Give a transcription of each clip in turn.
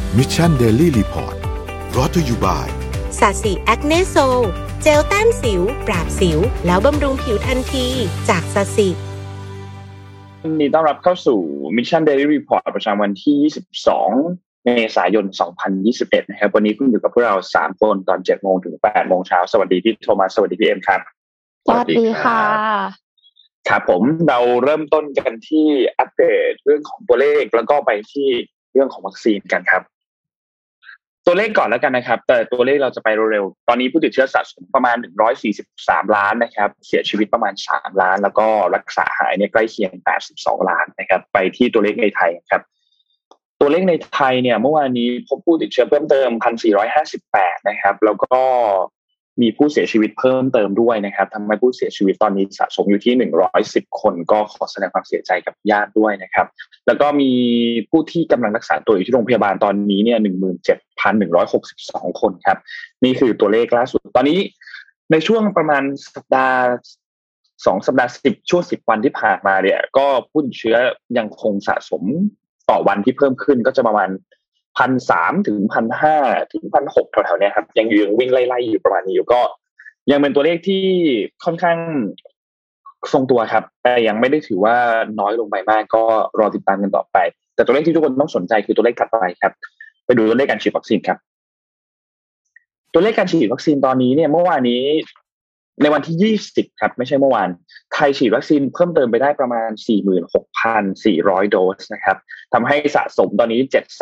Mission Daily Report brought to you by สาสีแอคเนโซลเจลแต้มสิวปราบสิวแล้วบำรุงผิวทันทีจากสาสียินดีต้อนรับเข้าสู่ Mission Daily Report ประจำวันที่22เมษายน2021นะครับวันนี้คุณอยู่กับพวกเรา3คนตอน 7:00 นถึง 8:00 นเช้าสวัสดีพี่โทมัสสวัสดีพี่เอ็มครับสวัสดีค่ะครับผมเราเริ่มต้นกันที่อัปเดตเรื่องของตัวเลขแล้วก็ไปที่เรื่องของวัคซีนกันครับตัวเลขก่อนแล้วกันนะครับแต่ตัวเลขเราจะไปเร็วๆตอนนี้ผู้ติดเชื้อสะสมประมาณ143ล้านนะครับเสียชีวิตประมาณ3ล้านแล้วก็รักษาหายเนี่ยใกล้เคียง82ล้านนะครับไปที่ตัวเลขในไทยครับตัวเลขในไทยเนี่ยเมื่อวานนี้พบผู้ติดเชื้อเพิ่มเติม 1,458 นะครับแล้วก็มีผู้เสียชีวิตเพิ่มเติมด้วยนะครับทำให้ผู้เสียชีวิตตอนนี้สะสมอยู่ที่110คนก็ขอแสดงความเสียใจกับญาติด้วยนะครับแล้วก็มีผู้ที่กำลังรักษาตัวอยู่ที่โรงพยาบาลตอนนี้เนี่ย 17,162 คนครับนี่คือตัวเลขล่าสุดตอนนี้ในช่วงประมาณสัปดาห์2สัปดาห์10วันที่ผ่านมาเนี่ยก็ผู้ติดเชื้อยังคงสะสมต่อวันที่เพิ่มขึ้นก็จะประมาณ1,300 ถึง 1,500 ถึง 1,600 แถวๆนี้ครับยังวิ่งไล่ๆอยู่ประมาณนี้อยู่ก็ยังเป็นตัวเลขที่ค่อนข้างทรงตัวครับแต่ยังไม่ได้ถือว่าน้อยลงไปมากก็รอติดตามกันต่อไปแต่ตัวเลขที่ทุกคนต้องสนใจคือตัวเลขถัดไปครับไปดูตัวเลขการฉีดวัคซีนครับตัวเลขการฉีดวัคซีนตอนนี้เนี่ยเมื่อวานนี้ในวันที่20ครับไม่ใช่เมื่อวานไทยฉีดวัคซีนเพิ่มเติมไปได้ประมาณ 46,400 โดสนะครับทำให้สะสมตอนนี้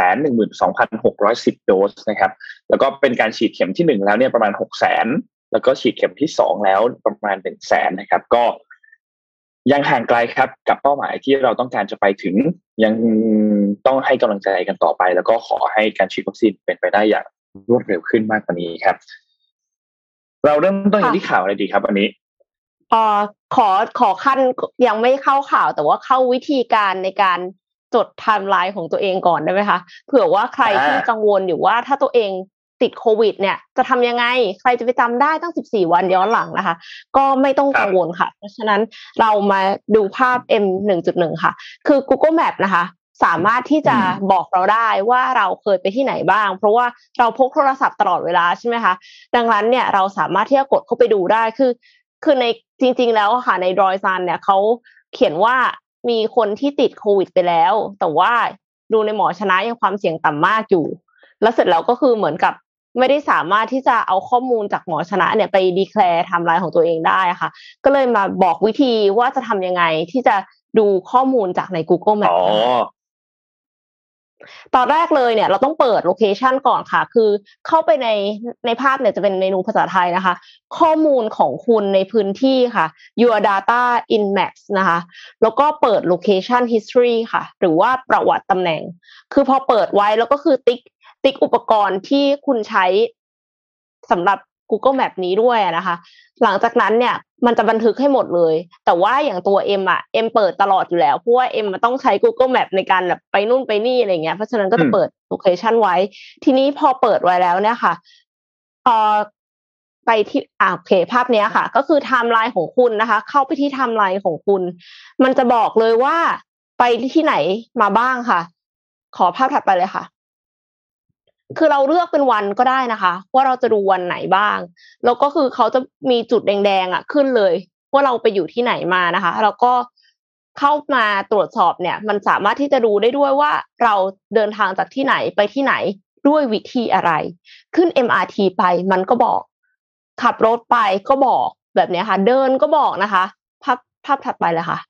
712,610 โดสนะครับแล้วก็เป็นการฉีดเข็มที่1แล้วเนี่ยประมาณ 600,000 แล้วก็ฉีดเข็มที่2แล้วประมาณ 100,000 นะครับก็ยังห่างไกลครับกับเป้าหมายที่เราต้องการจะไปถึงยังต้องให้กำลังใจกันต่อไปแล้วก็ขอให้การฉีดวัคซีนเป็นไปได้อย่างรวดเร็วขึ้นมากกว่านี้ครับเราเริ่มต้นที่ข่าวอะไรดีครับวันนี้ขอขั้นยังไม่เข้าข่าวแต่ว่าเข้าวิธีการในการจดไทม์ไลน์ของตัวเองก่อนได้ไหมคะเผื่อว่าใครที่กังวลอยู่ว่าถ้าตัวเองติดโควิดเนี่ยจะทำยังไงใครจะไปจำได้ตั้ง14วันย้อนหลังนะคะก็ไม่ต้องกังวลค่ะเพราะฉะนั้นเรามาดูภาพ M1.1 ค่ะคือ Google Map นะคะสามารถที่จะบอกเราได้ว่าเราเคยไปที่ไหนบ้างเพราะว่าเราพกโทรศัพท์ตลอดเวลาใช่ไหมคะดังนั้นเนี่ยเราสามารถที่จะกดเข้าไปดูได้คือในจริงๆแล้วค่ะในดรอยซันเนี่ยเขาเขียนว่ามีคนที่ติดโควิดไปแล้วแต่ว่าดูในหมอชนะยังความเสี่ยงต่ำมากอยู่แล้วเสร็จแล้วก็คือเหมือนกับไม่ได้สามารถที่จะเอาข้อมูลจากหมอชนะเนี่ยไปดีแคลร์ไทม์ไลน์ของตัวเองได้ค่ะก็เลยมาบอกวิธีว่าจะทำยังไงที่จะดูข้อมูลจากใน Google Map ตอนแรกเลยเนี่ยเราต้องเปิดโลเคชันก่อนค่ะคือเข้าไปในภาพเนี่ยจะเป็นเมนูภาษาไทยนะคะข้อมูลของคุณในพื้นที่ค่ะ your data in maps นะคะแล้วก็เปิด location history ค่ะหรือว่าประวัติตำแหน่งคือพอเปิดไว้แล้วก็คือติ๊กอุปกรณ์ที่คุณใช้สำหรับ Google Map นี้ด้วยนะคะหลังจากนั้นเนี่ยมันจะบันทึกให้หมดเลยแต่ว่าอย่างตัวเอ็มเปิดตลอดอยู่แล้วเพราะว่าเอ็มมันต้องใช้ Google Map ในการแบบไปนู่นไปนี่อะไรเงี้ยเพราะฉะนั้นก็จะเปิดโลเคชั่นไว้ทีนี้พอเปิดไว้แล้วเนี่ยค่ะไปที่โอเคภาพเนี้ยค่ะก็คือไทม์ไลน์ของคุณนะคะเข้าไปที่ไทม์ไลน์ของคุณมันจะบอกเลยว่าไปที่ไหนมาบ้างค่ะขอภาพถัดไปเลยค่ะคือเราเลือกเป็นวันก็ได้นะคะว่าเราจะดูวันไหนบ้างแล้วก็คือเขาจะมีจุดแดงๆขึ้นเลยว่าเราไปอยู่ที่ไหนมานะคะแล้วก็เข้ามาตรวจสอบเนี่ยมันสามารถที่จะดูได้ด้วยว่าเราเดินทางจากที่ไหนไปที่ไหนด้วยวิธีอะไรขึ้น MRT ไปมันก็บอกขับรถไปก็บอกแบบนี้ค่ะเดินก็บอกนะคะภาพถัดไปเลยค่ะ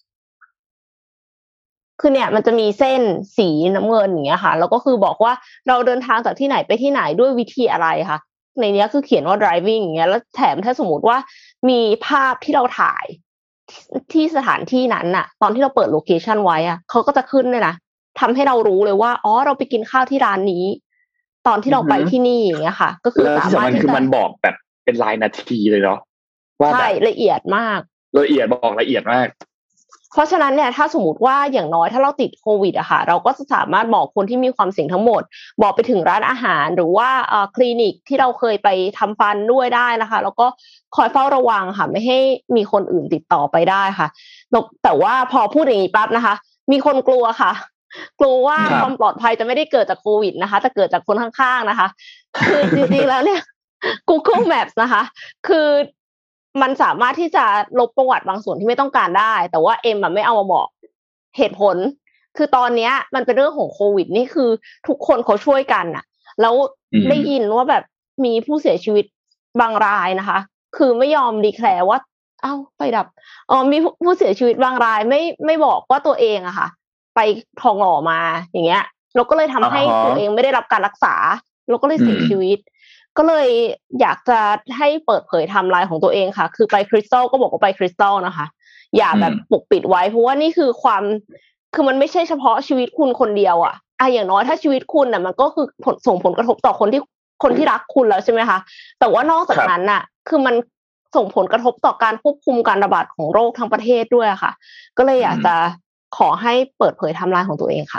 คือเนี่ยมันจะมีเส้นสีน้ำเงินอย่างเงี้ยค่ะแล้วก็คือบอกว่าเราเดินทางจากที่ไหนไปที่ไหนด้วยวิธีอะไรค่ะในนี้คือเขียนว่า driving อย่างเงี้ยแล้วแถมถ้าสมมติว่ามีภาพที่เราถ่ายที่สถานที่นั้นน่ะตอนที่เราเปิดโลเคชั่นไว้อ่ะเขาก็จะขึ้นเลยนะทำให้เรารู้เลยว่าอ๋อเราไปกินข้าวที่ร้านนี้ตอนที่เราไปที่นี่อย่างเงี้ยค่ะก็คือสามารถที่มันบอกแบบเป็นรายนาทีเลยเนาะว่าใช่ละเอียดมากละเอียดบอกละเอียดมากเพราะฉะนั้นเนี่ยถ้าสมมติว่าอย่างน้อยถ้าเราติดโควิดอะค่ะเราก็จะสามารถบอกคนที่มีความเสี่ยงทั้งหมดบอกไปถึงร้านอาหารหรือว่าคลินิกที่เราเคยไปทำฟันด้วยได้นะคะแล้วก็คอยเฝ้าระวังค่ะไม่ให้มีคนอื่นติดต่อไปได้ค่ะแต่ว่าพอพูดอย่างนี้ปั๊บนะคะมีคนกลัวค่ะกลัวว่าความปลอดภัยจะไม่ได้เกิดจากโควิดนะคะแต่เกิดจากคนข้างๆนะคะคือจริงๆแล้วเนี่ย Google Maps นะคะคือมันสามารถที่จะลบประวัติบางส่วนที่ไม่ต้องการได้แต่ว่าเอ็มไม่เอามาบอกเหตุผลคือตอนเนี้ยมันเป็นเรื่องของโควิดนี่คือทุกคนเขาช่วยกันน่ะแล้วได้ยินว่าแบบมีผู้เสียชีวิตบางรายนะคะคือไม่ยอมดีแคลร์ว่าเอ้าไฟดับมีผู้เสียชีวิตบางรายไม่บอกว่าตัวเองอะค่ะไปทองหล่อมาอย่างเงี้ยเราก็เลยทำให้ตัวเองไม่ได้รับการรักษาเราก็เลยเสียชีวิตก็เลยอยากจะให้เปิดเผยไทม์ไลน์ของตัวเองค่ะคือไปคริสตัลก็บอกว่าไปคริสตัลนะคะอย่าแบบปกปิดไว้เพราะว่านี่คือคือมันไม่ใช่เฉพาะชีวิตคุณคนเดียวอะอย่างน้อยถ้าชีวิตคุณน่ะมันก็คือส่งผลกระทบต่อคนที่รักคุณแล้วใช่ไหมคะแต่ว่านอกจากนั้นน่ะคือมันส่งผลกระทบต่อการควบคุมการระบาดของโรคทั้งประเทศด้วยค่ะก็เลยอยากจะขอให้เปิดเผยไทม์ไลน์ของตัวเองค่ะ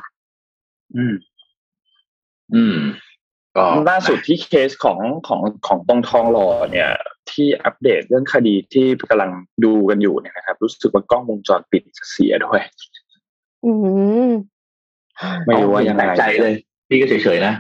ก็ล่าสุดที่เคสของตรงทองหล่อเนี่ยที่อัปเดตเรื่องคดีที่กำลังดูกันอยู่เนี่ยนะครับรู้สึกว่ากล้องวงจรปิดจะเสียด้วยไม่รู้ว่ายังไงใจเลยพี่ก็เฉยๆนะ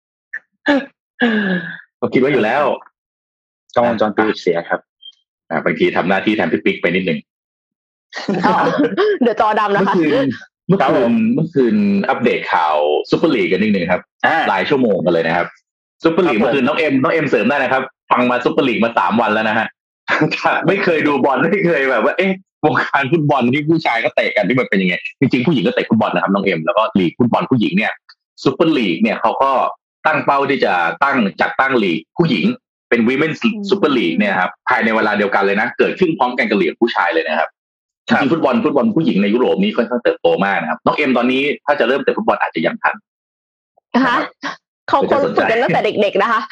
ก็คิดว่าอยู่แล้วกล้องวงจรปิดเสียครับบางทีทำหน้าที่แทนพี่ปิ๊กไปนิดนึงเดี๋ยวจอดำนะคะเมื่อคืนอัปเดตข่าวซุปเปอร์ลีกกันนิดนึงครับหลายชั่วโมงกันเลยนะครับซุปเปอร์ลีกเมื่อคืนน้องเอ็มเสริมได้นะครับฟังมาซุปเปอร์ลีกมา3 วันแล้วนะฮะไม่เคยดูบอลไม่เคยแบบว่าวงการฟุตบอลที่ผู้ชายก็เตะกันที่มันเป็นยังไงจริงๆผู้หญิงก็เตะฟุตบอลนะครับน้องเอ็มแล้วก็ลีกฟุตบอลผู้หญิงเนี่ยซุปเปอร์ลีกเนี่ยเขาก็ตั้งเป้าที่จะจัดตั้งลีกผู้หญิงเป็น Women's Super League เนี่ยครับภายในเวลาเดียวกันเลยนะเกิดขึ้นพร้อมกันกับลีกผู้ชายเลยนะครับจริงๆฟุตบอลผู้หญิงในยุโรปนี้ค่อนข้างเติบโตมากนะครับน้องเอ็มตอนนี้ถ้าจะเริ่มเตะฟุตบอลอาจจะยังทันนะคะเขาคนฝึกกันตั้งแต่เด็กๆนะคะ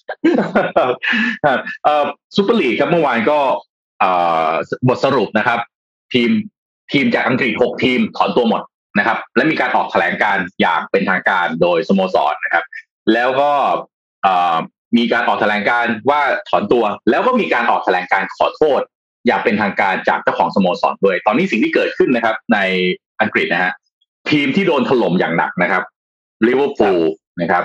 ซุปเปอร์ลีกครับเมื่อวานก็บทสรุปนะครับทีมจากอังกฤษ6 ทีมถอนตัวหมดนะครับและมีการออกแถลงการอย่างเป็นทางการโดยสโมสรนะครับแล้วก็มีการออกแถลงการว่าถอนตัวแล้วก็มีการออกแถลงการขอโทษอย่างเป็นทางการจากเจ้าของสโมสรด้วยตอนนี้สิ่งที่เกิดขึ้นนะครับในอังกฤษนะฮะทีมที่โดนถล่มอย่างหนักนะครับลิเวอร์พูลนะครับ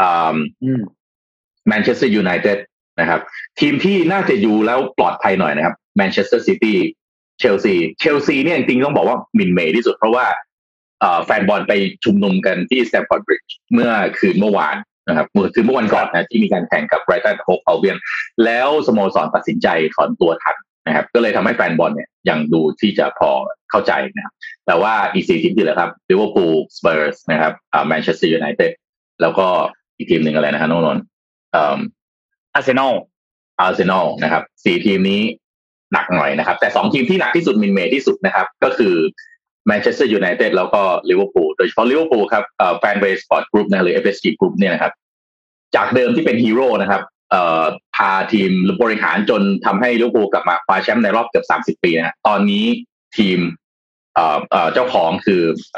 แมนเชสเตอร์ยูไนเต็ดนะครับทีมที่น่าจะอยู่แล้วปลอดภัยหน่อยนะครับแมนเชสเตอร์ซิตี้เชลซีเนี่ยจริงๆต้องบอกว่าหมิ่นเหม่ที่สุดเพราะว่าแฟนบอลไปชุมนุมกันที่สแตมฟอร์ดบริดจ์เมื่อคืนเมื่อวานนะครับคือเมื่อวันก่อนนะที่มีการแข่งกับไบรตันโฮฟอัลเบียนแล้วสโมสรตัดสินใจถอนตัวทันนะครับก็เลยทำให้แฟนบอลเนี่ยยังดูที่จะพอเข้าใจนะครับแต่ว่าอีก4 ทีมที่เหลือครับลิเวอร์พูลสเปอร์สนะครับแมนเชสเตอร์ยูไนเต็ดแล้วก็อีกทีมหนึ่งอะไรนะฮะน้องนนท์อาร์เซนอลนะครับ4 ทีมนี้หนักหน่อยนะครับแต่2 ทีมที่หนักที่สุดมินเมย์ที่สุดนะครับก็คือแมนเชสเตอร์ยูไนเต็ดแล้วก็ลิเวอร์พูลโดยเฉพาะลิเวอร์พูลครับแฟนเบสสปอร์ตกรุ๊ปนะหรือ FSG กรุ๊ปเนี่ยนะครับจากเดิมที่เป็นฮีโร่นะครับพาทีมบริหารจนทำให้ลิเวอร์พูลกลับมาคว้าแชมป์ในรอบเกือบ30 ปีนะตอนนี้ทีมเจ้าของคือ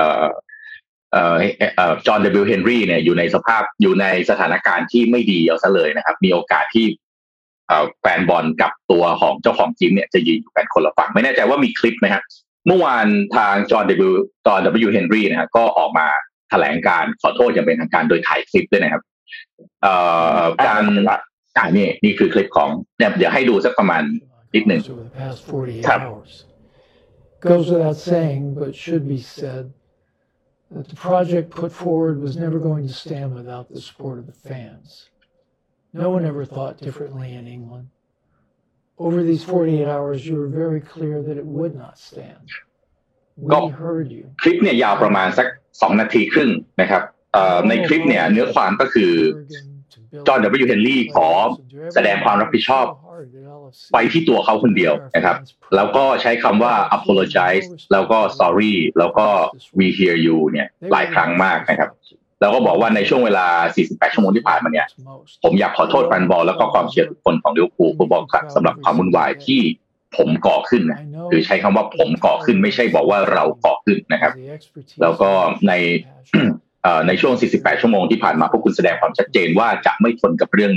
จอห์น W. เฮนรี่เนี่ยอยู่ในสถานการณ์ที่ไม่ดีเอาซะเลยนะครับมีโอกาสที่แฟนบอลกับตัวของเจ้าของทีมเนี่ยจะยืนอยู่กันคนละฝั่งไม่แน่ใจว่ามีคลิปไหมครับเมื่อวานทางจอห์น W. เฮนรี่นะฮะก็ออกมาแถลงการขอโทษอย่างเป็นทางการโดยถ่ายคลิปด้วยนะครับการนี่คือคลิปของเนี่ยเดี๋ยวให้ดูสักประมาณนิดหนึ่งครับ Goes without saying but should be said that the project put forward was never going to stand without the support of the fans. No one ever thought differently in England. Over these 48 hours, you were very clear that it would not stand. We heard you. คลิปเนี่ยยาวประมาณสัก2 นาทีครึ่งนะครับในคลิปเนี่ยเนื้อความก็คือจอห์น W. เฮนรี่ขอแสดงความรับผิดชอบไปที่ตัวเขาคนเดียวนะครับแล้วก็ใช้คำว่า apologize แล้วก็ sorry แล้วก็ we hear you เนี่ยหลายครั้งมากนะครับแล้วก็บอกว่าในช่วงเวลา48 ชั่วโมงที่ผ่านมาเนี่ยผมอยากขอโทษแฟนบอลแล้วก็กองเชียร์ทุกคนของลิเวอร์พูลฟุตบอลคลับสำหรับความวุ่นวายที่ผมก่อขึ้นนะคือใช้คำว่าผมก่อขึ้นไม่ใช่บอกว่าเราก่อขึ้นนะครับแล้วก็ในช่วง48 ชั่วโมงที่ผ่านมาพวกคุณแสดงความชัดเจนว่าจะไม่ทนกับเรื่องนี้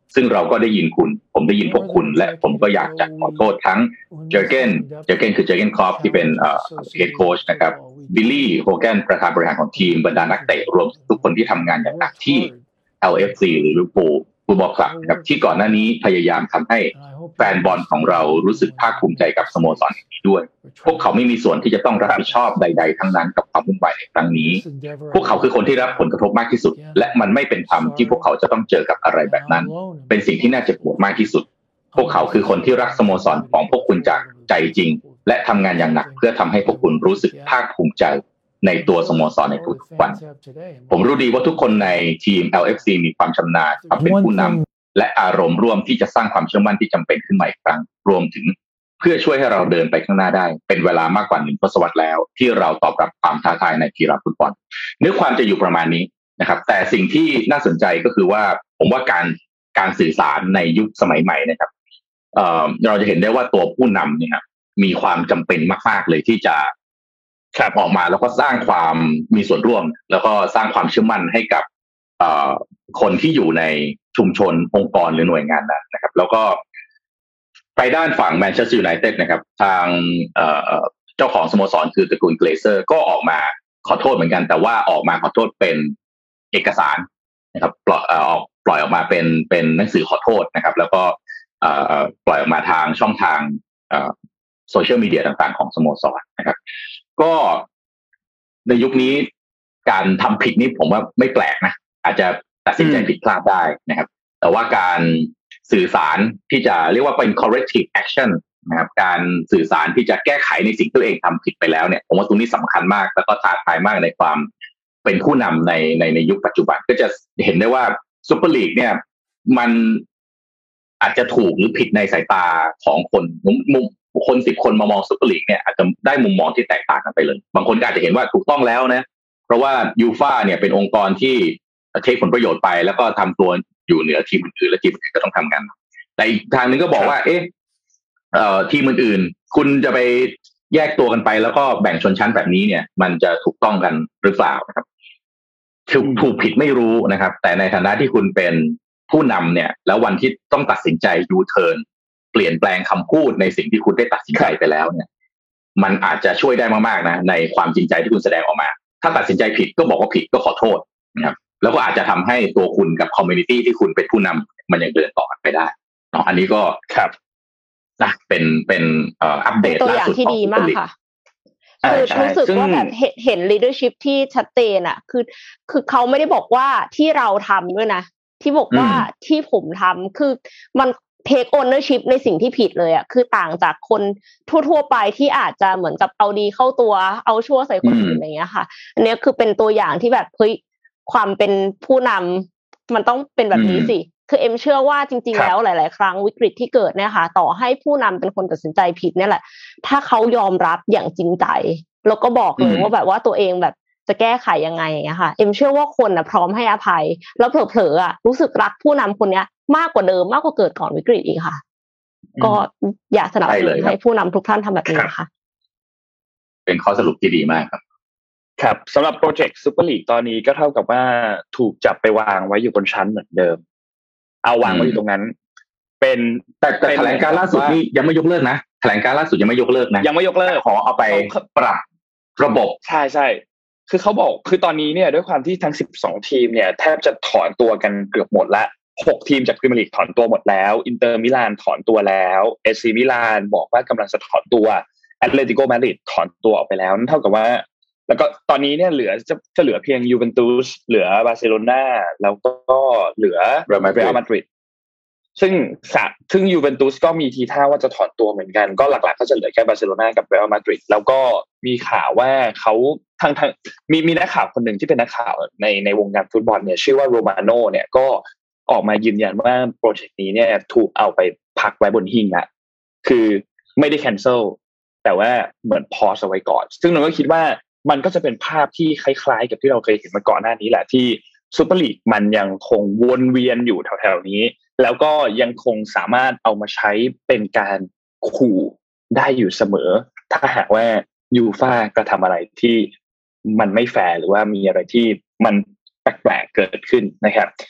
ซึ่งเราก็ได้ยินคุณผมได้ยินพวกคุณและผมก็อยากจะขอโทษทั้งเจอร์เกนคือเจอร์เกนคลอปที่เป็นเฮดโค้ชนะครับบิลลี่โฮแกนประธานบริหารของทีมบรรดานักเตะรวมทุกคนที่ทำงานอย่างหนักที่ LFC หรือลิเวอร์พูลฟุตบอลคลับนะครับที่ก่อนหน้านี้พยายามทำให้แฟนบอลของเรารู้สึกภาคภูมิใจกับสโมสรนี้ด้วยพวกเขาไม่มีส่วนที่จะต้องรับผิดชอบใดๆทั้งนั้นกับความวุ่นวายในครั้งนี้พวกเขาคือคนที่รับผลกระทบมากที่สุดและมันไม่เป็นธรรมที่พวกเขาจะต้องเจอกับอะไรแบบนั้นเป็นสิ่งที่น่าเจ็บปวดมากที่สุดพวกเขาคือคนที่รักสโมสรของพวกคุณจากใจจริงและทำงานอย่างหนักเพื่อทำให้พวกคุณรู้สึกภาคภูมิใจในตัวสโมสรในทุกวันผมรู้ดีว่าทุกคนในทีม LFC มีความชำนาญความเป็นผู้นำและอารมณ์ร่วมที่จะสร้างความเชื่อมั่นที่จำเป็นขึ้นมาอีกครั้งรวมถึงเพื่อช่วยให้เราเดินไปข้างหน้าได้เป็นเวลามากกว่า1 ทศวรรษแล้วที่เราตอบรับความท้าทายในกีฬาฟุตบอลเนื้อความจะอยู่ประมาณนี้นะครับแต่สิ่งที่น่าสนใจก็คือว่าผมว่าการสื่อสารในยุคสมัยใหม่นะครับเราจะเห็นได้ว่าตัวผู้นำเนี่ยมีความจำเป็นมากๆเลยที่จะออกมาแล้วก็สร้างความมีส่วนร่วมแล้วก็สร้างความเชื่อมั่นให้กับคนที่อยู่ในชุมชนองค์กรหรือหน่วยงานนั้นนะครับแล้วก็ไปด้านฝั่งแมนเชสเตอร์ยูไนเต็ดนะครับทางเจ้าของสโมสรคือตระกูลเกรเซอร์ก็ออกมาขอโทษเหมือนกันแต่ว่าออกมาขอโทษเป็นเอกสารนะครับปล่อยออกมาเป็นหนังสือขอโทษนะครับแล้วก็ปล่อยออกมาทางช่องทางโซเชียลมีเดียต่างๆของสโมสรนะครับก็ในยุคนี้การทำผิดนี่ผมว่าไม่แปลกนะอาจจะตัดสินใจผิดพลาดได้นะครับแต่ว่าการสื่อสารที่จะเรียกว่าเป็น corrective action นะครับการสื่อสารที่จะแก้ไขในสิ่งที่ตัวเองทำผิดไปแล้วเนี่ยผมว่าตรงนี้สำคัญมากแล้วก็ท้าทายมากในความเป็นผู้นำในยุคปัจจุบันก็จะเห็นได้ว่าซุปเปอร์ลีกเนี่ยมันอาจจะถูกหรือผิดในสายตาของคนคน10 คนมามองซุปเปอร์ลีกเนี่ยอาจจะได้มุมมองที่แตกต่างกันไปเลยบางคนอาจจะเห็นว่าถูกต้องแล้วนะเพราะว่ายูฟ่าเนี่ยเป็นองค์กรที่เทคผลประโยชน์ไปแล้วก็ทำตัวอยู่เหนือทีมอื่นๆและทีมอื่นก็ต้องทำกันแต่อีกทางนึงก็บอกว่าทีมอื่นๆคุณจะไปแยกตัวกันไปแล้วก็แบ่งชนชั้นแบบนี้เนี่ยมันจะถูกต้องกันหรือเปล่านะครับถูกผิดไม่รู้นะครับแต่ในฐานะที่คุณเป็นผู้นำเนี่ยแล้ววันที่ต้องตัดสินใจยูเทิร์นเปลี่ยนแปลงคำพูดในสิ่งที่คุณได้ตัดสินใจไปแล้วเนี่ยมันอาจจะช่วยได้มากๆนะในความจริงใจที่คุณแสดงออกมาถ้าตัดสินใจผิดก็บอกว่าผิดก็ขอโทษนะครับแล้วก็อาจจะทำให้ตัวคุณกับคอมมูนิตี้ที่คุณเป็นผู้นำมันยังเดินต่อไปได้เนาะอันนี้ก็ครับนะเป็นอัปเดตล่าสุดของดีมากค่ะคือรู้สึกว่าแบบเห็น leadership ที่ชัดเจนอ่ะคือเขาไม่ได้บอกว่าที่เราทำด้วยนะที่บอกว่าที่ผมทำคือมันtake ownership ในสิ่งที่ผิดเลยอ่ะคือต่างจากคนทั่วๆไปที่อาจจะเหมือนกับเอาดีเข้าตัวเอาชั่วใส่คนอื่นอะไรเงี้ยค่ะอันนี้คือเป็นตัวอย่างที่แบบเฮ้ยความเป็นผู้นำมันต้องเป็นแบบนี้สิคือเอ็มเชื่อว่าจริงๆแล้วหลายๆครั้งวิกฤตที่เกิดเนี่ยค่ะต่อให้ผู้นำเป็นคนตัดสินใจผิดเนี่ยแหละถ้าเขายอมรับอย่างจริงใจแล้วก็บอกเลยว่าแบบว่าตัวเองแบบจะแก้ไขยังไงอะค่ะเอ็มเชื่อว่าคนพร้อมให้อภัยแล้วเผลอๆรู้สึกรักผู้นำคนนี้มากกว่าเดิมมากกว่าเกิดก่อนวิกฤตอีกค่ะก็อยากสนับสนุนให้ผู้นำทุกท่านทำแบบนี้ค่ะเป็นข้อสรุปที่ดีมากครับครับสำหรับโปรเจกต์ซุปเปอร์ลีกตอนนี้ก็เท่ากับว่าถูกจับไปวางไว้อยู่บนชั้นเหมือนเดิมเอาวางไว้อยู่ตรงนั้นเป็นแต่แถลงการล่าสุดนี่ยังไม่ยกเลิกนะแถลงการล่าสุดยังไม่ยกเลิกนะยังไม่ยกเลิกขอเอาไปปรับระบบใช่ๆคือเขาบอกคือตอนนี้เนี่ยด้วยความที่ทั้ง12ทีมเนี่ยแทบจะถอนตัวกันเกือบหมดละ6ทีมจากพรีเมียร์ลีกถอนตัวหมดแล้วอินเตอร์มิลานถอนตัวแล้วเอซีมิลานบอกว่ากำลังจะถอนตัวแอตเลติโกมาดริดถอนตัวออกไปแล้วนั่นเท่ากับว่าแล้วก็ตอนนี้เนี่ยเหลือจะเหลือเพียงยูเวนตุสเหลือบาร์เซโลนาแล้วก็เหลือเรอัลมาดริดซึ่งยูเวนตุสก็มีทีท่าว่าจะถอนตัวเหมือนกันก็หลักๆก็จะเหลือแค่บาร์เซโลนากับเรอัลมาดริดแล้วก็มีข่าวว่าเขาทางมีนักข่าวคนหนึ่งที่เป็นนักข่าวในวงการฟุตบอลเนี่ยชื่อว่าโรมาโน่เนี่ยก็ออกมายืนยันว่าโปรเจกต์นี้เนี่ยถูกเอาไปพักไว้บนหิ้งละคือไม่ได้แคนเซิลแต่ว่าเหมือนพอสเอาไว้ก่อนซึ่งเราก็คิดว่ามันก็จะเป็นภาพที่คล้ายๆกับที่เราเคยเห็นมาก่อนหน้านี้แหละที่ซุปเปอร์ลีกมันยังคงวนเวียนอยู่แถวๆนี้แล้วก็ยังคงสามารถเอามาใช้เป็นการขู่ได้อยู่เสมอถ้าหากว่ายูฟ่ากระทำอะไรที่มันไม่แฟร์หรือว่ามีอะไรที่มันแปลกๆเกิดขึ้นนะครับ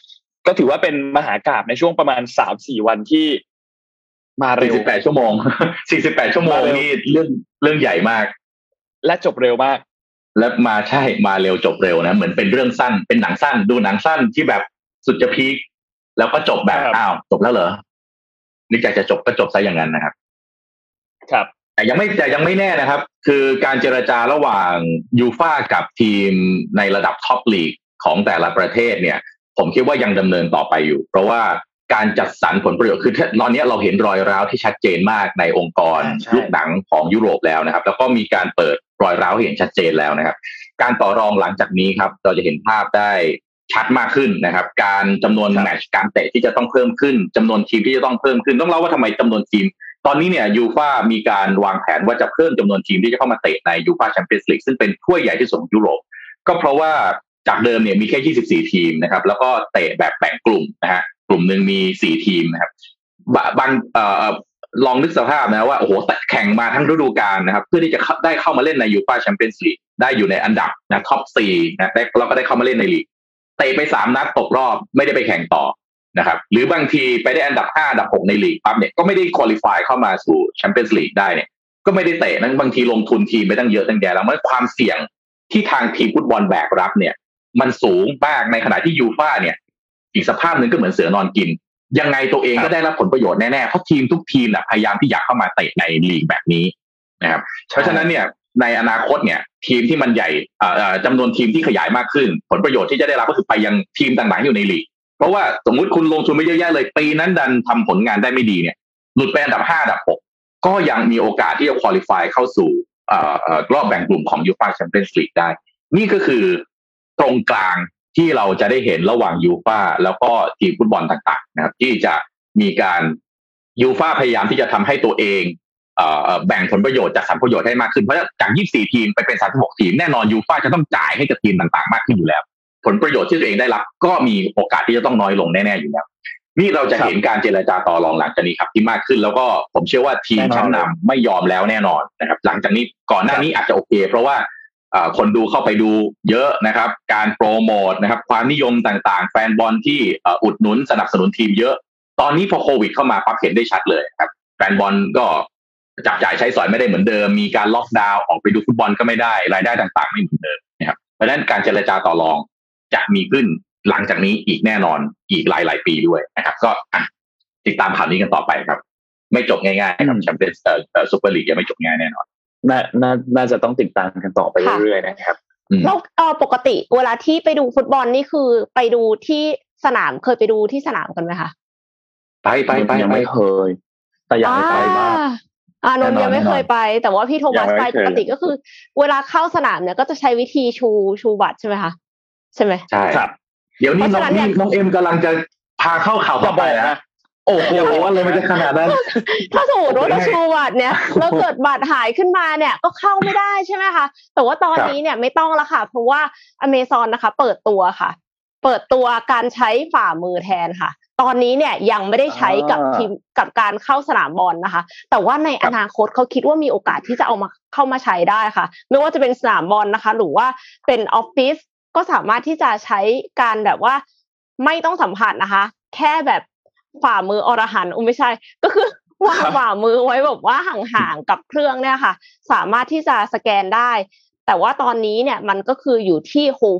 ก็ถือว่าเป็นมหากาพย์ในช่วงประมาณ 3-4 วันที่มาเร็ว 48 ชั่วโมง 48 ชั่วโมงนี่เรื่องใหญ่มากและจบเร็วมากและมาเร็วจบเร็วนะเหมือนเป็นเรื่องสั้นเป็นหนังสั้นดูหนังสั้นที่แบบสุดจะพีคแล้วก็จบแบบอ้าวจบแล้วเหรอนึกอยากจะจบก็จบซะอย่างนั้นนะครับครับแต่ยังไม่แน่นะครับคือการเจรจาระหว่างยูฟ่ากับทีมในระดับท็อปลีกของแต่ละประเทศเนี่ยผมคิดว่ายังดำเนินต่อไปอยู่เพราะว่าการจัดสรรผลประโยชน์คือตอนนี้เราเห็นรอยร้าวที่ชัดเจนมากในองค์กรลูกหนังของยุโรปแล้วนะครับแล้วก็มีการเปิดรอยร้าวเห็นชัดเจนแล้วนะครับการต่อรองหลังจากนี้ครับเราจะเห็นภาพได้ชัดมากขึ้นนะครับการจำนวนแมตช์การเตะที่จะต้องเพิ่มขึ้นจำนวนทีมที่จะต้องเพิ่มขึ้นต้องเล่าว่าทำไมจำนวนทีมตอนนี้เนี่ยยูฟ่ามีการวางแผนว่าจะเพิ่มจำนวนทีมที่จะเข้ามาเตะในยูฟ่าแชมเปี้ยนส์ลีกซึ่งเป็นถ้วยใหญ่ที่สุดของยุโรปก็เพราะว่าจากเดิมเนี่ยมีแค่24ทีมนะครับแล้วก็เตะแบบแบ่งกลุ่มนะฮะกลุ่มนึงมี4ทีมนะครับบางลองนึกสภาพนะว่าโอ้โหแข่งมาทั้งฤดูกาลนะครับเพื่อที่จะได้เข้ามาเล่นในยูฟ่าแชมเปี้ยนส์ลีกได้อยู่ในอันดับนะท็อป4นะแล้วก็ได้เข้ามาเล่นในลีกเตะไป3นัดตกรอบไม่ได้ไปแข่งต่อนะครับหรือบางทีไปได้อันดับ5อันดับ6ในลีกปั๊บเนี่ยก็ไม่ได้ควอลิฟายเข้ามาสู่แชมเปี้ยนส์ลีกได้เนี่ยก็ไม่ได้เตะนั้นบางทีลงทุนทีมไปตั้งเยอะตั้งแยะแล้วมันความเสี่ยงที่ทางทีมฟุตบอลแบกรับเนี่ยมันสูงมากในขณะที่ยูฟ่าเนี่ยอีกสภาพนึงก็เหมือนเสือนอนกินยังไงตัวเองก็ได้รับผลประโยชน์แน่ๆเพราะทีมทุกทีมพยายามที่อยากเข้ามาเตะในลีกแบบนี้นะครับเพราะฉะนั้นเนี่ยในอนาคตเนี่ยทีมที่มันใหญ่จำนวนทีมที่ขยายมากขึ้นผลประโยชน์ที่จะได้รับก็คือไปยังทีมต่างๆอยู่ในลีกเพราะว่าสมมุติคุณลงทุนไปเยอะแยะเลยปีนั้นดันทำผลงานได้ไม่ดีเนี่ยหลุดไปอันดับ5อันดับ6ก็ยังมีโอกาสที่จะควอลิฟายเข้าสู่รอบแบ่งกลุ่มของยูฟ่าแชมเปี้ยนส์ลีกได้นี่ก็คือตรงกลางที่เราจะได้เห็นระหว่างยูฟ่าแล้วก็ทีมฟุตบอลต่างๆนะครับที่จะมีการยูฟ่าพยายามที่จะทำให้ตัวเองแบ่งผลประโยชน์จัดสรรประโยชน์ให้มากขึ้นเพราะจาก24ทีมไปเป็น36ทีมแน่นอนยูฟ่าจะต้องจ่ายให้กับทีมต่างๆมากขึ้นอยู่แล้วผลประโยชน์ที่ตัวเองได้รับก็มีโอกาสที่จะต้องน้อยลงแน่ๆอยู่แล้วนี่เราจะเห็นการเจรจาต่อรองหลังจากนี้ครับที่มากขึ้นแล้วก็ผมเชื่อว่าทีมชั้นนำไม่ยอมแล้วแน่นอนนะครับหลังจากนี้ก่อนหน้านี้อาจจะโอเคเพราะว่าคนดูเข้าไปดูเยอะนะครับการโปรโมทนะครับความนิยมต่างๆแฟนบอลที่อุดหนุนสนับสนุนทีมเยอะตอนนี้พอโควิดเข้ามาปั๊บเห็นได้ชัดเลยครับแฟนบอลก็จับจ่ายใช้สอยไม่ได้เหมือนเดิมมีการล็อกดาวน์ออกไปดูฟุตบอลก็ไม่ได้รายได้ต่างๆไม่เหมือนเดิมนะครับเพราะฉะนั้นการเจรจาต่อรองจะมีขึ้นหลังจากนี้อีกแน่นอนอีกหลายปีด้วยนะครับก็ติดตามข่าวนี้กันต่อไปครับไม่จบง่ายๆครับแชมเปี้ยนส์ซุปเปอร์ลีกยังไม่จบง่ายแน่นอนน่าจะต้องติดตามกันต่อไปเรื่อยๆนะครับแล้วปกติเวลาที่ไปดูฟุตบอลนี่คือไปดูที่สนามเคยไปดูที่สนามกันไหมคะไปยังไม่เคยแต่อยากไปมากนนท์ยังไม่เคยไปแต่ว่าพี่โทมัสไปปกติก็คือเวลาเข้าสนามเนี่ยก็จะใช้วิธีชูบัตรใช่ไหมคะใช่ไหมใช่ครับเดี๋ยวนี้น้องเอ็มกำลังจะพาเข้าข่าวต่อไปนะโอ้โหอะไรมันจะขนาดนั้นถ้าสมมติว่าเราชูบัตรเนี่ยแล้วเกิดบัตรหายขึ้นมาเนี่ยก็เข้าไม่ได้ใช่ไหมคะแต่ว่าตอนนี้เนี่ยไม่ต้องแล้วค่ะเพราะว่า Amazon นะคะเปิดตัวการใช้ฝ่ามือแทนค่ะตอนนี้เนี่ยยังไม่ได้ใช้กับทีมกับการเข้าสนามบอลนะคะแต่ว่าในอนาคตเขาคิดว่ามีโอกาสที่จะเอามาเข้ามาใช้ได้ค่ะไม่ว่าจะเป็นสนามบอลนะคะหรือว่าเป็นออฟฟิศก็สามารถที่จะใช้การแบบว่าไม่ต้องสัมผัสนะคะแค่แบบฝ่ามืออรหันต์ไม่ใช่ก็คือวางฝ่ามือไว้แบบว่าห่างๆกับเครื่องเนี่ยค่ะสามารถที่จะสแกนได้แต่ว่าตอนนี้เนี่ยมันก็คืออยู่ที่ Whole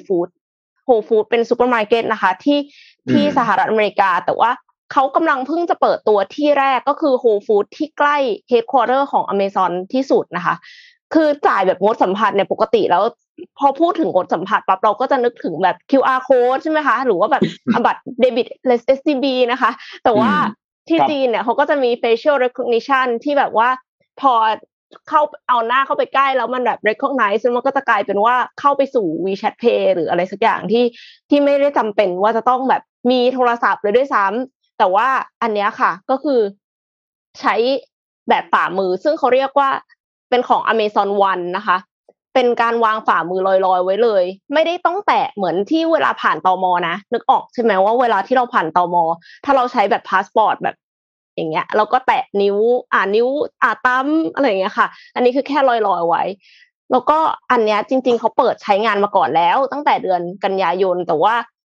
Food เป็นซูเปอร์มาร์เก็ตนะคะที่สหรัฐอเมริกาแต่ว่าเขากำลังเพิ่งจะเปิดตัวที่แรกก็คือ Whole Food ที่ใกล้ Headquarter ของ Amazon ที่สุดนะคะคือจ่ายแบบงดสัมผัสเนี่ยปกติแล้วพอพูดถึงงดสัมผัสปั๊บเราก็จะนึกถึงแบบ QR code ใช่ไหมคะหรือว่าแบบบัตรเดบิต SCB นะคะแต่ว่าที่จีนเนี่ยเขาก็จะมี facial recognition ที่แบบว่าพอเข้าเอาหน้าเข้าไปใกล้แล้วมันแบบ recognize มันก็จะกลายเป็นว่าเข้าไปสู่ WeChat Pay หรืออะไรสักอย่างที่ไม่ได้จำเป็นว่าจะต้องแบบมีโทรศัพท์เลยด้วยซ้ำแต่ว่าอันเนี้ยค่ะก็คือใช้แบบฝ่ามือซึ่งเขาเรียกว่าเป็นของ Amazon One นะคะเป็นการวางฝ่ามือลอยๆไว้เลยไม่ได้ต้องแตะเหมือนที่เวลาผ่านตม.นะนึกออกใช่ไหมว่าเวลาที่เราผ่านตม.ถ้าเราใช้แบบพาสปอร์ตแบบอย่างเงี้ยเราก็แตะนิ้วตั้มอะไรอย่างเงี้ยค่ะอันนี้คือแค่ลอยๆไว้แล้วก็อันเนี้ยจริงๆเขาเปิดใช้งานมาก่อนแล้วตั้งแต่เดือนกันยายนแต่ว่าเ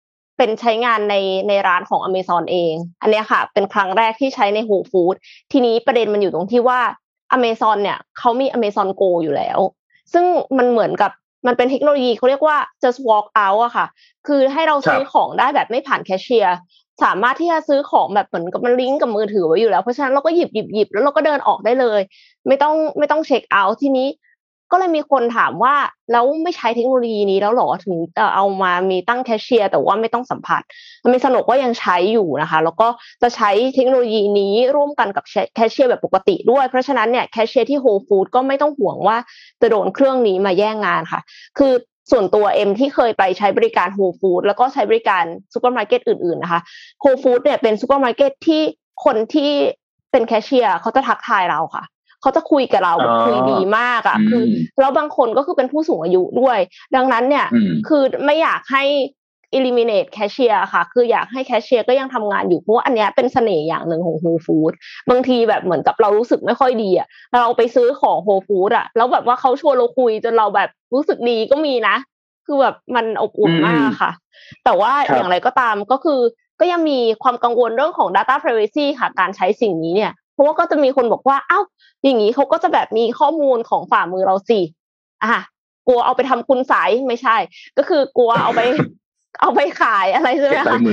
เป็นใช้งานในร้านของ Amazon เองอันเนี้ยค่ะเป็นครั้งแรกที่ใช้ใน Whole Foods ทีนี้ประเด็นมันอยู่ตรงที่ว่า Amazon เนี่ยเขามี Amazon Go อยู่แล้วซึ่งมันเหมือนกับมันเป็นเทคโนโลยีเขาเรียกว่า just walk out อะค่ะคือให้เราซื้อของได้แบบไม่ผ่านแคชเชียร์สามารถที่จะซื้อของแบบเหมือนกับมันลิงก์กับมือถือไว้อยู่แล้วเพราะฉะนั้นเราก็หยิบแล้วเราก็เดินออกได้เลยไม่ต้องเช็คเอาท์ทีนี้ก็เลยมีคนถามว่าแล้วไม่ใช้เทคโนโลยีนี้แล้วหรอถึงเอามามีตั้งแคชเชียร์แต่ว่าไม่ต้องสัมผัสAmazonก็ยังใช้อยู่นะคะแล้วก็จะใช้เทคโนโลยีนี้ร่วมกันกับแคชเชียร์แบบปกติด้วยเพราะฉะนั้นเนี่ยแคชเชียร์ที่ Whole Foods ก็ไม่ต้องห่วงว่าจะโดนเครื่องนี้มาแย่งงานค่ะคือส่วนตัวที่เคยไปใช้บริการ Whole Foods แล้วก็ใช้บริการซูเปอร์มาร์เก็ตอื่นๆนะคะ Whole Foods เนี่ยเป็นซูเปอร์มาร์เก็ตที่คนที่เป็นแคชเชียร์เขาจะทักทายเราค่ะเขาจะคุยกับเราแบบคุยดีมากอ่ะคือแล้วบางคนก็คือเป็นผู้สูงอายุด้วยดังนั้นเนี่ยคือไม่อยากให้ eliminate แคชเชียร์ค่ะคืออยากให้แคชเชียร์ก็ยังทำงานอยู่เพราะว่าอันเนี้ยเป็นเสน่ห์อย่างหนึ่งของ Whole Foods บางทีแบบเหมือนกับเรารู้สึกไม่ค่อยดีอ่ะเราไปซื้อของ Whole Foods อ่ะแล้วแบบว่าเขาชวนเราคุยจนเราแบบรู้สึกดีก็มีนะคือแบบมันอบอุ่นมากค่ะแต่ว่าอย่างไรก็ตามก็คือก็ยังมีความกังวลเรื่องของ data privacy ค่ะการใช้สิ่งนี้เนี่ยเพราะว่าก็จะมีคนบอกว่าอ้าวอย่างนี้เขาก็จะแบบมีข้อมูลของฝ่ามือเราสิกลัวเอาไปทำคุณไสยไม่ใช่ก็คือกลัวเอาไปขายอะไรใช่ไหมคะ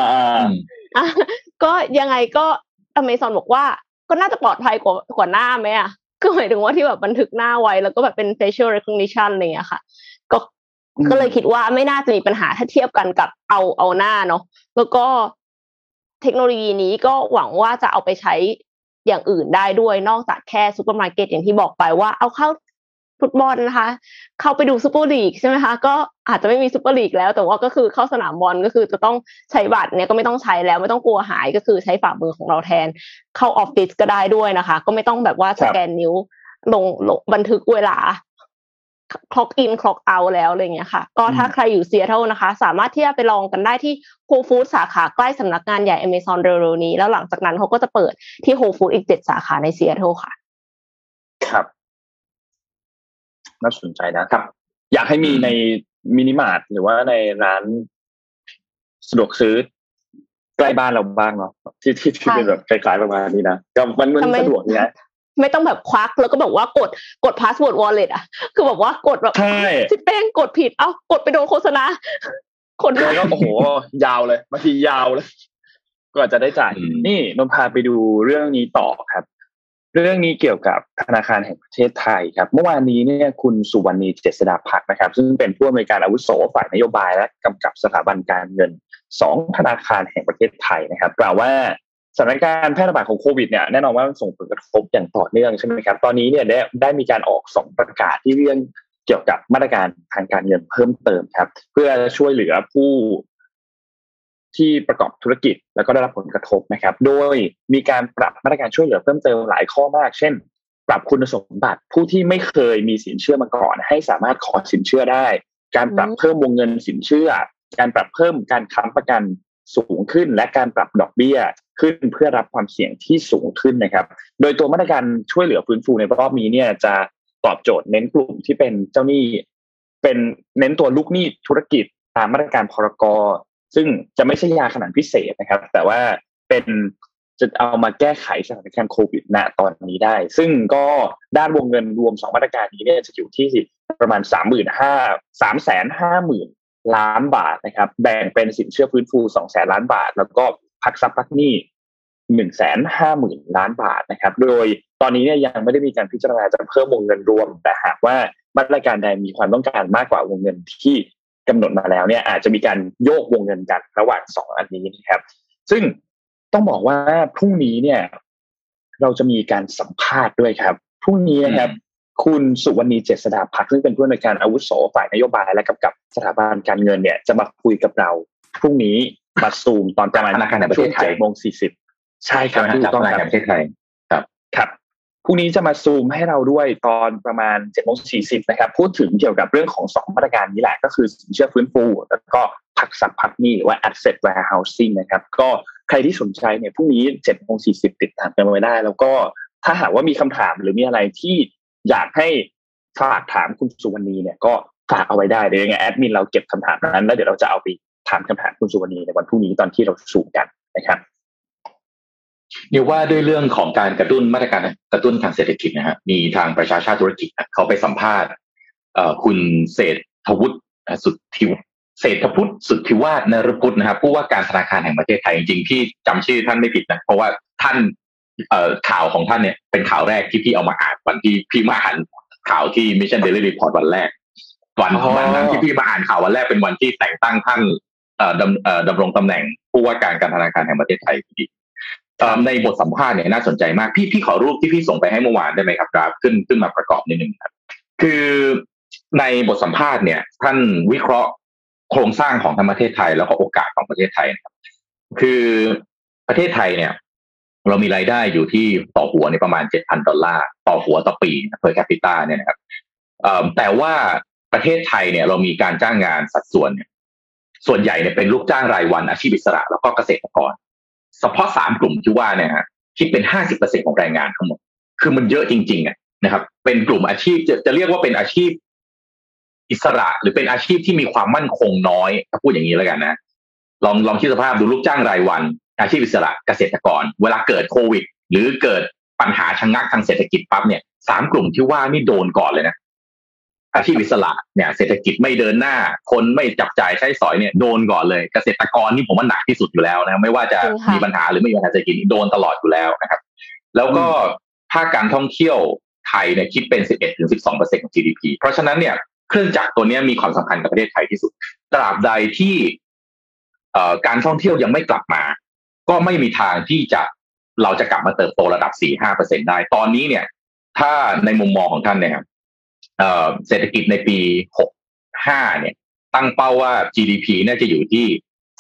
ก็ยังไงก็ Amazon บอกว่าก็น่าจะปลอดภัยกว่าหน้าไหมก็หมายถึงว่าที่แบบบันทึกหน้าไว้แล้วก็แบบเป็น facial recognition อะไรอย่างเงี้ยค่ะก็เลยคิดว่าไม่น่าจะมีปัญหาถ้าเทียบกันกับเอาหน้าเนาะแล้วก็เทคโนโลยีนี้ก็หวังว่าจะเอาไปใช้อย่างอื่นได้ด้วยนอกจากแค่ซูเปอร์มาร์เก็ตอย่างที่บอกไปว่าเอาเข้าฟุตบอลนะคะเข้าไปดูซุปเปอร์ลีกใช่ไหมคะก็อาจจะไม่มีซุปเปอร์ลีกแล้วแต่ว่าก็คือเข้าสนามบอลก็คือจะต้องใช้บัตรเนี่ยก็ไม่ต้องใช้แล้วไม่ต้องกลัวหายก็คือใช้ฝ่ามือของเราแทนเข้าออฟฟิศก็ได้ด้วยนะคะก็ไม่ต้องแบบว่าสแกนนิ้วลงบันทึกเวลาclock in clock out แล้วอะไรเงี้ยค่ะก็ถ้าใครอยู่ซีแอตเทิลนะคะสามารถที่จะไปลองกันได้ที่ Whole Foods สาขาใกล้สำนักงานใหญ่ Amazon เร็วๆนี้แล้วหลังจากนั้นเขาก็จะเปิดที่ Whole Foods อีก7 สาขาในซีแอตเทิลค่ะครับน่าสนใจนะครับอยากให้มีในมินิมาร์ทหรือว่าในร้านสะดวกซื้อใกล้บ้านเราบ้างเนาะที่เป็นแบบคล้ายๆประมาณนี้นะก็มันสะดวกนี่นะไม่ต้องแบบควักแล้วก็แบบว่ากด password wallet คือแบบว่ากดแบบสิเป้งกดผิดกดไปโดนโฆษณาคนแล้วก็โอ้โหยาวเลยบางทียาวเลยก็จะได้จ่ายนี่นนพาไปดูเรื่องนี้ต่อครับเรื่องนี้เกี่ยวกับธนาคารแห่งประเทศไทยครับเมื่อวานนี้เนี่ยคุณสุวรรณีเจษฎาภักดิ์นะครับซึ่งเป็นผู้อำนวยการอาวุโสฝ่ายนโยบายและกำกับสถาบันการเงิน2ธนาคารแห่งประเทศไทยนะครับกล่าวว่าสถานการณ์แพร่ระบาดของโควิดเนี่ยแน่นอนว่าส่งผลกระทบอย่างต่อเนื่องใช่ไหมครับตอนนี้เนี่ยได้มีการออก2ประกาศที่เรื่องเกี่ยวกับมาตรการทางการเงินเพิ่มเติมครับเพื่อช่วยเหลือผู้ที่ประกอบธุรกิจแล้วก็ได้รับผลกระทบนะครับโดยมีการปรับมาตรการช่วยเหลือเพิ่มเติมหลายข้อมากเช่นปรับคุณสมบัติผู้ที่ไม่เคยมีสินเชื่อมาก่อนให้สามารถขอสินเชื่อได้การปรับเพิ่มวงเงินสินเชื่อการปรับเพิ่มการค้ำประกันสูงขึ้นและการปรับดอกเบี้ยขึ้นเพื่อรับความเสี่ยงที่สูงขึ้นนะครับโดยตัวมาตรการช่วยเหลือฟื้นฟูในรอบนี้เนี่ยจะตอบโจทย์เน้นกลุ่มที่เป็นเจ้าหนี้เป็นเน้นตัวลูกหนี้ธุรกิจตามมาตรการพรก.ซึ่งจะไม่ใช่ยาขนาดพิเศษนะครับแต่ว่าเป็นจะเอามาแก้ไขสถานการณ์โควิดณตอนนี้ได้ซึ่งก็ด้านวงเงินรวม2มาตรการนี้เนี่ยจะอยู่ที่ประมาณ 350,000 ล้านบาทนะครับแบ่งเป็นสินเชื่อฟื้นฟู 200,000 ล้านบาทแล้วก็พักทรัพย์พักหนี้ 150,000 ล้านบาทนะครับโดยตอนนี้เนี่ยยังไม่ได้มีการพิจารณาจะเพิ่มวงเงินรวมแต่หากว่ามาตรการใดมีความต้องการมากกว่าวงเงินที่กำหนดมาแล้วเนี่ยอาจจะมีการโยกวงเงินกันระหว่าง2อันนี้นะครับซึ่งต้องบอกว่าพรุ่งนี้เนี่ยเราจะมีการสัมภาษณ์ด้วยครับพรุ่งนี้นะครับคุณสุวรรณีเจษฎาภักดิ์ซึ่งเป็นผู้อำนวยการอาวุโสฝ่ายนโยบายและกำกับสถาบันการเงินเนี่ยจะมาคุยกับเราพรุ่งนี้มาซูมตอนประมาณช่วง 7:40 ใช่ครับถูกต้องครับประเทศไทยครับพรุ่งนี้จะมาซูมให้เราด้วยตอนประมาณ 7:40 นะครับพูดถึงเกี่ยวกับเรื่องของ2มาตรการนี้แหละก็คือสินเชื่อฟื้นฟูแล้วก็พักทรัพย์พักหนี้หรือว่า asset warehousing นะครับก็ใครที่สนใจเนี่ยพรุ่งนี้ 7:40 ติดตามกันไว้ได้แล้วก็ถ้าหากว่ามีคำถามหรือมีอะไรที่อยากให้ฝากถามคุณสุวรรณีเนี่ยก็ฝากเอาไว้ได้เดี๋ยวยังไงแอดมินเราเก็บคำถามนั้นแล้วเดี๋ยวเราจะเอาไปถามคำถามคุณสุวรรณีในวันพรุ่งนี้ตอนที่เราสูงกันนะครับเนี่ยว่าด้วยเรื่องของการกระตุ้นมาตรการกระตุ้นทางเศรษฐกิจนะฮะมีทางประชาชาติธุรกิจเขาไปสัมภาษณ์คุณเศรษฐวุฒิสุทธิวาฒนฤพุทธนะครับผู้ว่าการธนาคารแห่งประเทศไทยจริงๆที่จำชื่อท่านไม่ผิดนะเพราะว่าท่านข่าวของท่านเนี่ยเป็นข่าวแรกที่พี่เอามาอ่านวันที่พี่มาอ่านข่าวที่ Mission Daily Report วันแรกวันนั้นที่พี่มาอ่านข่าววันแรกเป็นวันที่แต่งตั้งท่านดำรงตำแหน่งผู้ว่าการธนาคารแห่งประเทศไทยในบทสัมภาษณ์เนี่ยน่าสนใจมากพี่ขอรูปที่พี่ส่งไปให้เมื่อวานได้ไหมครับครับขึ้นมาประกอบนิดนึงครับคือในบทสัมภาษณ์เนี่ยท่านวิเคราะห์โครงสร้างของทั้งประเทศไทยแล้วก็โอกาสของประเทศไทยนะครับคือประเทศไทยเนี่ยเรามีรายได้อยู่ที่ต่อหัวในประมาณ $7,000 ต่อหัวต่อปี per capita เนี่ยนะครับแต่ว่าประเทศไทยเนี่ยเรามีการจ้างงานสัดส่วนเนี่ยส่วนใหญ่เนี่ยเป็นลูกจ้างรายวันอาชีพอิสระแล้วก็เกษตรกรเฉพาะ3กลุ่มที่ว่าเนี่ยฮะคิดเป็น 50% ของแรงงานทั้งหมดคือมันเยอะจริงๆนะครับเป็นกลุ่มอาชีพจะเรียกว่าเป็นอาชีพอิสระหรือเป็นอาชีพที่มีความมั่นคงน้อยถ้าพูดอย่างนี้แล้วกันนะลองคิดสภาพดูลูกจ้างรายวันอาชีพอิสระเกษตรกรเวลาเกิดโควิดหรือเกิดปัญหาชะงักทางเศรษฐกิจปั๊บเนี่ย3กลุ่มที่ว่านี่โดนก่อนเลยนะอาชีพอิสระเนี่ยเศรษฐกิจไม่เดินหน้าคนไม่จับจ่ายใช้สอยเนี่ยโดนก่อนเลยเกษตรกรนี่ผมว่าหนักที่สุดอยู่แล้วนะไม่ว่าจะมีปัญหาหรือไม่มีปัญหาเศรษฐกิจโดนตลอดอยู่แล้วนะครับแล้วก็ภาคการท่องเที่ยวไทยเนี่ยคิดเป็น 11-12% ของ GDP เพราะฉะนั้นเนี่ยเครื่องจักรตัวนี้มีความสำคัญกับประเทศไทยที่สุดตราบใดที่การท่องเที่ยวยังไม่กลับมาก็ไม่มีทางที่เราจะกลับมาเติบโตระดับ 4-5% ได้ตอนนี้เนี่ยถ้าในมุมมองของท่านเนี่ยเศรษฐกิจในปี65เนี่ยตั้งเป้าว่า GDP น่าจะอยู่ที่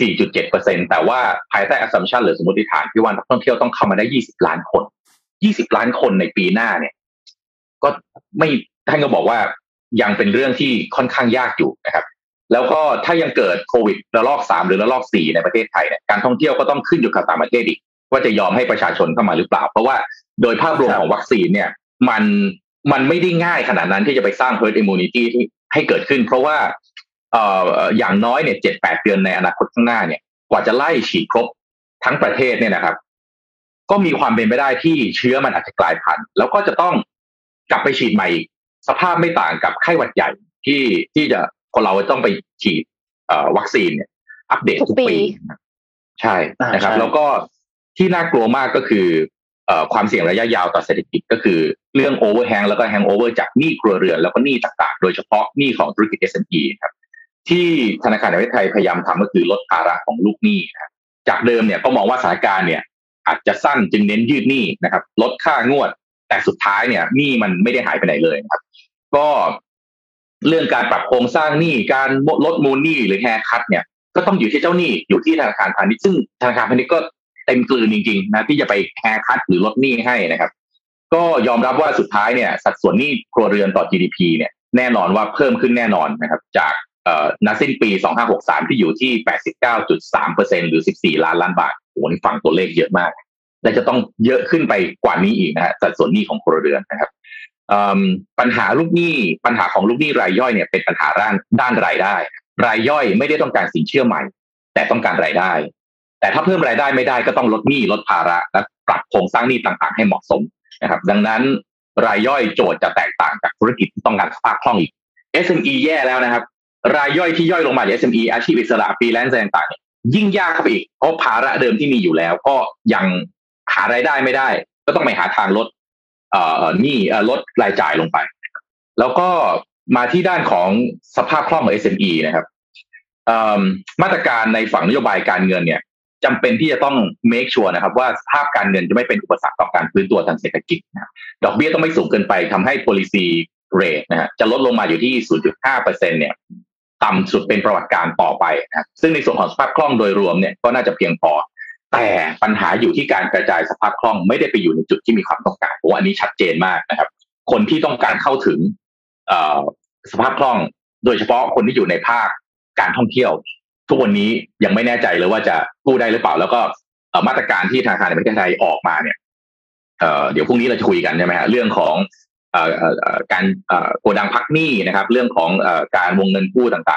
4.7% แต่ว่าภายใต้ assumption หรือสมมติฐานที่ว่านักท่องเที่ยวต้องเข้ามาได้20ล้านคน20ล้านคนในปีหน้าเนี่ยก็ไม่ท่านก็บอกว่ายังเป็นเรื่องที่ค่อนข้างยากอยู่นะครับแล้วก็ถ้ายังเกิดโควิดระลอก3หรือระลอก4ในประเทศไทยเนี่ยการท่องเที่ยวก็ต้องขึ้นอยู่กับต่างประเทศอีกว่าจะยอมให้ประชาชนเข้ามาหรือเปล่าเพราะว่าโดยภาพรวมของวัคซีนเนี่ยมันไม่ได้ง่ายขนาดนั้นที่จะไปสร้าง herd immunity ที่ให้เกิดขึ้นเพราะว่าอย่างน้อยเนี่ย 7-8 เดือนในอนาคตข้างหน้าเนี่ยกว่าจะไล่ฉีดครบทั้งประเทศเนี่ยนะครับก็มีความเป็นไปได้ที่เชื้อมันอาจจะกลายพันธุ์แล้วก็จะต้องกลับไปฉีดใหม่สภาพไม่ต่างกับไข้หวัดใหญ่ที่จะคนเราต้องไปฉีดวัคซีนเนี่ยอัปเดตทุกปีใช่นะครับแล้วก็ที่น่ากลัวมากก็คือความเสี่ยงระยะยาวต่อเศรษฐกิจก็คือเรื่อง overhang แล้วก็ hangover จากหนี้ครัวเรือนแล้วก็หนี้ต่างๆโดยเฉพาะหนี้ของธุรกิจ SME ครับที่ธนาคารแห่งประเทศไทยพยายามทำก็คือลดภาระของลูกหนี้ครับจากเดิมเนี่ยก็มองว่าสถานการณ์เนี่ยอาจจะสั้นจึงเน้นยืดหนี้นะครับลดค่างวดแต่สุดท้ายเนี่ยหนี้มันไม่ได้หายไปไหนเลยครับก็เรื่องการปรับโครงสร้างหนี้การลดมูลหนี้หรือแฮร์คัทเนี่ยก็ต้องอยู่ที่เจ้าหนี้อยู่ที่ธนาคารพาณิชย์ซึ่งธนาคารพาณิชย์ก็เต็มกลืนจริงๆนะที่จะไปแฮร์คัทหรือลดหนี้ให้นะครับก็ยอมรับว่าสุดท้ายเนี่ยสัดส่วนหนี้ครัวเรือนต่อ GDP เนี่ยแน่นอนว่าเพิ่มขึ้นแน่นอนนะครับจากณสิ้นปี2563ที่อยู่ที่ 89.3% หรือ14ล้านล้านบาทโอ้โหนี่ฟังตัวเลขเยอะมากและจะต้องเยอะขึ้นไปกว่านี้อีกนะฮะสัดส่วนหนี้ของครัวเรือนนะครับปัญหาลูกหนี้ปัญหาของลูกหนี้รายย่อยเนี่ยเป็นปัญหาด้านรายได้รายย่อยไม่ได้ต้องการสินเชื่อใหม่แต่ต้องการรายได้แต่ถ้าเพิ่มรายได้ไม่ได้ก็ต้องลดหนี้ลดภาระและปรับโครงสร้างหนี้ต่างๆให้เหมาะสมนะครับดังนั้นรายย่อยโจทย์จะแตกต่างจากธุรกิจที่ต้องการสภาพคล่องอีก SME แย่แล้วนะครับรายย่อยที่ย่อยลงมาจาก SME อาชีพอิสระฟรีแลนซ์ต่างๆยิ่งยากเข้าไปอีกเพราะภาระเดิมที่มีอยู่แล้วก็ยังหารายได้ไม่ได้ก็ต้องไปหาทางลดหนี้ลดรายจ่ายลงไปแล้วก็มาที่ด้านของสภาพคล่องของ SME นะครับมาตรการในฝั่งนโยบายการเงินเนี่ยจำเป็นที่จะต้อง make sure นะครับว่าสภาพการเงินจะไม่เป็นอุปสรรคต่อการฟื้นตัวทางเศรษฐกิจนะดอกเบี้ยต้องไม่สูงเกินไปทำให้ policy rate นะฮะจะลดลงมาอยู่ที่ 0.5% เนี่ยต่ำสุดเป็นประวัติการต่อไปนะซึ่งในส่วนของสภาพคล่องโดยรวมเนี่ยก็น่าจะเพียงพอแต่ปัญหาอยู่ที่การกระจายสภาพคล่องไม่ได้ไปอยู่ในจุดที่มีความต้องการเพราะอันนี้ชัดเจนมากนะครับคนที่ต้องการเข้าถึงสภาพคล่องโดยเฉพาะคนที่อยู่ในภาคการท่องเที่ยวทุกวันนี้ยังไม่แน่ใจเลยว่าจะกู้ได้หรือเปล่าแล้วก็มาตรการที่ธนาคารแห่งประเทศไทยออกมาเนี่ยเดี๋ยวพรุ่งนี้เราจะคุยกันใช่ไหมฮะเรื่องของการโกดังพักหนี้นะครับเรื่องของการวงเงินกู้ต่างๆเนี่ย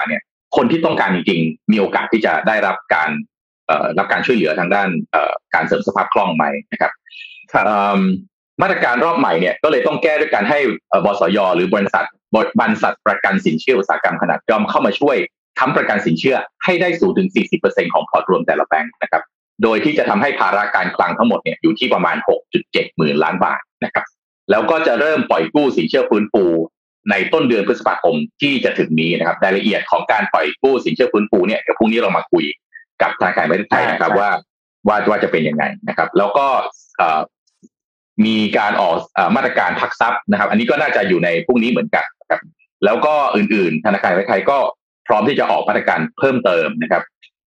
คนที่ต้องการจริงๆมีโอกาสที่จะได้รับการช่วยเหลือทางด้านการเสริมสภาพคล่องไหมนะครับมาตรการรอบใหม่เนี่ยก็เลยต้องแก้ด้วยการให้บสย.หรือบริษัทประกันสินเชื่ออุตสาหกรรมขนาดย่อมเข้ามาช่วยค้ำประกันสินเชื่อให้ได้สูงถึง 40% ของพอร์ตรวมแต่ละแบงค์นะครับโดยที่จะทำให้ภาระการคลังทั้งหมดเนี่ยอยู่ที่ประมาณ 6.7 หมื่นล้านบาทนะครับแล้วก็จะเริ่มปล่อยกู้สินเชื่อฟื้นฟูในต้นเดือนพฤษภาคมที่จะถึงนี้นะครับรายละเอียดของการปล่อยกู้สินเชื่อฟื้นฟูเนี่ยเดี๋ยวพรุ่งนี้เรามาคุยกับธนาคารแห่งประเทศไทยนะครับว่าจะเป็นยังไงนะครับแล้วก็มีการออกมาตรการพักทรัพย์นะครับอันนี้ก็น่าจะอยู่ในพรุ่งนี้เหมือนกันนะครับแล้วก็อื่นๆธนาคารแห่งประเทศไทยก็พร้อมที่จะออกมาตรการเพิ่มเติมนะครับ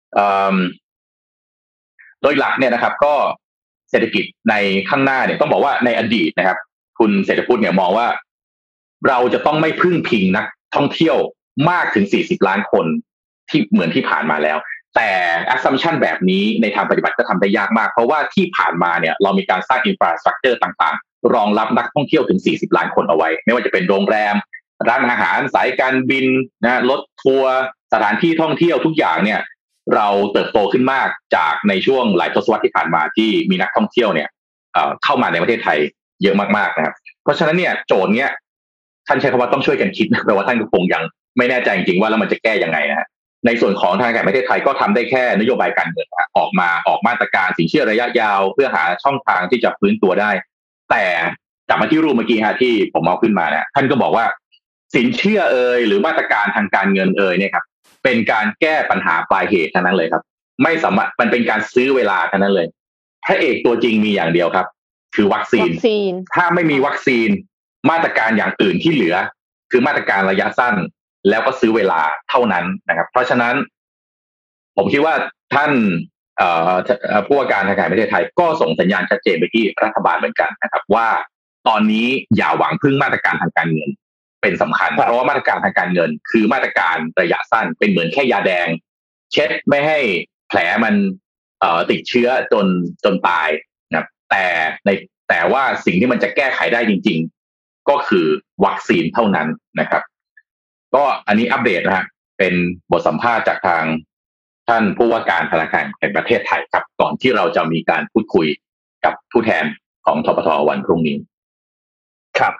โดยหลักเนี่ยนะครับก็เศรษฐกิจในข้างหน้าเนี่ยต้องบอกว่าในอดีตนะครับคุณเศรษฐพุทธเนี่ยมองว่าเราจะต้องไม่พึ่งพิงนักท่องเที่ยวมากถึง40ล้านคนที่เหมือนที่ผ่านมาแล้วแต่ assumption แบบนี้ในทางปฏิบัติก็ทำได้ยากมากเพราะว่าที่ผ่านมาเนี่ยเรามีการสร้าง infrastructure ต่างๆรองรับนักท่องเที่ยวถึง40ล้านคนเอาไว้ไม่ว่าจะเป็นโรงแรมร้านอาหารสายการบินนะรถทัวร์สถานที่ท่องเที่ยวทุกอย่างเนี่ยเราเติบโตขึ้นมากจากในช่วงหลายทศวรรษที่ผ่านมาที่มีนักท่องเที่ยวเนี่ยเข้ามาในประเทศไทยเยอะมากๆนะครับเพราะฉะนั้นเนี่ยโจทย์เนี้ยท่านใช้คำว่าต้องช่วยกันคิดแปลว่าท่านคงยังไม่แน่ใจจริงๆว่าแล้วมันจะแก้ยังไงนะฮะในส่วนของธนาคารแห่งประเทศไทยก็ทำได้แค่นโยบายการเงินออกมาตรการสินเชื่อระยะยาวเพื่อหาช่องทางที่จะฟื้นตัวได้แต่กลับมาที่รูปเมื่อกี้ฮะที่ผมเอาขึ้นมานะท่านก็บอกว่าสินเชื่อหรือมาตรการทางการเงินเนี่ยครับเป็นการแก้ปัญหาปลายเหตุเท่านั้นเลยครับไม่สามารถมันเป็นการซื้อเวลาเท่านั้นเลยพระเอกตัวจริงมีอย่างเดียวครับคือวัคซีนถ้าไม่มีวัคซีนมาตรการอย่างอื่นที่เหลือคือมาตรการระยะสั้นแล้วก็ซื้อเวลาเท่านั้นนะครับเพราะฉะนั้นผมคิดว่าท่านผู้ว่าการธนาคารแห่งประเทศไทยก็ส่งสัญญาณชัดเจนไปที่รัฐบาลเหมือนกันนะครับว่าตอนนี้อย่าหวังพึ่งมาตรการทางการเงินเป็นสำคัญเพราะว่ามาตรการทางการเงินคือมาตรการระยะสั้นเป็นเหมือนแค่ยาแดงเช็ดไม่ให้แผลมันติดเชื้อจนตายนะแต่ว่าสิ่งที่มันจะแก้ไขได้จริงๆก็คือวัคซีนเท่านั้นนะครับก็อันนี้อัปเดตนะฮะเป็นบทสัมภาษณ์จากทางท่านผู้ว่าการธนาคารแห่งประเทศไทยครับก่อนที่เราจะมีการพูดคุยกับผู้แทนของธปท.วันพรุ่งนี้ครับ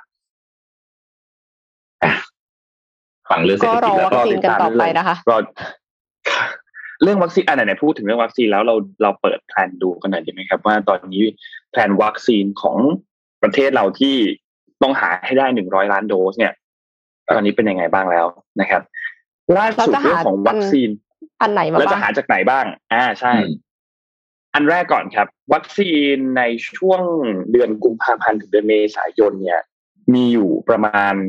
ฟังเรื่องเศรษฐกิจแล้วก็ติดตามต่อไปนะคะเรื่องวัคซีนไหนพูดถึงเรื่องวัคซีนแล้วเราเปิดแผนดูกันหน่อยดีไหมครับว่าตอนนี้แผนวัคซีนของประเทศเราที่ต้องหาให้ได้100ล้านโดสเนี่ยตอนนี้เป็นยังไงบ้างแล้วนะครับล่าสุดเรื่องของวัคซีนอันไหนมาบ้างแล้วจะหาจากไหนบ้างใช่อันแรกก่อนครับวัคซีนในช่วงเดือนกุมภาพันธ์ถึงเดือนเมษายนเนี่ยมีอยู่ประมาณ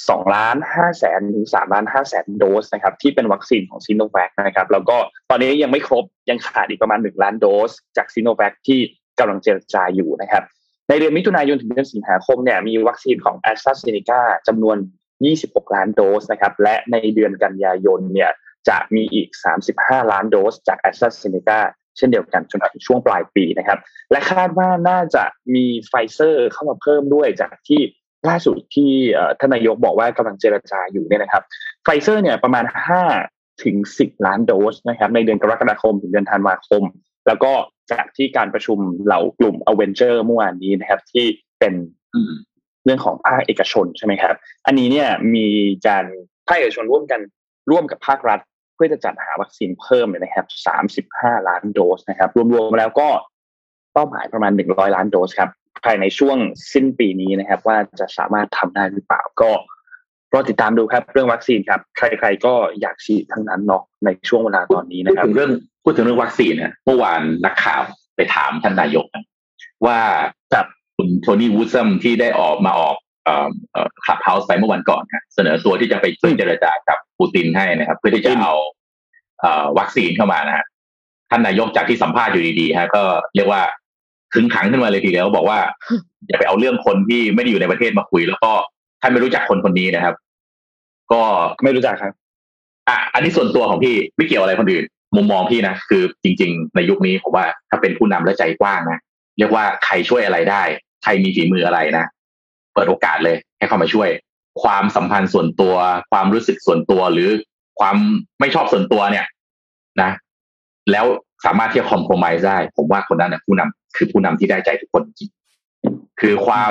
2,500,000 ถึง 3,500,000 โดสนะครับที่เป็นวัคซีนของซิโนแวคนะครับแล้วก็ตอนนี้ยังไม่ครบยังขาดอีกประมาณ1ล้านโดสจากซิโนแวคที่กำลังเจรจาอยู่นะครับในเดือนมิถุนายนถึงเดือนสิงหาคมเนี่ยมีวัคซีนของ AstraZeneca จำนวน26ล้านโดสนะครับและในเดือนกันยายนเนี่ยจะมีอีก35ล้านโดสจาก AstraZeneca เช่นเดียวกันจนถึงช่วงปลายปีนะครับและคาดว่าน่าจะมีไฟเซอร์เข้ามาเพิ่มด้วยจากที่ล่าสุดที่ท่านนายกบอกว่ากำลังเจรจาอยู่เนี่ยนะครับไฟเซอร์เนี่ยประมาณ5ถึง10ล้านโดสนะครับในเดือนกรกฎาคมถึงเดือนธันวาคมแล้วก็จากที่การประชุมเหล่ากลุ่ม Avenger เมื่อวานนี้นะครับที่เป็นเรื่องของภาคเอกชนใช่ไหมครับอันนี้เนี่ยมีการภาคเอกชนร่วมกับภาครัฐเพื่อจะจัดหาวัคซีนเพิ่มเลยนะครับ35ล้านโดสนะครับรวมๆแล้วก็เป้าหมายประมาณ100ล้านโดสครับภายในช่วงสิ้นปีนี้นะครับว่าจะสามารถทำได้หรือเปล่าก็รอติดตามดูครับเรื่องวัคซีนครับใครๆก็อยากฉีดทั้งนั้นเนาะในช่วงเวลาตอนนี้นะครับพูดถึงเรื่องวัคซีนนะเมื่อวานนักข่าวไปถามท่านนายกว่าคุณโทนี่วูดซัมที่ได้ออกคลับเฮาส์ไปเมื่อวันก่อนนะเสนอตัวที่จะไปช่วยเจรจากับปูตินให้นะครับเพื่อที่จะเอาวัคซีนเข้ามานะฮะท่านนายกจากที่สัมภาษณ์อยู่ดีๆฮะก็เรียกว่าขึงขังขึ้นมาเลยทีเดียวบอกว่าอย่าไปเอาเรื่องคนที่ไม่ได้อยู่ในประเทศมาคุยแล้วก็ท่านไม่รู้จักคนนี้นะครับก็ไม่รู้จักครับอันนี้ส่วนตัวของพี่ไม่เกี่ยวอะไรคนอื่นมุมมองพี่นะคือจริงๆในยุคนี้ผมว่าถ้าเป็นผู้นำและใจกว้างนะเรียกว่าใครช่วยอะไรได้ใครมีฝีมืออะไรนะเปิดโอกาสเลยให้เข้ามาช่วยความสัมพันธ์ส่วนตัวความรู้สึกส่วนตัวหรือความไม่ชอบส่วนตัวเนี่ยนะแล้วสามารถที่จะคอมโพรไมซ์ได้ผมว่าคนนั้นนะผู้นำคือผู้นำที่ได้ใจทุกคนจริงคือความ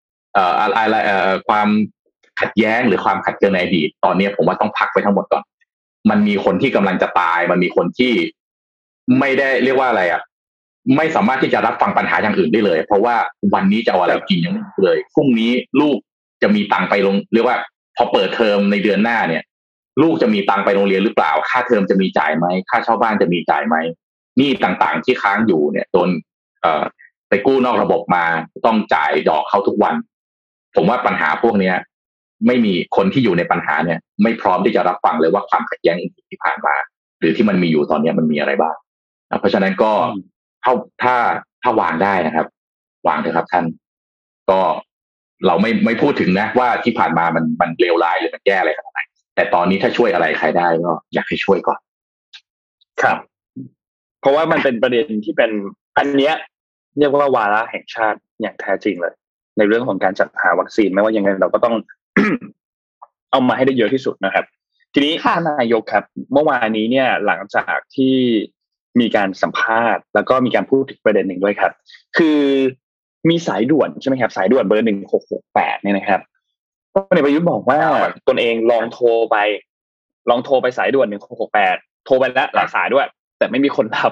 ความขัดแย้งหรือความขัดเคืองในอดีตตอนนี้ผมว่าต้องพักไปทั้งหมดก่อนมันมีคนที่กำลังจะตายมันมีคนที่ไม่ได้เรียกว่าอะไรอ่ะไม่สามารถที่จะรับฟังปัญหาอย่างอื่นได้เลยเพราะว่าวันนี้จะเอาอะไรกินอย่างอื่นเลยพรุ่งนี้ลูกจะมีตังไปลงเรียกว่าพอเปิดเทอมในเดือนหน้าเนี่ยลูกจะมีตังไปโรงเรียนหรือเปล่าค่าเทอมจะมีจ่ายไหมค่าเช่าบ้านจะมีจ่ายไหมหนี้ต่างๆที่ค้างอยู่เนี่ยโดนไปกู้นอกระบบมาต้องจ่ายดอกเขาทุกวันผมว่าปัญหาพวกนี้ไม่มีคนที่อยู่ในปัญหาเนี่ยไม่พร้อมที่จะรับฟังเลยว่าความขัดแย้งที่ผ่านมาหรือที่มันมีอยู่ตอนนี้มันมีอะไรบ้างเพราะฉะนั้นก็ถ้าวางได้นะครับวางเถอะครับท่านก็เราไม่พูดถึงนะว่าที่ผ่านมามันเลวร้ายหรือมันแย่อะไรขนาดไหนแต่ตอนนี้ถ้าช่วยอะไรใครได้ก็อยากให้ช่วยก่อนครับเพราะว่ามันเป็นประเด็นที่เป็นอันเนี้ยเรียกว่าวาระแห่งชาติอย่างแท้จริงเลยในเรื่องของการจัดหาวัคซีนไม่ว่ายังไงเราก็ต้อง เอามาให้ได้เยอะที่สุดนะครับทีนี้ท่านนายกครับเมื่อวานนี้เนี่ยหลังจากที่มีการสัมภาษณ์แล้วก็มีการพูดถึงประเด็นหนึ่งด้วยครับคือมีสายด่วนใช่ไหมครับสายด่วนเบอร์1668เนี่ยนะครับพลเอกประยุทธ์บอกว่าตนเองลองโทรไปสายด่วน1668โทรไปแล้วหลายสายด้วยแต่ไม่มีคนรับ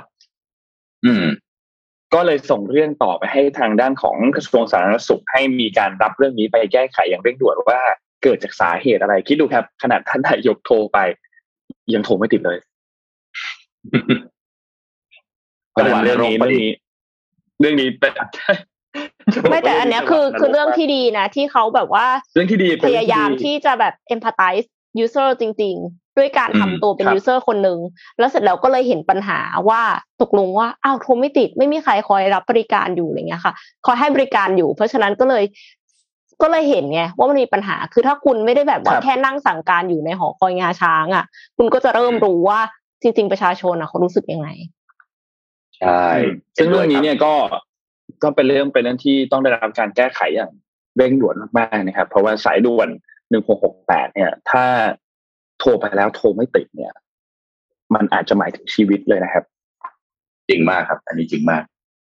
ก็เลยส่งเรื่องต่อไปให้ทางด้านของกระทรวงสาธารณสุขให้มีการรับเรื่องนี้ไปแก้ไขอย่างเร่งด่วนว่าเกิดจากสาเหตุอะไรคิดดูครับขนาดท่านนายกโทรไปยังโทรไม่ติดเลยเรื่องนี้เป็นไม่แต่อันเนี้ยคือเรื่องที่ดีนะที่เขาแบบว่าเรื่องที่ดีพยายามที่จะแบบ empathize user จริงๆด้วยการทำตัวเป็น user คนหนึ่งแล้วเสร็จแล้วก็เลยเห็นปัญหาว่าตกลงว่าอ้าวโทรไม่ติดไม่มีใครคอยรับบริการอยู่อะไรเงี้ยค่ะคอยให้บริการอยู่เพราะฉะนั้นก็เลยเห็นไงว่ามันมีปัญหาคือถ้าคุณไม่ได้แบบว่าแค่นั่งสั่งการอยู่ในหอคอยงาช้างอ่ะคุณก็จะเริ่มรู้ว่าจริงๆประชาชนอ่ะเขารู้สึกยังไงใช่ซึ่งเรื่องนี้เนี่ยก็เป็นเรื่องที่ต้องได้รับการแก้ไขอย่างเร่งด่วนมากๆนะครับเพราะว่าสายด่วน1668เนี่ยถ้าโทรไปแล้วโทรไม่ติดเนี่ยมันอาจจะหมายถึงชีวิตเลยนะครับจริงมากครับอันนี้จริงมาก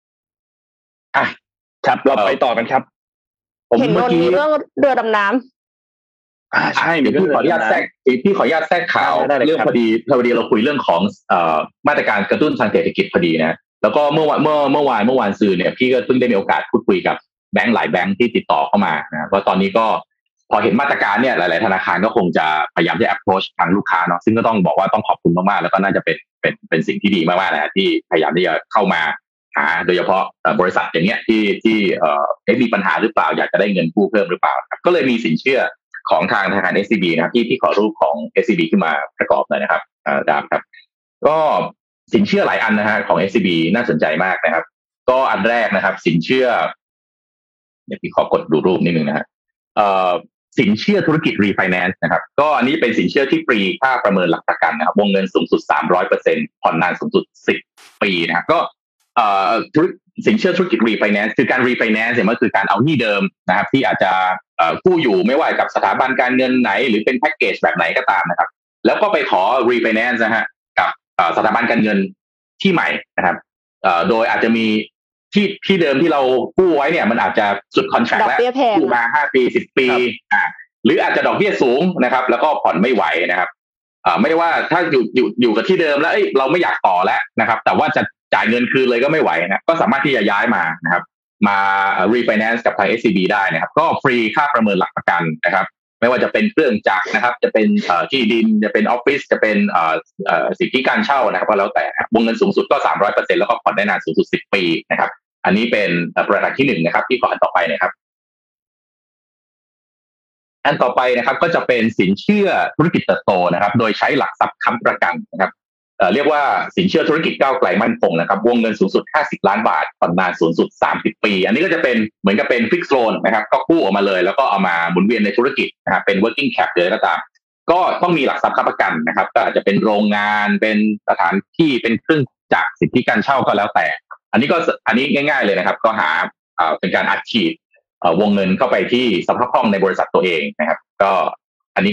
ครับเราไปต่อกันครับผมเมื่อกี้เรื่องเรือดำน้ำใช่พี่ขออนุญาตแทรกข่าวเรื่องพอดีเราคุยเรื่องของมาตรการกระตุ้นทางเศรษฐกิจพอดีนะแล้วก็เมื่อวานสื่อเนี่ยพี่ก็เพิ่งได้มีโอกาสพูดคุยกับแบงก์หลายแบงก์ที่ติดต่อเข้ามานะเพราะตอนนี้ก็พอเห็นมาตรการเนี่ยหลายๆธนาคารก็คงจะพยายามที่ approach ทางลูกค้าเนาะซึ่งก็ต้องบอกว่าต้องขอบคุณมากๆแล้วก็น่าจะเป็นสิ่งที่ดีมากๆนะที่พยายามที่จะเข้ามาหาโดยเฉพาะบริษัทอย่างเงี้ยที่มีปัญหาหรือเปล่าอยากจะได้เงินกู้เพิ่มหรือเปล่าก็เลยมีสินเชื่อของทางธนาคาร SCB นะครับที่ขอรูปของ SCB ขึ้นมาประกอบหน่อยนะครับดามครับก็สินเชื่อหลายอันนะฮะของ SCB น่าสนใจมากนะครับก็อันแรกนะครับสินเชื่อเดี๋ยวพี่ขอกดดูรูปนิดนึงนะฮะสินเชื่อธุรกิจ refinance นะครับก็อันนี้เป็นสินเชื่อที่ฟรีค่าประเมินหลักประกันนะครับวงเงินสูงสุด 300% ผ่อนนานสูงสุด10 ปีนะครับก็สินเชื่อธุรกิจ refinance คือการ refinance เนี่ยมันคือการเอาหนี้เดิมนะครับที่อาจจะกู้อยู่ไม่ว่ากับสถาบันการเงินไหนหรือเป็นแพ็กเกจแบบไหนก็ตามนะครับแล้วก็ไปขอ refinance นะฮะกับสถาบันการเงินที่ใหม่นะครับโดยอาจจะมีที่เดิมที่เรากู้ไว้เนี่ยมันอาจจะสุดคอนแทรคแล้วกู้มา5 ปี 10 ปีหรืออาจจะดอกเบี้ยสูงนะครับแล้วก็ผ่อนไม่ไหวนะครับไม่ได้ว่าถ้าอยู่กับที่เดิมแล้วเราไม่อยากต่อแล้วนะครับแต่ว่าจะจ่ายเงินคืนเลยก็ไม่ไหวนะก็สามารถที่จะย้ายมานะครับมา refinance กับทาง SCB ได้นะครับก็ฟรีค่าประเมินหลักประกันนะครับไม่ว่าจะเป็นเครื่องจักรนะครับจะเป็นที่ดินจะเป็นออฟฟิศจะเป็นสิทธิการเช่านะครับก็แล้วแต่วงเงินสูงสุดก็ 300% แล้วก็ผ่อนได้นานสูงสุด10 ปีนะครับอันนี้เป็นประการที่1นะครับที่ขออันต่อไปนะครับอันต่อไปนะครับก็จะเป็นสินเชื่อธุรกิจเติบโตนะครับโดยใช้หลักทรัพย์ค้ำประกันนะครับเรียกว่าสินเชื่อธุรกิจก้าวไกลมั่นคงนะครับวงเงินสูงสุด50 ล้านบาทผ่อนนานสูงสุด30 ปีอันนี้ก็จะเป็นเหมือนกับเป็นฟิกซ์โลนนะครับก็กู้ออกมาเลยแล้วก็เอามาหมุนเวียนในธุรกิจนะครับเป็น working cap เลยก็ตามก็ต้องมีหลักทรัพย์ค้ำประกันนะครับก็อาจจะเป็นโรงงานเป็นสถานที่เป็นเครื่องจักรสิทธิการเช่าก็แล้วแต่อันนี้ง่ายๆเลยนะครับก็หาเป็นการอัดฉีดวงเงินเข้าไปที่สภาพคล่องในบริษัทตัวเองนะครับก็อันนี้ก็เป็น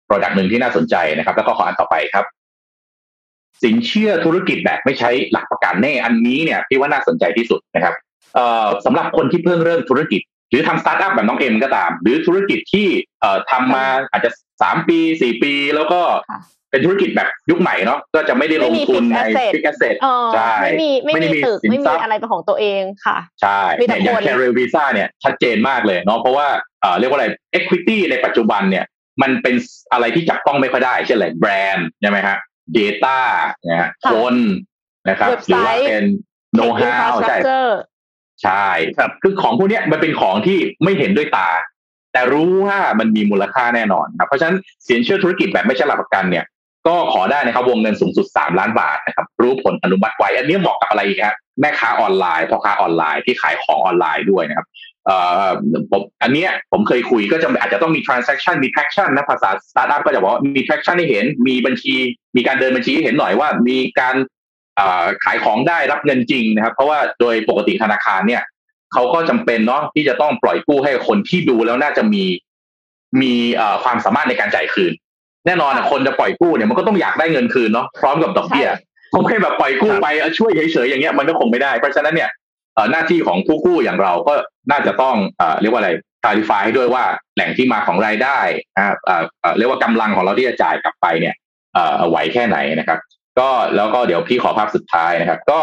product นึงที่น่าสนใจนะครับแล้วก็ขออันต่อไปครับสินเชื่อธุรกิจแบบไม่ใช้หลักประกันอันนี้เนี่ยพี่ว่าน่าสนใจที่สุดนะครับสำหรับคนที่เพิ่งเริ่มธุรกิจหรือทำสตาร์ทอัพแบบน้องเอ็มก็ตามหรือธุรกิจที่ทำมาอาจจะ3 ปี4 ปีแล้วก็เป็นธุรกิจแบบยุคใหม่เนาะก็จะไม่ได้ลงทุนใน fixed asset ใช่ไม่มีตึกไม่มีอะไรเป็นของตัวเองค่ะใช่อย่าง Career Visa เนี่ยชัดเจนมากเลยเนาะเพราะว่าเรียกว่าอะไร equity ในปัจจุบันเนี่ยมันเป็นอะไรที่จับต้องไม่ค่อยได้เช่นอะไรแบรนด์ใช่ไหมฮะ data นะฮะคนนะครับหรือว่าเป็น know how ใช่ครับคือของพวกนี้มันเป็นของที่ไม่เห็นด้วยตาแต่รู้ว่ามันมีมูลค่าแน่นอนครับเพราะฉะนั้นสินเชื่อธุรกิจแบบไม่ใช่หลักประกันเนี่ยก็ขอได้นะครับวงเงินสูงสุด3 ล้านบาทนะครับรู้ผลอนุมัติไว้อันนี้เหมาะกับอะไรครับแม่ค้าออนไลน์พ่อค้าออนไลน์ที่ขายของออนไลน์ด้วยนะครับอันนี้ผมเคยคุยก็จะอาจจะต้องมี transaction มี traction นะภาษา startup ก็จะบอกว่ามี traction ให้เห็นมีบัญชีมีการเดินบัญชีให้เห็นหน่อยว่ามีการขายของได้รับเงินจริงนะครับเพราะว่าโดยปกติธนาคารเนี่ยเขาก็จำเป็นเนาะที่จะต้องปล่อยกู้ให้คนที่ดูแล้วน่าจะมีความสามารถในการจ่ายคืนแน่นอนคนจะปล่อยกู้เนี่ยมันก็ต้องอยากได้เงินคืนเนาะพร้อมกับดอกเบี้ยผมแค่แบบปล่อยกู้ไปช่วยเฉยๆอย่างเงี้ยมันก็คงไม่ได้เพราะฉะนั้นเนี่ยหน้าที่ของผู้กู้อย่างเราก็น่าจะต้องเรียกว่าอะไร clarify ให้ด้วยว่าแหล่งที่มาของรายได้เรียกว่ากำลังของเราที่จะจ่ายกลับไปเนี่ยไหวแค่ไหนนะครับก็แล้วก็เดี๋ยวพี่ขอภาพสุดท้ายนะครับก็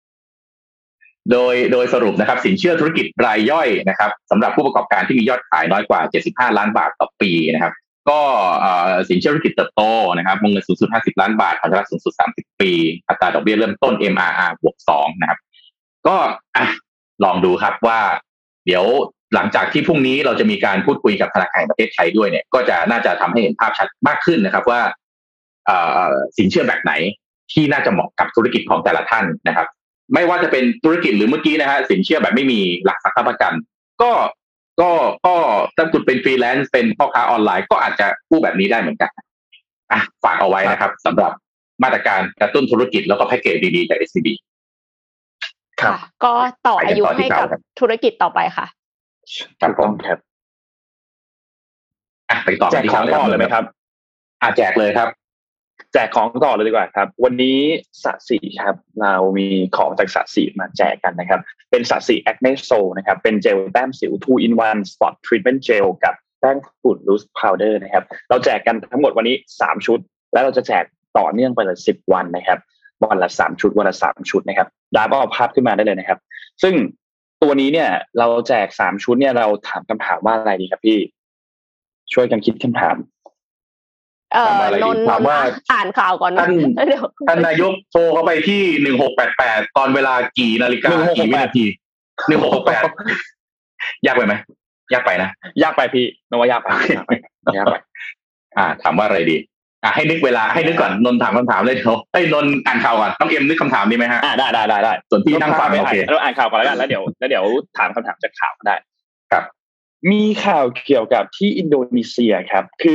โดยสรุปนะครับสินเชื่อธุรกิจรายย่อยนะครับสำหรับผู้ประกอบการที่มียอดขายน้อยกว่า75 ล้านบาทต่อปีนะครับก็สินเชื่อธุรกิจเติบโตนะครับวงเงินสูงสุด50 ล้านบาทผ่อนชำระสูงสุด30 ปีอัตราดอกเบี้ยเริ่มต้น MRR บวก 2นะครับก็ลองดูครับว่าเดี๋ยวหลังจากที่พรุ่งนี้เราจะมีการพูดคุยกับธนาคารแห่งประเทศไทยด้วยเนี่ยก็จะน่าจะทำให้เห็นภาพชัดมากขึ้นนะครับว่าสินเชื่อแบบไหนที่น่าจะเหมาะกับธุรกิจของแต่ละท่านนะครับไม่ว่าจะเป็นธุรกิจหรือเมื่อกี้นะฮะสินเชื่อแบบไม่มีหลักทรัพย์ประกันก็ถ้าคุณเป็นฟรีแลนซ์เป็นพ่อค้าออนไลน์ก็อาจจะกู้แบบนี้ได้เหมือนกันฝากเอาไว้นะครับสำหรับมาตรการกระตุ้นธุรกิจแล้วก็แพ็กเกจดีๆจาก SCB ครับก็ต่ออายุให้กับธุรกิจต่อไปค่ะครับผมครับไปต่อแจกของต่อเลยไหมครับแจกเลยครับแจกของต่อเลยดีกว่าครับวันนี้สะสีครับเรามีของจากสะสีมาแจกกันนะครับเป็นสะสี Acne Soul นะครับเป็นเจลแต้มสิว 2-in-1 Spot Treatment Gel กับแป้งฝุ่น Loose Powder นะครับเราแจกกันทั้งหมดวันนี้3ชุดแล้วเราจะแจกต่อเนื่องไปเลย10 วันนะครับวันละ3ชุดวันละ3ชุดนะครับดาบเอาภาพขึ้นมาได้เลยนะครับซึ่งตัวนี้เนี่ยเราแจก3ชุดเนี่ยเราถามคำถามว่าอะไรดีครับพี่ช่วยกันคิดคำถามนนท์อ่านข่าวก่อนนะท่านนายกโทรเข้าไปที่1688ตอนเวลากี่นาฬิกากี่วินาที1688ยากไปไหมยากไปนะยากไปพี่นว่ายากไปถามว่าอะไรดีให้นึกเวลาให้นึกก่อนนนท์ถามคำถามเลยเดี๋ยวนนท์อ่านข่าวก่อนต้องเอ็มนึกคำถามดีไหมฮะได้ส่วนพี่นั่งฟังโอเคเราอ่านข่าวก่อนแล้วกันแล้วเดี๋ยวถามคำถามจากข่าวก็ได้ครับมีข่าวเกี่ยวกับที่อินโดนีเซียครับคื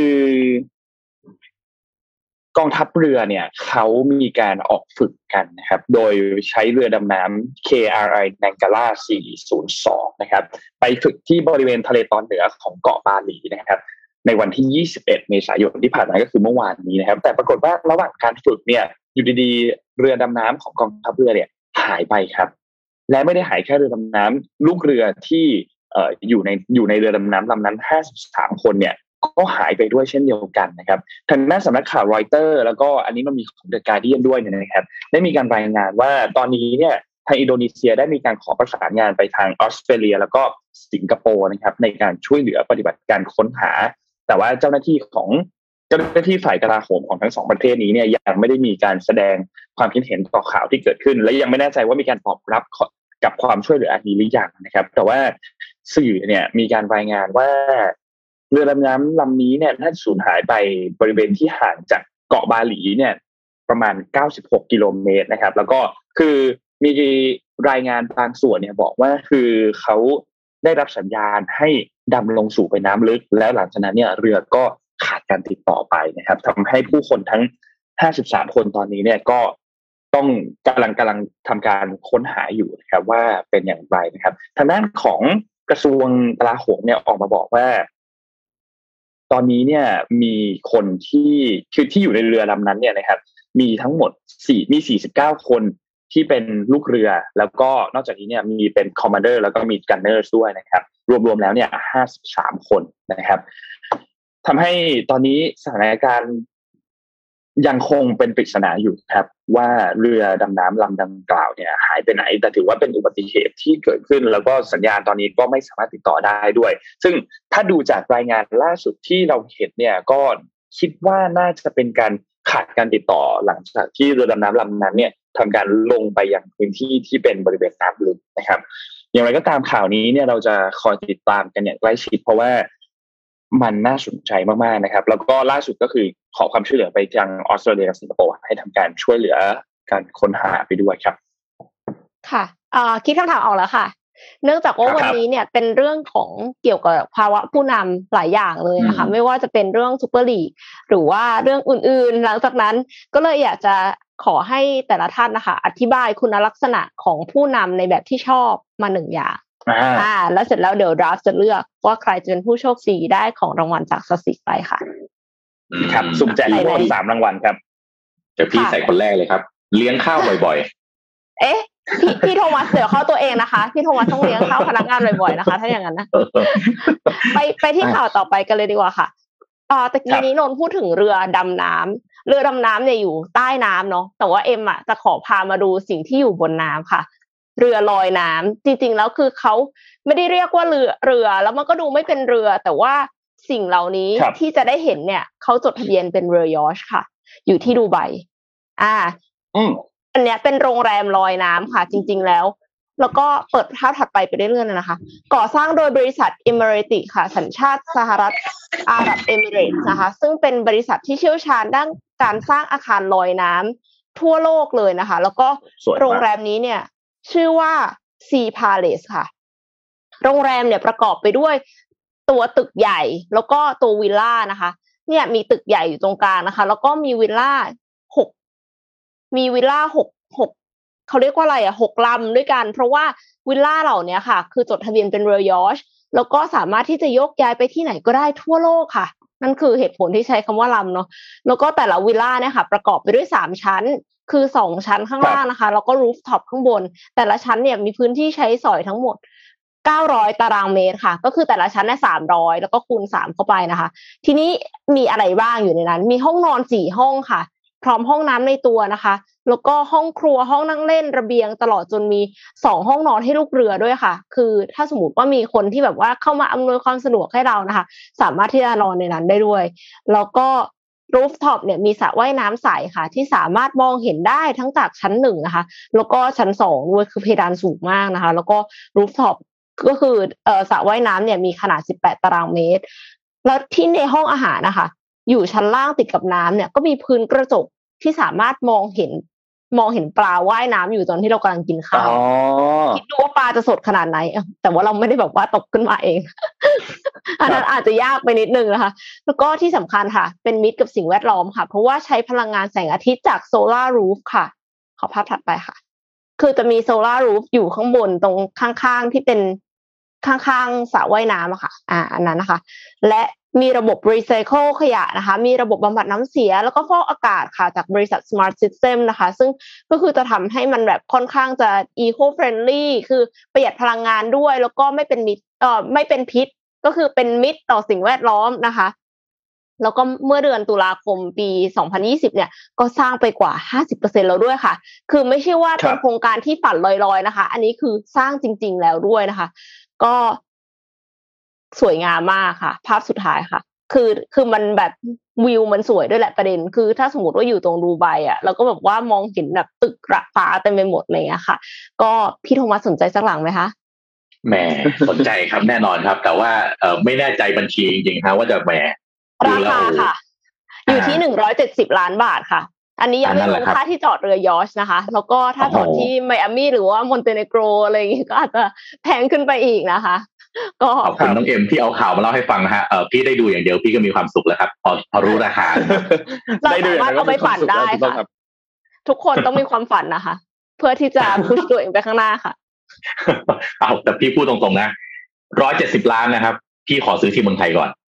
อกองทัพเรือเนี่ยเขามีการออกฝึกกันนะครับโดยใช้เรือดำน้ำ KRI Nanggala 402นะครับไปฝึกที่บริเวณทะเลตอนเหนือของเกาะบาหลีนะครับในวันที่21 เมษายนที่ผ่านมาก็คือเมื่อวานนี้นะครับแต่ปรากฏว่าระหว่างการฝึกเนี่ยอยู่ดีๆเรือดำน้ำของกองทัพเรือเนี่ยหายไปครับและไม่ได้หายแค่เรือดำน้ำลูกเรือที่อยู่ในเรือดำน้ำลำนั้น53 คนเนี่ยก็หายไปด้วยเช่นเดียวกันนะครับทางด้านสำนักข่าวรอยเตอร์แล้วก็อันนี้มันมีของ The Guardian ด้วยนะครับได้มีการรายงานว่าตอนนี้เนี่ยทางอินโดนีเซียได้มีการขอประสานงานไปทางออสเตรเลียแล้วก็สิงคโปร์นะครับในการช่วยเหลือปฏิบัติการค้นหาแต่ว่าเจ้าหน้าที่ฝ่ายกลาโหมของทั้ง2ประเทศนี้เนี่ยยังไม่ได้มีการแสดงความคิดเห็นต่อข่าวที่เกิดขึ้นและยังไม่แน่ใจว่ามีการตอบรับกับความช่วยเหลืออันนี้หรือยังนะครับแต่ว่าสื่อเนี่ยมีการรายงานว่าเรือดำน้ำลำนี้เนี่ยน่าจะสูญหายไปบริเวณที่ห่างจากเกาะบาหลีเนี่ยประมาณ96 กิโลเมตรนะครับแล้วก็คือมีรายงานบางส่วนเนี่ยบอกว่าคือเขาได้รับสัญญาณให้ดำลงสู่ไปน้ำลึกแล้วหลังจากนั้นเนี่ยเรือก็ขาดการติดต่อไปนะครับทำให้ผู้คนทั้ง53 คนตอนนี้เนี่ยก็ต้องกำลังทำการค้นหาอยู่นะครับว่าเป็นอย่างไรนะครับทางด้านของกระทรวงกลาโหมเนี่ยออกมาบอกว่าตอนนี้เนี่ยมีคนที่อยู่ในเรือลำนั้นเนี่ยนะครับมีทั้งหมดมี49คนที่เป็นลูกเรือแล้วก็นอกจากนี้เนี่ยมีเป็นคอมมานเดอร์แล้วก็มีกันเนอร์ด้วยนะครับรวมๆแล้วเนี่ย53คนนะครับทำให้ตอนนี้สถานการณ์ยังคงเป็นปริศนาอยู่ครับว่าเรือดำน้ำลำดังกล่าวเนี่ยหายไปไหนแต่ถือว่าเป็นอุบัติเหตุที่เกิดขึ้นแล้วก็สัญญาณตอนนี้ก็ไม่สามารถติดต่อได้ด้วยซึ่งถ้าดูจากรายงานล่าสุดที่เราเห็นเนี่ยก็คิดว่าน่าจะเป็นการขาดการติดต่อหลังจากที่เรือดำน้ำลำนั้นเนี่ยทำการลงไปยังพื้นที่ที่เป็นบริเวณน้ำลึกนะครับอย่างไรก็ตามข่าวนี้เนี่ยเราจะคอยติดตามกันอย่างใกล้ชิดเพราะว่ามันน่าสนใจมากๆนะครับแล้วก็ล่าสุดก็คือขอความช่วยเหลือไปทางออสเตรเลียกับสิงคโปร์ให้ทำการช่วยเหลือการค้นหาไปด้วยครับค่ะคิดคำถามออกแล้วค่ะเนื่องจากว่าวันนี้เนี่ยเป็นเรื่องของเกี่ยวกับภาวะผู้นำหลายอย่างเลยนะคะไม่ว่าจะเป็นเรื่องซุปเปอร์ลีกหรือว่าเรื่องอื่นๆหลังจากนั้นก็เลยอยากจะขอให้แต่ละท่านนะคะอธิบายคุณลักษณะของผู้นำในแบบที่ชอบมา1อย่างแล้วเสร็จแล้วเดี๋ยวดราฟจะเลือกว่าใครจะเป็นผู้โชคดีได้ของรางวัลจากสสิไปค่ะครับสุ่มแจกทั้งหมด3รางวัลครับเดี๋ยวพี่ใส่คนแรกเลยครับเลี้ยงข้าวบ่อยๆเอ๊ะพี่โทมัสเดี๋ยวเข้าตัวเองนะคะพี่โทมัสต้องเลี้ยงข้าวพนักงานบ่อยๆนะคะถ้าอย่างนั้นนะไปที่ข่าวต่อไปกันเลยดีกว่าค่ะตะกี้นี้นนท์พูดถึงเรือดำน้ำเนี่ยอยู่ใต้น้ำเนาะแต่ว่าเอ็มจะขอพามาดูสิ่งที่อยู่บนน้ำค่ะเรือลอยน้ำจริงๆแล้วคือเขาไม่ได้เรียกว่าเรือแล้วมันก็ดูไม่เป็นเรือแต่ว่าสิ่งเหล่านี้ที่จะได้เห็นเนี่ยเขาจดทะเบียนเป็นเรือยอชค่ะอยู่ที่ดูไบอันเนี้ยเป็นโรงแรมลอยน้ำค่ะจริงๆแล้วก็เปิดภาพถัดไปเรื่อยๆนะคะก่อสร้างโดยบริษัท Emirati ค่ะสัญชาติสหรัฐอาหรับเอมิเรตส์นะคะซึ่งเป็นบริษัทที่เชี่ยวชาญด้านการสร้างอาคารลอยน้ำทั่วโลกเลยนะคะแล้วก็โรงแรมนี้เนี่ยชื่อว่า Sea Palace ค่ะโรงแรมเนี่ยประกอบไปด้วยตัวตึกใหญ่แล้วก็ตัววิลล่านะคะเนี่ยมีตึกใหญ่อยู่ตรงกลางนะคะแล้วก็มีวิลล่า6เขาเรียกว่าอะไร6ลำด้วยกันเพราะว่าวิลล่าเหล่านี้ค่ะคือจดทะเบียนเป็นเรือยอชแล้วก็สามารถที่จะยกย้ายไปที่ไหนก็ได้ทั่วโลกค่ะนั่นคือเหตุผลที่ใช้คำว่าลำเนาะแล้วก็แต่ละวิลล่าเนี่ยค่ะประกอบไปด้วย3ชั้นคือ2ชั้นข้างล่างนะคะแล้วก็รูฟท็อปข้างบนแต่ละชั้นเนี่ยมีพื้นที่ใช้สอยทั้งหมด900ตารางเมตรค่ะก็คือแต่ละชั้นเนี่ย300แล้วก็คูณ3เข้าไปนะคะทีนี้มีอะไรบ้างอยู่ในนั้นมีห้องนอน4ห้องค่ะพร้อมห้องน้ำในตัวนะคะแล้วก็ห้องครัวห้องนั่งเล่นระเบียงตลอดจนมี2ห้องนอนให้ลูกเรือด้วยค่ะคือถ้าสมมติว่ามีคนที่แบบว่าเข้ามาอำนวยความสะดวกให้เรานะคะสามารถที่จะนอนในนั้นได้ด้วยแล้วก็รูฟท็อปเนี่ยมีสระว่ายน้ำใสค่ะที่สามารถมองเห็นได้ทั้งจากชั้น1นะคะแล้วก็ชั้น2ด้วยคือเพดานสูงมากนะคะแล้วก็รูฟท็อปก็คือสระว่ายน้ำเนี่ยมีขนาด18ตารางเมตรแล้วที่ในห้องอาหารนะคะอยู่ชั้นล่างติดกับน้ำเนี่ยก็มีพื้นกระจกที่สามารถมองเห็นปลาว่ายน้ำอยู่ตอนที่เรากำลังกินข้าวคิดดูว่าปลาจะสดขนาดไหนแต่ว่าเราไม่ได้แบบว่าตกขึ้นมาเอง อันนั้นอาจจะยากไปนิดนึงนะคะแล้วก็ที่สำคัญค่ะเป็นมิตรกับสิ่งแวดล้อมค่ะเพราะว่าใช้พลังงานแสงอาทิตย์จากโซลาร์รูฟค่ะขอภาพถัดไปค่ะคือจะมีโซลาร์รูฟอยู่ข้างบนตรงข้างๆที่เป็นข้างๆสระว่ายน้ำค่ะอันนั้นนะคะและมีระบบรีไซเคิลขยะนะคะมีระบบบำบัดน้ำเสียแล้วก็ฟอกอากาศค่ะจากบริษัท Smart System นะคะซึ่งก็คือจะทำให้มันแบบค่อนข้างจะ eco friendly คือประหยัดพลังงานด้วยแล้วก็ไม่เป็นพิษก็คือเป็นมิตรต่อสิ่งแวดล้อมนะคะแล้วก็เมื่อเดือนตุลาคมปี2020เนี่ยก็สร้างไปกว่า 50% แล้วด้วยค่ะคือไม่ใช่ว่าเป็นโครงการที่ฝันลอยๆนะคะอันนี้คือสร้างจริงๆแล้วด้วยนะคะก็สวยงามมากค่ะภาพสุดท้ายค่ะคือมันแบบวิวมันสวยด้วยแหละประเด็นคือถ้าสมมติว่าอยู่ตรงดูไบเราก็แบบว่ามองเห็นแบบตึกระฟ้าเต็มไปหมดเลยอะค่ะก็พี่โทมัสสนใจสักหลังไหมคะแหมสนใจครับแน่นอนครับแต่ว่าไม่แน่ใจบัญชีจริงๆครับว่าจะแหมราคาค่ะอยู่ที่170ล้านบาทค่ะอันนี้ยังไม่รวมค่าที่จอดเรือยอชนะคะแล้วก็ถ้าจอดที่ไมอามี่หรือว่ามอนเตเนโกรอะไรอย่างงี้ก็อาจจะแพงขึ้นไปอีกนะคะก็ขอบคุณน้องเอ็มที่เอาข่าวมาเล่าให้ฟังนะฮะพี่ได้ดูอย่างเดียวพี่ก็มีความสุขแล้วครับพอรู้ราคาเราสามารถเอาไปฝันได้ค่ะทุกคนต้องมีความฝันนะคะเพื่อที่จะพุชตัวเองไปข้างหน้าค่ะเอาแต่พี่พูดตรงๆนะ170ล้านนะครับพี่ขอซื้อที่เมืองไทยก่อน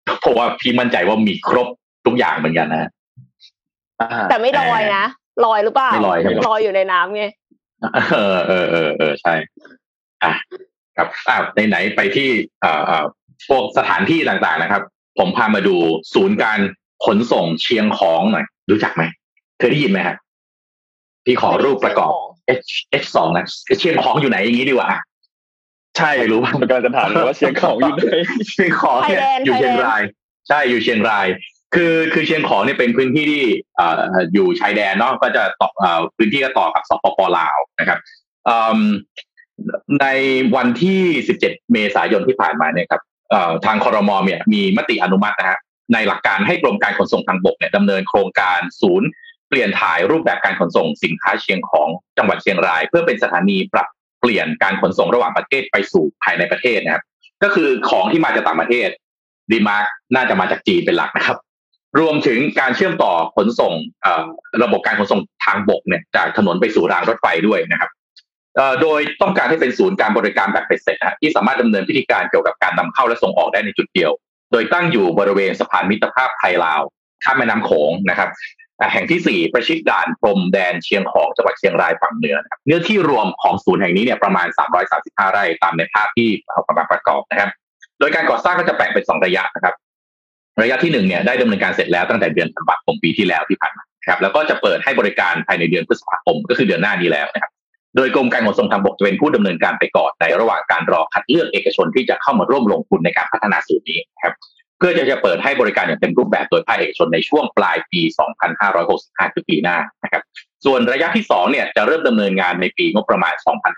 เพราะว่าพี่มั่นใจว่ามีครบทุกอย่างเหมือนกันนะแต่ไม่ลอยนะลอยหรือเปล่าไม่ลอยลอยอยู่ในน้ำไงใช่ครับไหนไปที่พวกสถานที่ต่างๆนะครับผมพามาดูศูนย์การขนส่งเชียงของหน่อยรู้จักไหมเคยได้ยินไหมครับพี่ขอรูปประกอบ H2 นะเชียงของอยู่ไหนอย่างนี้ดีกว่าใช่รู้ป่ะมันกำลังจะถามว่าเชียงของอยู่ไหนเชียงของเนี่ยอยู่เชียงรายใช่อยู่เชียงรายคือเชียงของเนี่ยเป็นพื้นที่ที่อยู่ชายแดนเนาะก็จะต่อพื้นที่ก็ต่อกับสปป.ลาวนะครับในวันที่17เมษายนที่ผ่านมาเนี่ยครับทางครม.เนี่ยมีมติอนุมัตินะฮะในหลักการให้กรมการขนส่งทางบกเนี่ยดำเนินโครงการศูนย์เปลี่ยนถ่ายรูปแบบการขนส่งสินค้าเชียงของจังหวัดเชียงรายเพื่อเป็นสถานีปรับเปลี่ยนการขนส่งระหว่างประเทศไปสู่ภายในประเทศนะครับก็คือของที่มาจากต่างประเทศดีมาร์กน่าจะมาจากจีนเป็นหลักนะครับรวมถึงการเชื่อมต่อขนส่งระบบการขนส่งทางบกเนี่ยจากถนนไปสู่รางรถไฟด้วยนะครับโดยต้องการให้เป็นศูนย์การบริการแบบเป็นเสร็จที่สามารถดำเนินพิธีการเกี่ยวกับการนำเข้าและส่งออกได้ในจุดเดียวโดยตั้งอยู่บริเวณสะพานมิตรภาพไทยลาวข้ามแม่น้ำโขงนะครับแห่งที่4ประชิดด่านพรมแดนเชียงของจังหวัดเชียงรายฝั่งเหนือเนื้อที่รวมของศูนย์แห่งนี้เนี่ยประมาณ335ไร่ตามในภาพที่เอามาประกอบนะครับโดยการก่อสร้างก็จะแบ่งเป็น2ระยะนะครับระยะที่1เนี่ยได้ดำเนินการเสร็จแล้วตั้งแต่เดือนธันวาคมปีที่แล้วที่ผ่านมาครับแล้วก็จะเปิดให้บริการภายในเดือนพฤษภาคมก็คือเดือนหน้านี้แล้วนะครับโดยกรมการขนส่งทางบกจะเป็นผู้ดำเนินการไปก่อนในระหว่างการรอคัดเลือกเอกชนที่จะเข้ามาร่วมลงทุนในการพัฒนาศูนย์นี้ครับเพื่อจะเปิดให้บริการอย่างเต็มรูปแบบโดยภาคเอกชนในช่วงปลายปี2565คือปีหน้านะครับส่วนระยะที่2เนี่ยจะเริ่มดำเนินงานในปีงบประมาณ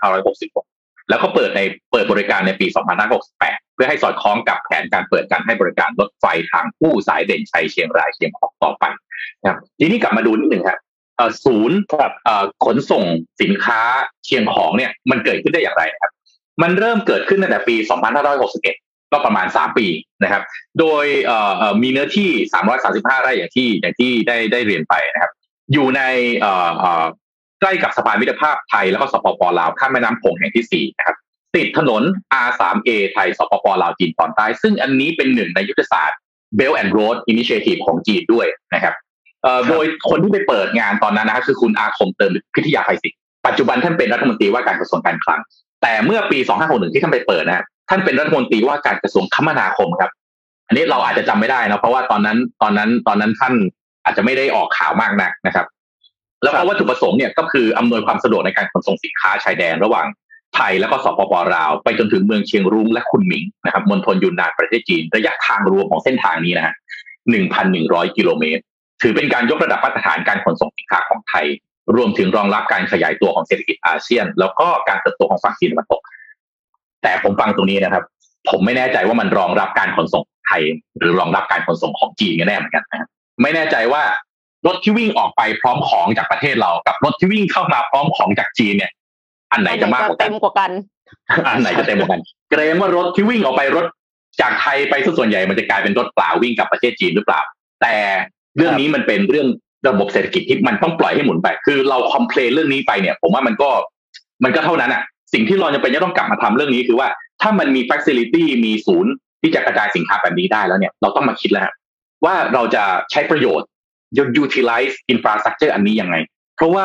2566แล้วก็เปิดบริการในปี2568เพื่อให้สอดคล้องกับแผนการเปิดการให้บริการรถไฟทางคู่สายเด่นชัยเชียงรายเชียงของต่อไปนะครับทีนี้กลับมาดูนิดนึงครับศูนย์ขนส่งสินค้าเชียงของเนี่ยมันเกิดขึ้นได้อย่างไรครับมันเริ่มเกิดขึ้นตั้งแต่ปี2561ก็ประมาณ3ปีนะครับโดยมีเนื้อที่335ไร่อย่างที่ได้เรียนไปนะครับอยู่ในใกล้กับสะพานมิตรภาพไทยแล้วก็สปป.ลาวข้ามแม่น้ำโขงแห่งที่4นะครับติดถนน R3A ไทยสปป.ลาวจีนตอนใต้ซึ่งอันนี้เป็นหนึ่งในยุทธศาสตร์ Belt and Road Initiative ของจีนด้วยนะครับโดยคนที่ไปเปิดงานตอนนั้นนะครับคือคุณอาคมเติมพิทยาภัยศิษย์ปัจจุบันท่านเป็นรัฐมนตรีว่าการกระทรวงการคลังแต่เมื่อปี2561ที่ท่านไปเปิดนะท่านเป็นรัฐมนตรีว่าการกระทรวงคมนาคมครับอันนี้เราอาจจะจำไม่ได้นะเพราะว่าตอนนั้นท่านอาจจะไม่ได้ออกข่าวมากนักนะครับแล้วก็วัตถุประสงค์เนี่ยก็คืออำนวยความสะดวกในการขนส่งสินค้าชายแดนระหว่างไทยแล้วก็สปป.ลาวไปจนถึงเมืองเชียงรุ้งและคุนหมิงนะครับมณฑลยูนนานประเทศจีนระยะทางรวมของเส้นทางนี้นะฮะ 1,100 กิโลเมตรถือเป็นการยกระดับมาตรฐานการขนส่งสินค้าของไทยรวมถึงรองรับการขยายตัวของเศรษฐกิจอาเซียนแล้วก็การเติบโตของฝั่งจีนตะวันตกแต่ผมฟังตรงนี้นะครับผมไม่แน่ใจว่ามันรองรับการขนส่งไทยหรือรองรับการขนส่งของจีนกันแน่เหมือนกันนะไม่แน่ใจว่ารถที่วิ่งออกไปพร้อมของจากประเทศเรากับรถที่วิ่งเข้ามาพร้อมของจากจีนเนี่ยอันไหนจะมากกว่ากันอันไหนจะเต็มกว่ากันเกรงว่ารถที่วิ่งออกไปรถจากไทยไปส่วนใหญ่มันจะกลายเป็นรถเปล่าวิ่งกับประเทศจีนหรือเปล่าแต่เรื่องนี้มันเป็นเรื่องระบบเศรษฐกิจที่มันต้องปล่อยให้หมุนไปคือเราคอมเพลนเรื่องนี้ไปเนี่ยผมว่ามันก็เท่านั้นอ่ะสิ่งที่เราจะเป็นจะต้องกลับมาทำเรื่องนี้คือว่าถ้ามันมี facility มีศูนย์ที่จะกระจายสินค้าแบบนี้ได้แล้วเนี่ยเราต้องมาคิดแล้วว่าเราจะใช้ประโยชน์utilize infrastructure อันนี้ยังไงเพราะว่า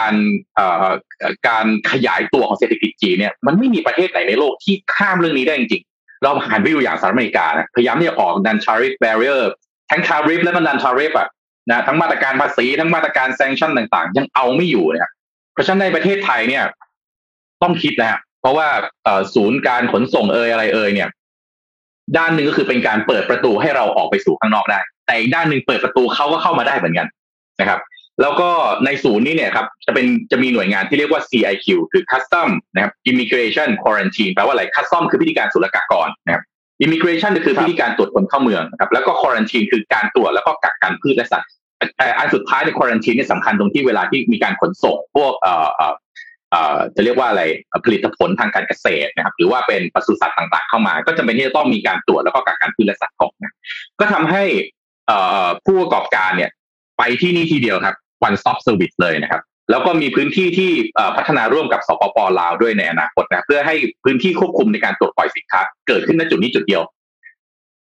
การขยายตัวของเศรษฐกิจจีนเนี่ยมันไม่มีประเทศไหนในโลกที่ข้ามเรื่องนี้ได้จริงๆเราหันไปดูอย่างสหรัฐอเมริกานะพยายามที่จะออก non-tariff barrier ทั้ง tariff และก็ non-tariff นะทั้งมาตรการภาษีทั้งมาตรการ sanction ต่างๆยังเอาไม่อยู่นะครับเพราะฉะนั้นในประเทศไทยเนี่ยต้องคิดนะฮะเพราะว่าศูนย์การขนส่งอะไรเนี่ยด้านหนึ่งก็คือเป็นการเปิดประตูให้เราออกไปสู่ข้างนอกได้แต่อีกด้านหนึ่งเปิดประตูเขาก็เข้ามาได้เหมือนกันนะครับแล้วก็ในศูนย์นี้เนี่ยครับจะมีหน่วยงานที่เรียกว่า CIQ คือ Custom นะครับ Immigration Quarantine แปลว่าอะไร Custom คือพิธีการศุลกากรนะครับ Immigration ก็คือพิธีการตรวจคนเข้าเมืองนะครับแล้วก็ Quarantine คือการตรวจแล้วก็กักกันพืชและสัตว์อันสุดท้ายใน Quarantine เนี่ยสำคัญตรงที่เวลาที่มีการขนส่งพวกจะเรียกว่าอะไรผลิตผลทางการเกษตรนะครับหรือว่าเป็นปศุสัตว์ต่างๆเข้ามาก็จำเป็นที่จะต้องมีการตรวจแล้วก็กักกันพืชและสัตว์ของนะก็ทำให้ผู้ประกอบการเนี่ยไปที่นี่ทีเดียวครับ one stop service เลยนะครับแล้วก็มีพื้นที่ที่พัฒนาร่วมกับสปป.ลาวด้วยในอนาคตนะเพื่อให้พื้นที่ควบคุมในการตรวจปล่อยสินค้าเกิดขึ้นณจุดนี้จุดเดียว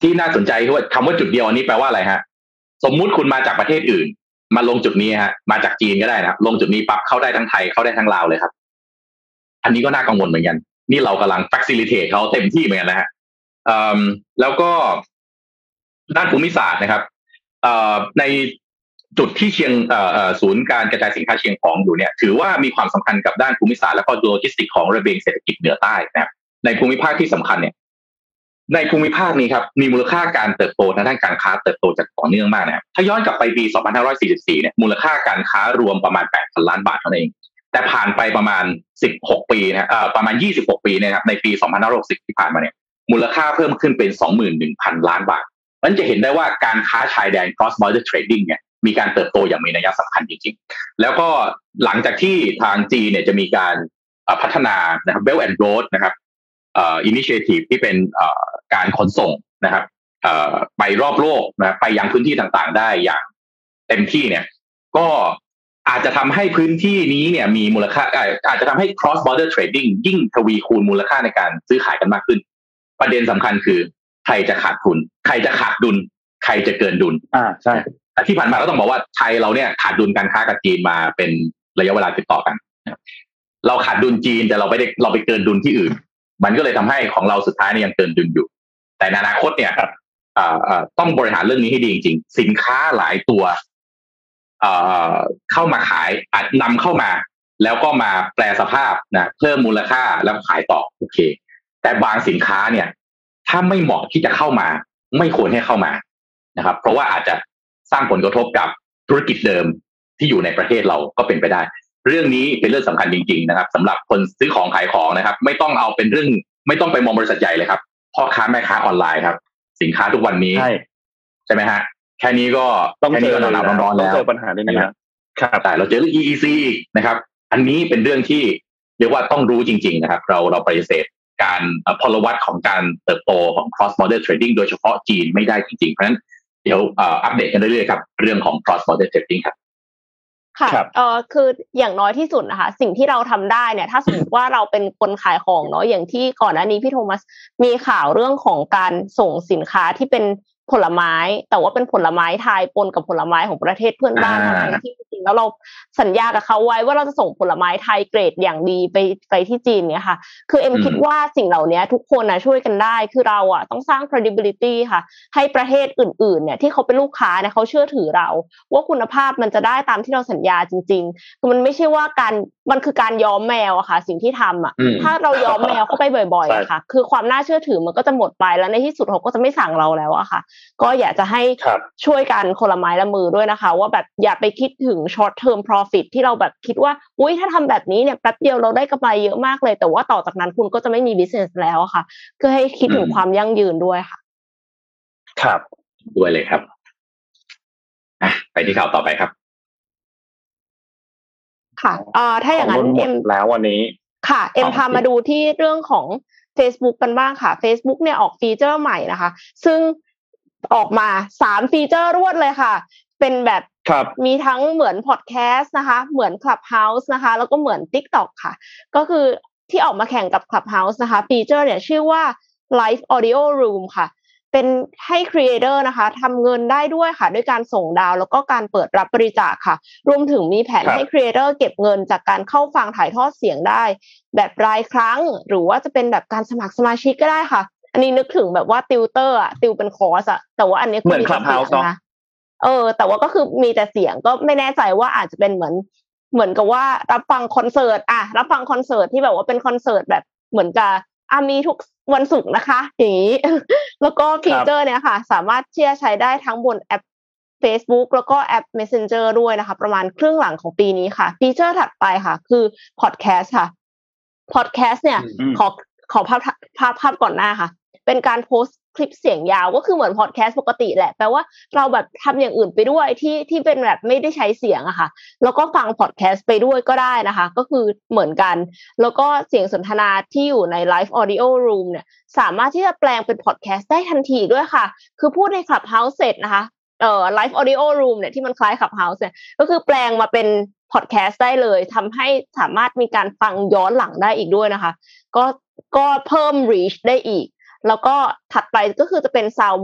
ที่น่าสนใจคือว่าคำว่าจุดเดียวอันนี้แปลว่าอะไรฮะสมมุติคุณมาจากประเทศอื่นมาลงจุดนี้ฮะมาจากจีนก็ได้นะลงจุดนี้ปั๊บเข้าได้ทั้งไทยเข้าได้ทั้งลาวเลยครับอันนี้ก็น่ากังวลเหมือนกันนี่เรากำลัง facilitate เขาเต็มที่เหมือนกันนะฮะแล้วก็ด้านภูมิศาสตร์นะครับในจุดที่เชียงศูนย์การกระจายสินค้าเชียงของอยู่เนี่ยถือว่ามีความสำคัญกับด้านภูมิศาสตร์และก็โลจิสติกของระเบียงเศรษฐกิจเหนือใต้นะครับในภูมิภาคที่สำคัญเนี่ยในภูมิภาคนี้ครับมีมูลค่าการเติบโตทางด้านการค้าเติบโตจากต่อเนื่องมากนะครับถ้าย้อนกลับไปปี 2544 เนี่ยมูลค่าการค้ารวมประมาณ 8,000 ล้านบาทเท่านั้นเองแต่ผ่านไปประมาณ16ปีนะประมาณ26ปีเนี่ยครับในปี2560ที่ผ่านมาเนี่ยมูลค่าเพิ่มขึ้นเป็น 21,000 ล้านบาทมันจะเห็นได้ว่าการค้าชายแดน cross border trading เนี่ยมีการเติบโตอย่างมีนัยสำคัญจริงๆแล้วก็หลังจากที่ทางจีนเนี่ยจะมีการพัฒนานะครับ Belt and Road นะครับinitiative ที่เป็นการขนส่งนะครับไปรอบโลกนะไปยังพื้นที่ต่างๆได้อย่างเต็มที่เนี่ยก็อาจจะทำให้พื้นที่นี้เนี่ยมีมูลค่าอาจจะทำให้ cross border trading ยิ่งทวีคูณมูลค่าในการซื้อขายกันมากขึ้นประเด็นสำคัญคือใครจะขาดทุนใครจะขาดดุลใครจะเกินดุลใช่แต่ที่ผ่านมาก็ต้องบอกว่าไทยเราเนี่ยขาดดุลการค้ากับจีนมาเป็นระยะเวลาติดต่อกันเราขาดดุลจีนแต่เราไปเกินดุลที่อื่นมันก็เลยทำให้ของเราสุดท้ายเนี่ยยังเกินดุลอยู่แต่ในอนาคตเนี่ยต้องบริหารเรื่องนี้ให้ดีจริงๆสินค้าหลายตัวเข้ามาขายอาจนำเข้ามาแล้วก็มาแปลสภาพนะเพิ่มมูลค่าแล้วขายต่อโอเคแต่บางสินค้าเนี่ยถ้าไม่เหมาะที่จะเข้ามาไม่ควรให้เข้ามานะครับเพราะว่าอาจจะสร้างผลกระทบกับธุรกิจเดิมที่อยู่ในประเทศเราก็เป็นไปได้เรื่องนี้เป็นเรื่องสำคัญจริงๆนะครับสำหรับคนซื้อของขายของนะครับไม่ต้องเอาเป็นเรื่องไม่ต้องไปมองบริษัทใหญ่เลยครับพ่อค้าแม่ค้าออนไลน์ครับสินค้าทุกวันนี้ใช่ไหมฮะแค่นี้ก็ต้องเจอหนาวร้อนแล้วต้องเจอปัญหาด้วยนะครับแต่เราเจอเรื่อง EEC อีกนะครับอันนี้เป็นเรื่องที่เรียกว่าต้องรู้จริงๆนะครับเราปฏิเสธการพลวัตของการเติบโตของ cross border trading โดยเฉพาะจีนไม่ได้จริงๆเพราะฉะนั้นเดี๋ยวอัปเดตกันเรื่อยๆครับเรื่องของ cross border trading ครับค่ะคืออย่างน้อยที่สุดนะคะสิ่งที่เราทำได้เนี่ยถ้าสมมติว่าเราเป็นคนขายของเนาะอย่างที่ก่อนหน้านี้พี่โทมัสมีข่าวเรื่องของการส่งสินค้าที่เป็นผลไม้แต่ว่าเป็นผลไม้ไทยปนกับผลไม้ของประเทศเพื่อนบ้านที่จริงแล้วเราสัญญากับเขาไว้ว่าเราจะส่งผลไม้ไทยเกรดอย่างดีไปที่จีนเนี่ยค่ะคือเอ็มคิดว่าสิ่งเหล่านี้ทุกคนนะช่วยกันได้คือเราอ่ะต้องสร้าง credibility ค่ะให้ประเทศอื่นๆเนี่ยที่เขาเป็นลูกค้าเนี่ยเขาเชื่อถือเราว่าคุณภาพมันจะได้ตามที่เราสัญญาจริงๆคือมันไม่ใช่ว่ามันคือการย้อมแมวอะค่ะสิ่งที่ทำอะถ้าเราย้อมแมวเข้าไปบ่อยๆอะค่ะคือความน่าเชื่อถือมันก็จะหมดไปแล้วในที่สุดเขาก็จะไม่สั่งเราแล้วอะค่ะก็อยากจะให้ช่วยกันคนละไม้ละมือด้วยนะคะว่าแบบอย่าไปคิดถึง short term profit ที่เราแบบคิดว่าอุ๊ยถ้าทำแบบนี้เนี่ยแป๊บเดียวเราได้กำไรเยอะมากเลยแต่ว่าต่อจากนั้นคุณก็จะไม่มี business แล้วอะค่ะก็ให้คิดถึงความยั่งยืนด้วยค่ะครับด้วยเลยครับไปที่ข่าวต่อไปครับค่ะถ้าอย่างนั้นเอ็มแล้ววันนี้ค่ะเอ็มพามาดูที่เรื่องของ Facebook กันบ้างค่ะ Facebook เนี่ยออกฟีเจอร์ใหม่นะคะซึ่งออกมา3ฟีเจอร์รวดเลยค่ะเป็นแบบมีทั้งเหมือนพอดแคสต์นะคะเหมือน Clubhouse นะคะแล้วก็เหมือน TikTok ค่ะก็คือที่ออกมาแข่งกับ Clubhouse นะคะฟีเจอร์เนี่ยชื่อว่า Live Audio Room ค่ะเป็นให้ครีเอเตอร์นะคะทำเงินได้ด้วยค่ะด้วยการส่งดาวแล้วก็การเปิดรับบริจาคค่ะรวมถึงมีแผนให้ครีเอเตอร์เก็บเงินจากการเข้าฟังถ่ายทอดเสียงได้แบบรายครั้งหรือว่าจะเป็นแบบการสมัครสมาชิกก็ได้ค่ะอันนี้นึกถึงแบบว่าติวเตอร์อะติวเป็นคอร์สอะแต่ว่าอันนี้เหมือน Clubhouse นะแต่ว่าก็คือมีแต่เสียงก็ไม่แน่ใจว่าอาจจะเป็นเหมือนกับว่ารับฟังคอนเสิร์ตรับฟังคอนเสิร์ตที่แบบว่าเป็นคอนเสิร์ตแบบเหมือนกับมีทุกวันศุกร์นะคะอย่างนี้แล้วก็ฟีเจอร์เนี่ยค่ะสามารถที่จะใช้ได้ทั้งบนแอป Facebook แล้วก็แอป Messenger ด้วยนะคะประมาณครึ่งหลังของปีนี้ค่ะฟีเจอร์ถัดไปค่ะคือพอดแคสต์ค่ะพอดแคสต์เนี่ยขอภาพก่อนหน้าค่ะเป็นการโพสต์คลิปเสียงยาวก็คือเหมือนพอดแคสต์ปกติแหละแปลว่าเราแบบทำอย่างอื่นไปด้วยที่เป็นแบบไม่ได้ใช้เสียงอะค่ะแล้วก็ฟังพอดแคสต์ไปด้วยก็ได้นะคะก็คือเหมือนกันแล้วก็เสียงสนทนาที่อยู่ใน Live Audio Room เนี่ยสามารถที่จะแปลงเป็นพอดแคสต์ได้ทันทีด้วยค่ะคือพูดใน Clubhouse เสร็จนะคะLive Audio Room เนี่ยที่มันคล้าย Clubhouse เนี่ยก็คือแปลงมาเป็นพอดแคสต์ได้เลยทำให้สามารถมีการฟังย้อนหลังได้อีกด้วยนะคะก็เพิ่ม reach ได้อีกแล้วก็ถัดไปก็คือจะเป็น Sound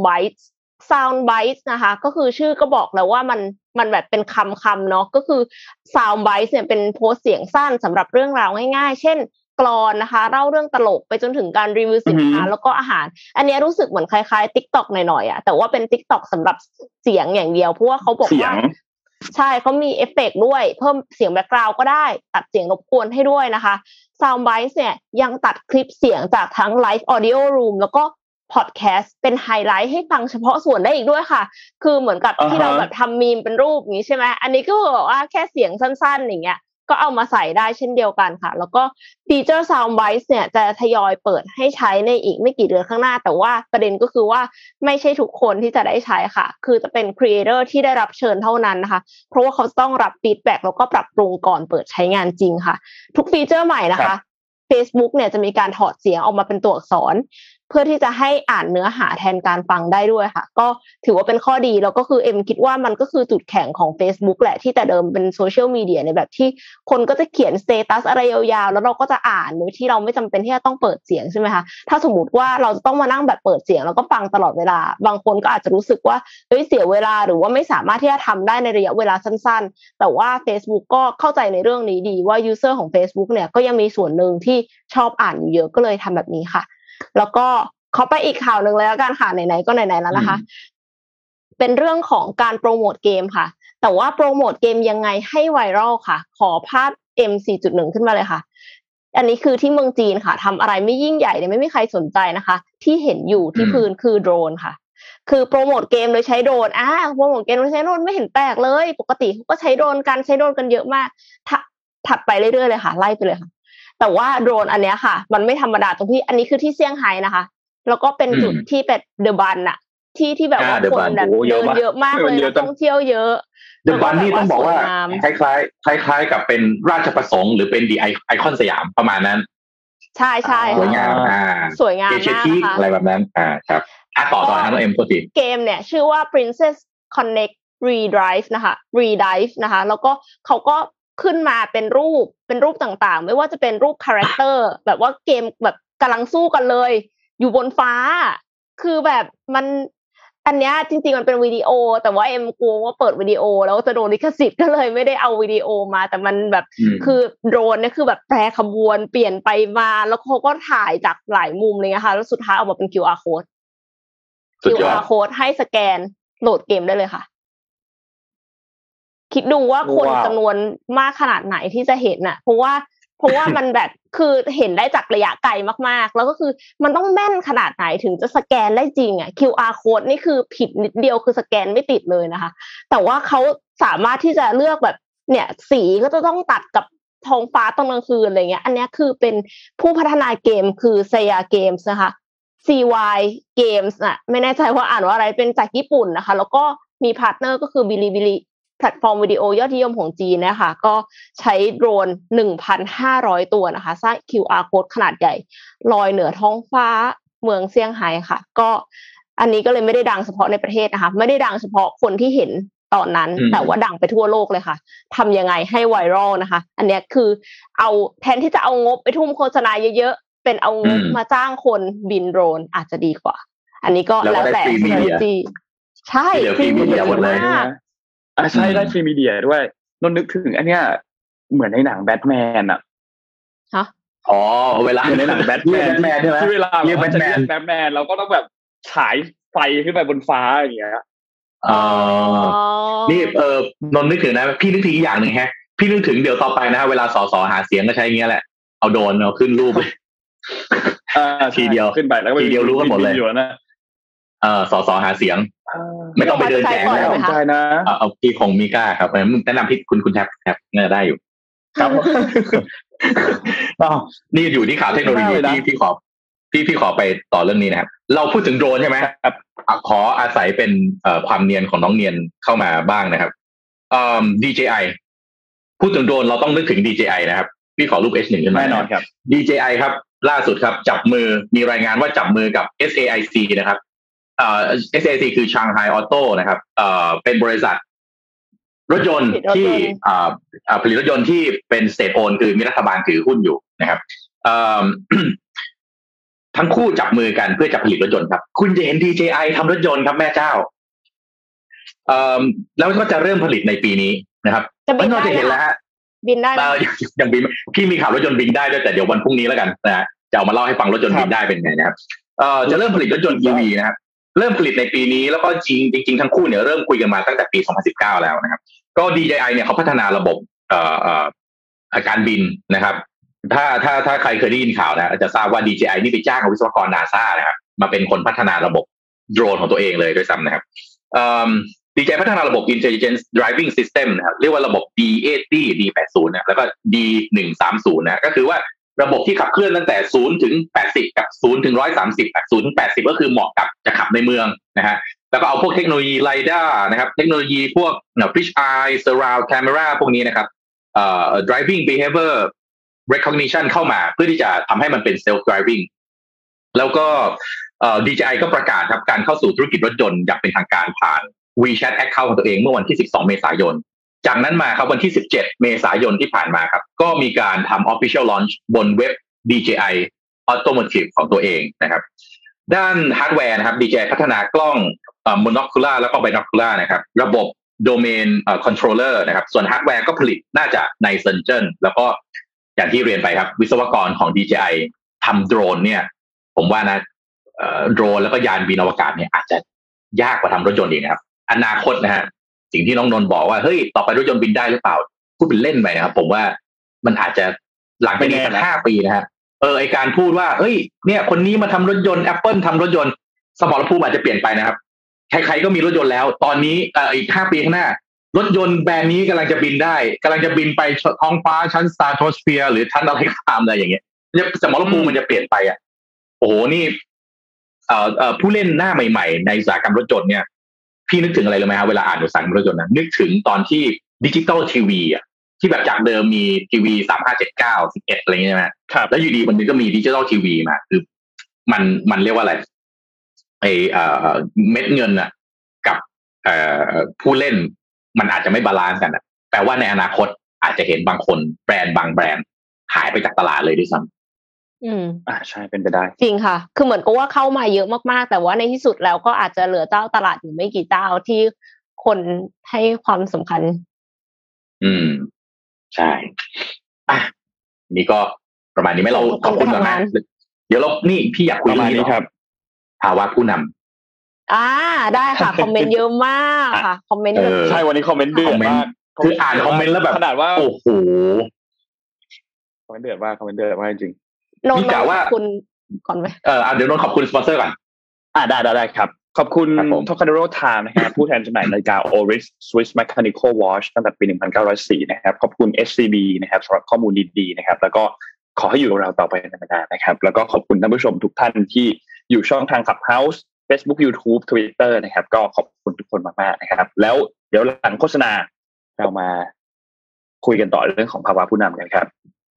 Bites นะคะก็คือชื่อก็บอกแล้วว่ามันแบบเป็นคำเนาะก็คือ Sound Bites เนี่ยเป็นโพสต์เสียงสั้นสำหรับเรื่องราวง่ายๆเช่นกลอนนะคะเล่าเรื่องตลกไปจนถึงการรีวิวสินค้าแล้วก็อาหารอันนี้รู้สึกเหมือนคล้ายๆ TikTok หน่อยๆอ่ะแต่ว่าเป็น TikTok สำหรับเสียงอย่างเดียวเพราะว่าเขาบอกว่าใช่เขามีเอฟเฟกต์ด้วยเพิ่มเสียงแบ็คกราวด์ก็ได้ตัดเสียงรบกวนให้ด้วยนะคะ Sound Bites เนี่ยยังตัดคลิปเสียงจากทั้ง Live Audio Room แล้วก็พอดแคสต์เป็นไฮไลท์ให้ฟังเฉพาะส่วนได้อีกด้วยค่ะคือเหมือนกับที่เราแบบทำมีมเป็นรูปอย่างนี้ใช่ไหมอันนี้ก็บอกว่าแค่เสียงสั้นๆอย่างเงี้ยก็เอามาใส่ได้เช่นเดียวกันค่ะแล้วก็ฟีเจอร์ Sound Bites เนี่ยจะทยอยเปิดให้ใช้ในอีกไม่กี่เดือนข้างหน้าแต่ว่าประเด็นก็คือว่าไม่ใช่ทุกคนที่จะได้ใช้ค่ะคือจะเป็นครีเอเตอร์ที่ได้รับเชิญเท่านั้นนะคะเพราะว่าเขาต้องรับฟีดแบ็กแล้วก็ปรับปรุงก่อนเปิดใช้งานจริงค่ะทุกฟีเจอร์ใหม่นะคะ Facebook เนี่ยจะมีการถอดเสียงออกมาเป็นตัวอักษรเพื่อที่จะให้อ่านเนื้อหาแทนการฟังได้ด้วยค่ะก็ถือว่าเป็นข้อดีแล้วก็คือเอ็มคิดว่ามันก็คือจุดแข็งของ Facebook แหละที่แต่เดิมเป็นโซเชียลมีเดียในแบบที่คนก็จะเขียนสเตตัสอะไรยาวๆแล้วเราก็จะอ่านโดยที่เราไม่จำเป็นที่จะต้องเปิดเสียงใช่ไหมคะถ้าสมมติว่าเราจะต้องมานั่งแบบเปิดเสียงแล้วก็ฟังตลอดเวลาบางคนก็อาจจะรู้สึกว่าเสียเวลาหรือว่าไม่สามารถที่จะทำได้ในระยะเวลาสั้นๆแต่ว่า Facebook ก็เข้าใจในเรื่องนี้ดีว่ายูเซอร์ของ Facebook เนี่ยก็ยังมีส่วนหนึ่งที่ชอบอ่านอยู่เยอะก็เลยทำแบบนี้ค่ะแล้วก็ขอไปอีกข่าวนึงเลยแล้วกันค่ะไหนๆก็ไหนๆแล้วนะคะเป็นเรื่องของการโปรโมทเกมค่ะแต่ว่าโปรโมทเกมยังไงให้ไวรัลค่ะขอภาพ M4.1 ขึ้นมาเลยค่ะอันนี้คือที่เมืองจีนค่ะทำอะไรไม่ยิ่งใหญ่เนี่ยไม่มีใครสนใจนะคะที่เห็นอยู่ที่พื้นคือโดรนค่ะคือโปรโมทเกมโดยใช้โดรนโปรโมทเกมโดยใช้โดรนไม่เห็นแปลกเลยปกติเขาก็ใช้โดรนกันเยอะมากถัดไปเรื่อยๆเลยค่ะไล่ไปเลยค่ะแต่ว่าโดรนอันเนี้ยค่ะมันไม่ธรรมดาตรงที่อันนี้คือที่เซี่ยงไฮ้นะคะแล้วก็เป็นจุดที่แบบเดอะบันอะที่แบบว่าคนแบบเดินเยอะมากเลยนักท่องเที่ยวเยอะเดอะบันนี่ต้องบอกว่าคล้ายกับเป็นราชประสงค์หรือเป็นดีไอคอนสยามประมาณนั้นใช่สวยงามสวยงามมากค่ะอะไรแบบนั้นครับต่อนะน้องเอ็มตัวทีเกมเนี่ยชื่อว่า Princess Connect Redrive นะคะ Redive นะคะแล้วก็เขาก็ขึ้นมาเป็นรูปต่างๆไม่ว่าจะเป็นรูปคาแรคเตอร์แบบว่าเกมแบบกำลังสู้กันเลยอยู่บนฟ้าคือแบบมันอันเนี้ยจริงๆมันเป็นวิดีโอแต่ว่าเอ็มกลัวว่าเปิดวิดีโอแล้วจะโดนลิขสิทธิ์ก็เลยไม่ได้เอาวิดีโอมาแต่มันแบบคือโดรนเนี่ยคือแบบแปรขบวนเปลี่ยนไปมาแล้วเขาก็ถ่ายจากหลายมุมเลยนะคะแล้วสุดท้ายออกมาเป็น QR code ให้สแกนโหลดเกมได้เลยค่ะคิดดูว่าคนจำนวนมากขนาดไหนที่จะเห็นน่ะเพราะว่ามันแบบคือเห็นได้จากระยะไกลมากๆแล้วก็คือมันต้องแม่นขนาดไหนถึงจะสแกนได้จริงอ่ะ QR code นี่คือผิดนิดเดียวคือสแกนไม่ติดเลยนะคะแต่ว่าเขาสามารถที่จะเลือกแบบเนี่ยสีก็จะต้องตัดกับท้องฟ้าตอนกลางคืนอะไรเงี้ยอันนี้คือเป็นผู้พัฒนาเกมคือ Seiya Games นะคะ CY Games น่ะไม่แน่ใจว่าอ่านว่าอะไรเป็นจากญี่ปุ่นนะคะแล้วก็มีพาร์ทเนอร์ก็คือ Bilibiliแพลตฟอร์มวิดีโอยอดนิยมของจีนนะคะก็ใช้โดรน 1,500 ตัวนะคะสร้าง QR code ขนาดใหญ่ลอยเหนือท้องฟ้าเมืองเซี่ยงไฮ้ค่ะก็อันนี้ก็เลยไม่ได้ดังเฉพาะในประเทศนะคะไม่ได้ดังเฉพาะคนที่เห็นตอนนั้นแต่ว่าดังไปทั่วโลกเลยค่ะทำยังไงให้ไวรัลนะคะอันนี้คือเอาแทนที่จะเอางบไปทุ่มโฆษณาเยอะๆเป็นเอางบมาจ้างคนบินโดรนอาจจะดีกว่าอันนี้ก็แล้วแต่ strategy ใช่ฟรีมีเดียหมดเลยใช่ได้ฟรีมีเดียด้วยนนนึกถึงอันเนี้ยเหมือนในหนังแบทแมนอ่ะฮะเวลาในหนังแบทแมนใช่ไหมที่เวลาเราจะเรียกแบทแมนเราก็ต้องแบบฉายไฟขึ้นไปบนฟ้าอย่างเงี้ยนี่นนนึกถึงนะพี่นึกถึงอีกอย่างหนึ่งแฮะพี่นึกถึงเดี๋ยวต่อไปนะเวลาสหาเสียงก็ใช้อย่างเงี้ยแหละเอาโดรนเอาขึ้นรูปเลยทีเดียวขึ้นไปแล้วทีเดียวรู้กันหมดเลยสหาเสียงไม่ต้องไปเดินแจกแล้วนะเอาพี่คงมีกล้าครับแนะนำที่คุณแท็บน่าได้อยู่ครับนี่อยู่ที่ข่าวเทคโนโลยีที่พี่ขอไปต่อเรื่องนี้นะครับเราพูดถึงโดรนใช่ไหมขออาศัยเป็นความเนียนของน้องเนียนเข้ามาบ้างนะครับDJI พูดถึงโดรนเราต้องนึกถึง DJI นะครับพี่ขอรูป H1 ขึ้นมาแน่นอนครับ DJI ครับล่าสุดครับจับมือมีรายงานว่าจับมือกับ SAIC นะครับSAIC คือ Shanghai Auto นะครับเป็นบริษัทรถยนต์ที่ผลิตรถยนต์ที่เป็น state owned คือมีรัฐบาลถือหุ้นอยู่นะครับทั้งคู่จับมือกันเพื่อจะผลิตรถยนต์ครับคุณจะเห็น DJI ทำรถยนต์ครับแม่เจ้าแล้วก็จะเริ่มผลิตในปีนี้นะครับแล้วเราจะเห็นแล้วฮะบินได้ยังบินพี่มีข่าวรถยนต์บินได้ด้วยแต่เดี๋ยววันพรุ่งนี้แล้วกันนะฮะจะเอามาเล่าให้ฟังรถยนต์บินได้เป็นไงนะครับจะเริ่มผลิตรถยนต์ EV นะครับเริ่มผลิตในปีนี้แล้วก็จริงทั้งคู่เนี่ยเริ่มคุยกันมาตั้งแต่ปี2019แล้วนะครับก็ DJI เนี่ยเขาพัฒนาระบบการบินนะครับถ้าใครเคยได้ยินข่าวนะจะทราบว่า DJI นี่ไปจ้างวิศวกร NASA นะครับมาเป็นคนพัฒนาระบบโดรนของตัวเองเลยด้วยซ้ำนะครับDJI พัฒนาระบบ Intelligent Driving System นะครับเรียกว่าระบบ D80 D80 นะแล้วก็ D130 นะก็คือว่าระบบที่ขับเคลื่อนตั้งแต่0ถึง80กับ0ถึง130 0ถึง80ก็คือเหมาะกับจะขับในเมืองนะฮะแล้วก็เอาพวกเทคโนโลยี LiDAR นะครับเทคโนโลยีพวก Fish Eye Surround Camera พวกนี้นะครับDriving Behavior Recognition เข้ามาเพื่อที่จะทำให้มันเป็น Self Driving แล้วก็DJI ก็ประกาศครับการเข้าสู่ธุรกิจรถยนต์อย่างเป็นทางการผ่าน WeChat Account ของตัวเองเมื่อวันที่12เมษายนจากนั้นมาครับวันที่17เมษายนที่ผ่านมาครับก็มีการทำ Official Launch บนเว็บ DJI Automotive ของตัวเองนะครับด้านฮาร์ดแวร์นะครับ DJI พัฒนากล้องMonocular แล้วก็ Binocular นะครับระบบ Domain Controller นะครับส่วนฮาร์ดแวร์ก็ผลิตน่าจะในเซินเจิ้นแล้วก็อย่างที่เรียนไปครับวิศวกรของ DJI ทำโดรนเนี่ยผมว่านะโดรนแล้วก็ยานบินอวกาศเนี่ยอาจจะยากกว่าทำรถยนต์อีกนะครับอนาคตนะฮะสิ่งที่น้องนนท์บอกว่าเฮ้ยต่อไปรถยนต์บินได้หรือเปล่าพูดเป็นเล่นไปนะครับผมว่ามันอาจจะหลังจากนี้สัก5 ปีนะฮะไอการพูดว่าเฮ้ยเนี่ยคนนี้มาทำรถยนต์ Apple ทำรถยนต์สมรภูมิอาจจะเปลี่ยนไปนะครับใครๆก็มีรถยนต์แล้วตอนนี้อีก5 ปีข้างหน้ารถยนต์แบรนด์นี้กำลังจะบินได้กำลังจะบินไปท้องฟ้าชั้นสตาร์โทสเฟียร์หรือชั้นอะไรก็ตามอะไรอย่างเงี้ยสมรภูมิมันจะเปลี่ยนไปอ่ะโอ้โหนี่ผู้เล่นหน้าใหม่ๆในอุตสาหกรรมรถยนต์เนี่ยพี่นึกถึงอะไรเลยไหมครับเวลาอ่านอุตสาหกรรมรถยนต์นะนึกถึงตอนที่ดิจิตอลทีวีอ่ะที่แบบจากเดิมมีทีวี3579 11อะไรเงี้ยใช่ไหมครับแล้วอยู่ดีวันนึงก็มีดิจิตอลทีวีมาคือมันเรียกว่าอะไรเม็ดเงินอ่ะกับผู้เล่นมันอาจจะไม่บาลานซ์กันอ่ะแปลว่าในอนาคตอาจจะเห็นบางคนแบรนด์บางแบรนด์หายไปจากตลาดเลยด้วยซ้ำใช่เป็นไปได้จริงค่ะคือเหมือนกับว่าเข้ามาเยอะมากๆแต่ว่าในที่สุดแล้วก็อาจจะเหลือเจ้าตลาดอยู่ไม่กี่เจ้าที่คนให้ความสำคัญใช่นี่ก็ประมาณนี้ไม่เราขอบคุณก่อนนะเดี๋ยวเรานี่พี่อยากคุยเรื่องนี้ครับภาวะผู้นำได้ค่ะคอมเมนต์เยอะมากค่ะคอมเมนต์ใช่วันนี้คอมเมนต์เดือดมากคืออ่านคอมเมนต์แล้วแบบขนาดว่าโอ้โหคอมเมนต์เดือดมากคอมเมนต์เดือดมากจริงนี่กะว่าคุณก่อนไหมเดี๋ยวนนท์ขอบคุณสปอนเซอร์ก่อนได้ครับขอบคุณ Tocadero Time นะครับผู้แทนจำหน่ายนาฬิกา Oris Swiss Mechanical Watch ตั้งแต่ปี1904นะครับขอบคุณ SCB นะครับสำหรับข้อมูลดีๆนะครับแล้วก็ขอให้อยู่กับเราต่อไปนานๆนะครับแล้วก็ขอบคุณท่านผู้ชมทุกท่านที่อยู่ช่องทาง Clubhouse Facebook YouTube Twitter นะครับก็ขอบคุณทุกคนมากๆนะครับแล้วเดี๋ยวหลังโฆษณาเรามาคุยกันต่อเรื่องของภาวะผู้นำกันครับ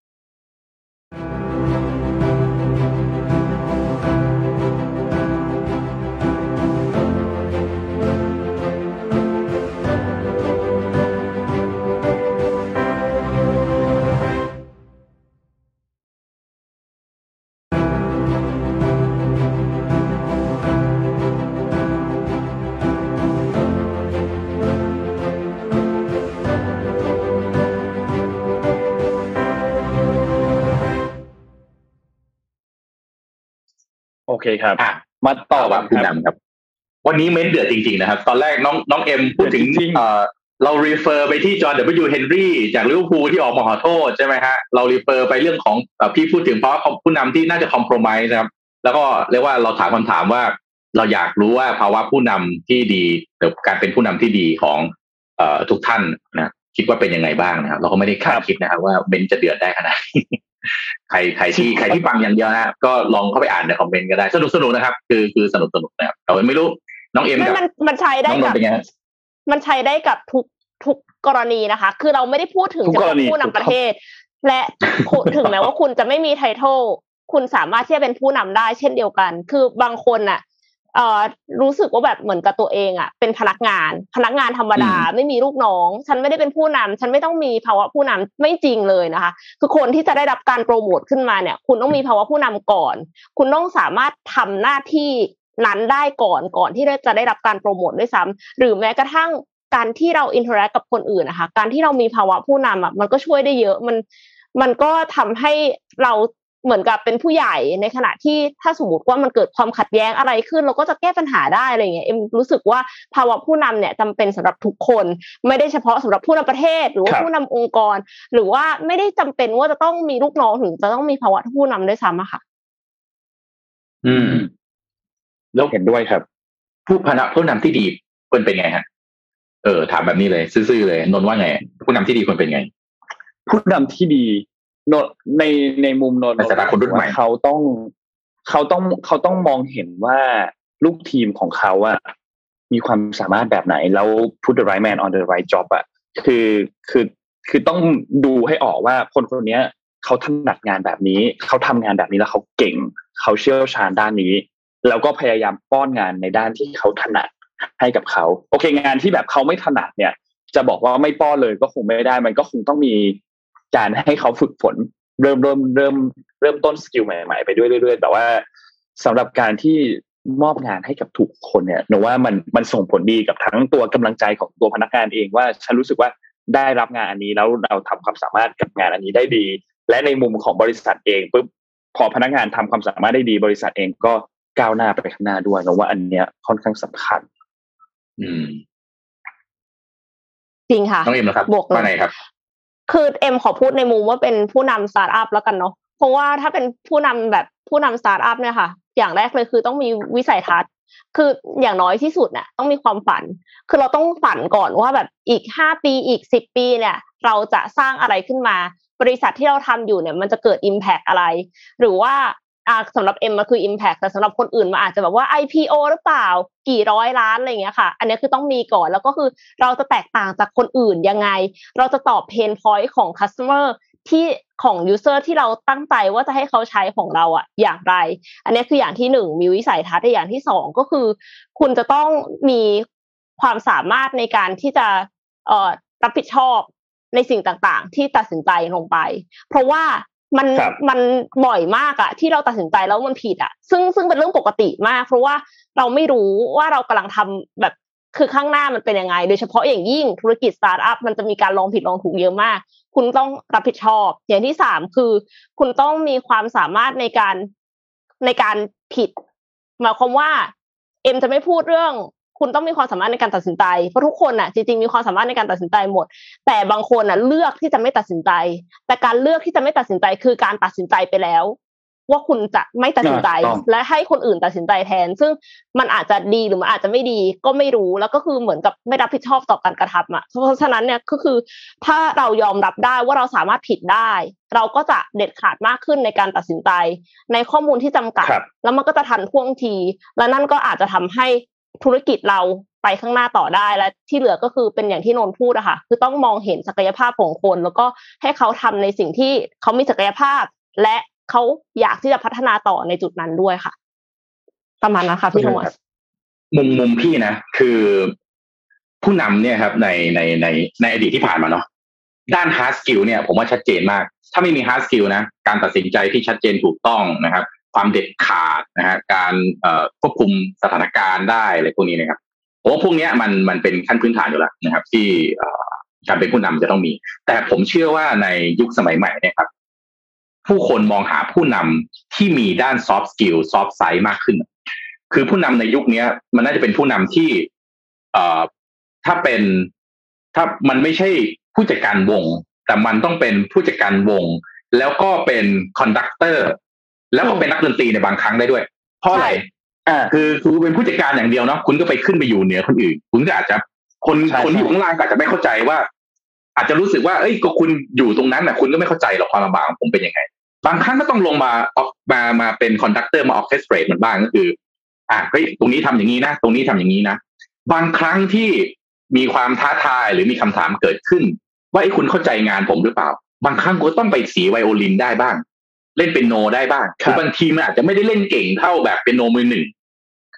โอเคครับมาต่อว่าผู้นำครับวันนี้เม้นเดือดจริงๆนะครับตอนแรกน้องเอ็มพูดถึงเรารีเฟอร์ไปที่จอห์น W. เฮนรี่จากลิเวอร์พูลที่ออกมาขอโทษใช่ไหมฮะเรารีเฟอร์ไปเรื่องของพี่พูดถึงเพราะผู้นำที่น่าจะคอมโพรไมซ์นะครับแล้วก็เรียกว่าเราถามคำถามว่าเราอยากรู้ว่าภาวะผู้นำที่ดีหรือการเป็นผู้นำที่ดีของทุกท่านนะคิดว่าเป็นยังไงบ้างนะครับเราก็ไม่ได้คาดคิดนะครับว่าเบนจะเดือดได้ขนาดนี้ใครที่ฟังอย่างเดียวนะก็ลองเข้าไปอ่านในคอมเมนต์ก็ได้สนุกนะครับคือสนุกนะครับแต่ไม่รู้น้องเอ็มกับมันใช้ได้กับมันใช้ได้กับทุกกรณีนะคะคือเราไม่ได้พูดถึงเฉพาะผู้นำประเทศและถึงแม้ว่าคุณจะไม่มีไทเทิลคุณสามารถที่จะเป็นผู้นำได้เช่นเดียวกันคือบางคนน่ะรู้สึกว่าแบบเหมือนกับตัวเองอ่ะเป็นพนักงานธรรมดาไม่มีลูกน้องฉันไม่ได้เป็นผู้นำฉันไม่ต้องมีภาวะผู้นำไม่จริงเลยนะคะคือคนที่จะได้รับการโปรโมทขึ้นมาเนี่ยคุณต้องมีภาวะผู้นำก่อนคุณต้องสามารถทำหน้าที่นั้นได้ก่อนที่จะได้รับการโปรโมทด้วยซ้ำหรือแม้กระทั่งการที่เราอินเทอร์แอคกับคนอื่นนะคะการที่เรามีภาวะผู้นำอ่ะมันก็ช่วยได้เยอะมันก็ทำให้เราเหมือนกับเป็นผู้ใหญ่ในขณะที่ถ้าสมมติว่ามันเกิดความขัดแย้งอะไรขึ้นเราก็จะแก้ปัญหาได้อะไรอย่างเงี้ยเอ็มรู้สึกว่าภาวะผู้นำเนี่ยจำเป็นสำหรับทุกคนไม่ได้เฉพาะสำหรับผู้นำประเทศหรือว่าผู้นำองค์กรหรือว่าไม่ได้จำเป็นว่าจะต้องมีลูกน้องถึงจะต้องมีภาวะผู้นำด้วยซ้ำอะค่ะแล้วเห็นด้วยครับผู้นำที่ดีควรเป็นไงฮะถามแบบนี้เลยซื่อๆเลยนนท์ว่าไงผู้นำที่ดีควรเป็นไงผู้นำที่ดีในมุมนนท์คนรุ่นใหม่เขาต้องมองเห็นว่าลูกทีมของเขาอะมีความสามารถแบบไหนแล้ว put the right man on the right job อะคือต้องดูให้ออกว่าคนนี้เขาถนัดงานแบบนี้เขาทำงานแบบนี้แล้วเขาเก่งเขาเชี่ยวชาญด้านนี้แล้วก็พยายามป้อนงานในด้านที่เขาถนัดให้กับเขาโอเคงานที่แบบเขาไม่ถนัดเนี่ยจะบอกว่าไม่ป้อนเลยก็คงไม่ได้มันก็คงต้องมีการให้เขาฝึกฝนเริ่มต้นสกิลใหม่ๆไปด้วยเรื่อยๆแต่ว่าสำหรับการที่มอบงานให้กับทุกคนเนี่ยหนูว่ามันส่งผลดีกับทั้งตัวกำลังใจของตัวพนักงานเองว่าฉันรู้สึกว่าได้รับงานอันนี้แล้วเราทำความสามารถกับงานอันนี้ได้ดีและในมุมของบริษัทเองปุ๊บพอพนักงานทำความสามารถได้ดีบริษัทเองก็ก้าวหน้าไปข้างหน้าด้วยหนูว่าอันเนี้ยค่อนข้างสำคัญจริงค่ะน้องเอ็มนะครับว่าไงครับคือเอ็มขอพูดในมุมว่าเป็นผู้นำสตาร์ทอัพแล้วกันเนาะเพราะว่าถ้าเป็นผู้นำแบบผู้นำสตาร์ทอัพเนี่ยค่ะอย่างแรกเลยคือต้องมีวิสัยทัศน์คืออย่างน้อยที่สุดเนี่ยต้องมีความฝันคือเราต้องฝันก่อนว่าแบบอีก5ปีอีก10ปีเนี่ยเราจะสร้างอะไรขึ้นมาบริษัทที่เราทำอยู่เนี่ยมันจะเกิด impact อะไรหรือว่าสำหรับเอ็มมันคือ impact แต่สำหรับคนอื่นมันอาจจะแบบว่า IPO หรือเปล่ากี่ร้อยล้านอะไรอย่างเงี้ยค่ะอันนี้คือต้องมีก่อนแล้วก็คือเราจะแตกต่างจากคนอื่นยังไงเราจะตอบ pain point ของ customer ที่ของ user ที่เราตั้งใจว่าจะให้เขาใช้ของเราอะอย่างไรอันนี้คืออย่างที่1มีวิสัยทัศน์อย่างที่2ก็คือคุณจะต้องมีความสามารถในการที่จะรับผิดชอบในสิ่งต่างๆที่ตัดสินใจลงไปเพราะว่ามันบ่อยมากอะที่เราตัดสินใจแล้วมันผิดอะซึ่งเป็นเรื่องปกติมากเพราะว่าเราไม่รู้ว่าเรากำลังทำแบบคือข้างหน้ามันเป็นยังไงโดยเฉพาะอย่างยิ่งธุรกิจสตาร์ทอัพมันจะมีการลองผิดลองถูกเยอะมากคุณต้องรับผิดชอบอย่างที่3คือคุณต้องมีความสามารถในการผิดหมายความว่าเอ็มจะไม่พูดเรื่องคุณต้องมีความสามารถในการตัดสินใจเพราะทุกคนน่ะจริงๆมีความสามารถในการตัดสินใจหมดแต่บางคนน่ะเลือกที่จะไม่ตัดสินใจแต่การเลือกที่จะไม่ตัดสินใจคือการตัดสินใจไปแล้วว่าคุณจะไม่ตัดสินใจและให้คนอื่นตัดสินใจแทนซึ่งมันอาจจะดีหรือมันอาจจะไม่ดีก็ไม่รู้แล้วก็คือเหมือนกับไม่รับผิดชอบต่อการกระทำอ่ะเพราะฉะนั้นเนี่ยก็คือถ้าเรายอมรับได้ว่าเราสามารถผิดได้เราก็จะเด็ดขาดมากขึ้นในการตัดสินใจในข้อมูลที่จำกัดแล้วมันก็จะทันท่วงทีและนั่นก็อาจจะทำให้ธุรกิจเราไปข้างหน้าต่อได้และที่เหลือก็คือเป็นอย่างที่นนท์พูดอะค่ะคือต้องมองเห็นศักยภาพของคนแล้วก็ให้เขาทำในสิ่งที่เขามีศักยภาพและเขาอยากที่จะพัฒนาต่อในจุดนั้นด้วยค่ะประมาณนั้นค่ะพี่โทมัสมุมพี่นะคือผู้นำเนี่ยครับในอดีตที่ผ่านมาเนาะด้าน hard skill เนี่ยผมว่าชัดเจนมากถ้าไม่มี hard skill นะการตัดสินใจที่ชัดเจนถูกต้องนะครับความเด็ดขาดนะฮะการควบคุมสถานการณ์ได้อะไรพวกนี้นะครับผมว่าพวกนี้มันเป็นขั้นพื้นฐานอยู่แล้วนะครับที่การเป็นผู้นำจะต้องมีแต่ผมเชื่อว่าในยุคสมัยใหม่เนี่ยครับผู้คนมองหาผู้นำที่มีด้าน soft skill soft side มากขึ้นคือผู้นำในยุคนี้มันน่าจะเป็นผู้นำที่ถ้ามันไม่ใช่ผู้จัดการวงแต่มันต้องเป็นผู้จัดการวงแล้วก็เป็นคอนดักเตอร์แล้วก็เป็นนักดนตรีในบางครั้งได้ด้วยเพราะอะไรคือเป็นผู้จัดการอย่างเดียวเนาะคุณก็ไปขึ้นไปอยู่เหนือคนอื่นคุณก็อาจจะคนที่อยู่ข้างล่างอาจจะไม่เข้าใจว่าอาจจะรู้สึกว่าเอ้ยก็คุณอยู่ตรงนั้นน่ะคุณก็ไม่เข้าใจหรอกความลำบากของผมเป็นยังไงบางครั้งก็ต้องลงมาเป็นคอนดักเตอร์มาออร์เคสเตรตมันบ้างก็คือเฮ้ยตรงนี้ทำอย่างนี้นะตรงนี้ทำอย่างนี้นะบางครั้งที่มีความท้าทายหรือมีคำถามเกิดขึ้นว่าไอ้คุณเข้าใจงานผมหรือเปล่าบางครั้งก็ต้องไปสีไวโอลินได้บ้างเล่นเปียโนได้บ้างคือบางทีมันอาจจะไม่ได้เล่นเก่งเท่าแบบเปียโนมือหนึ่ง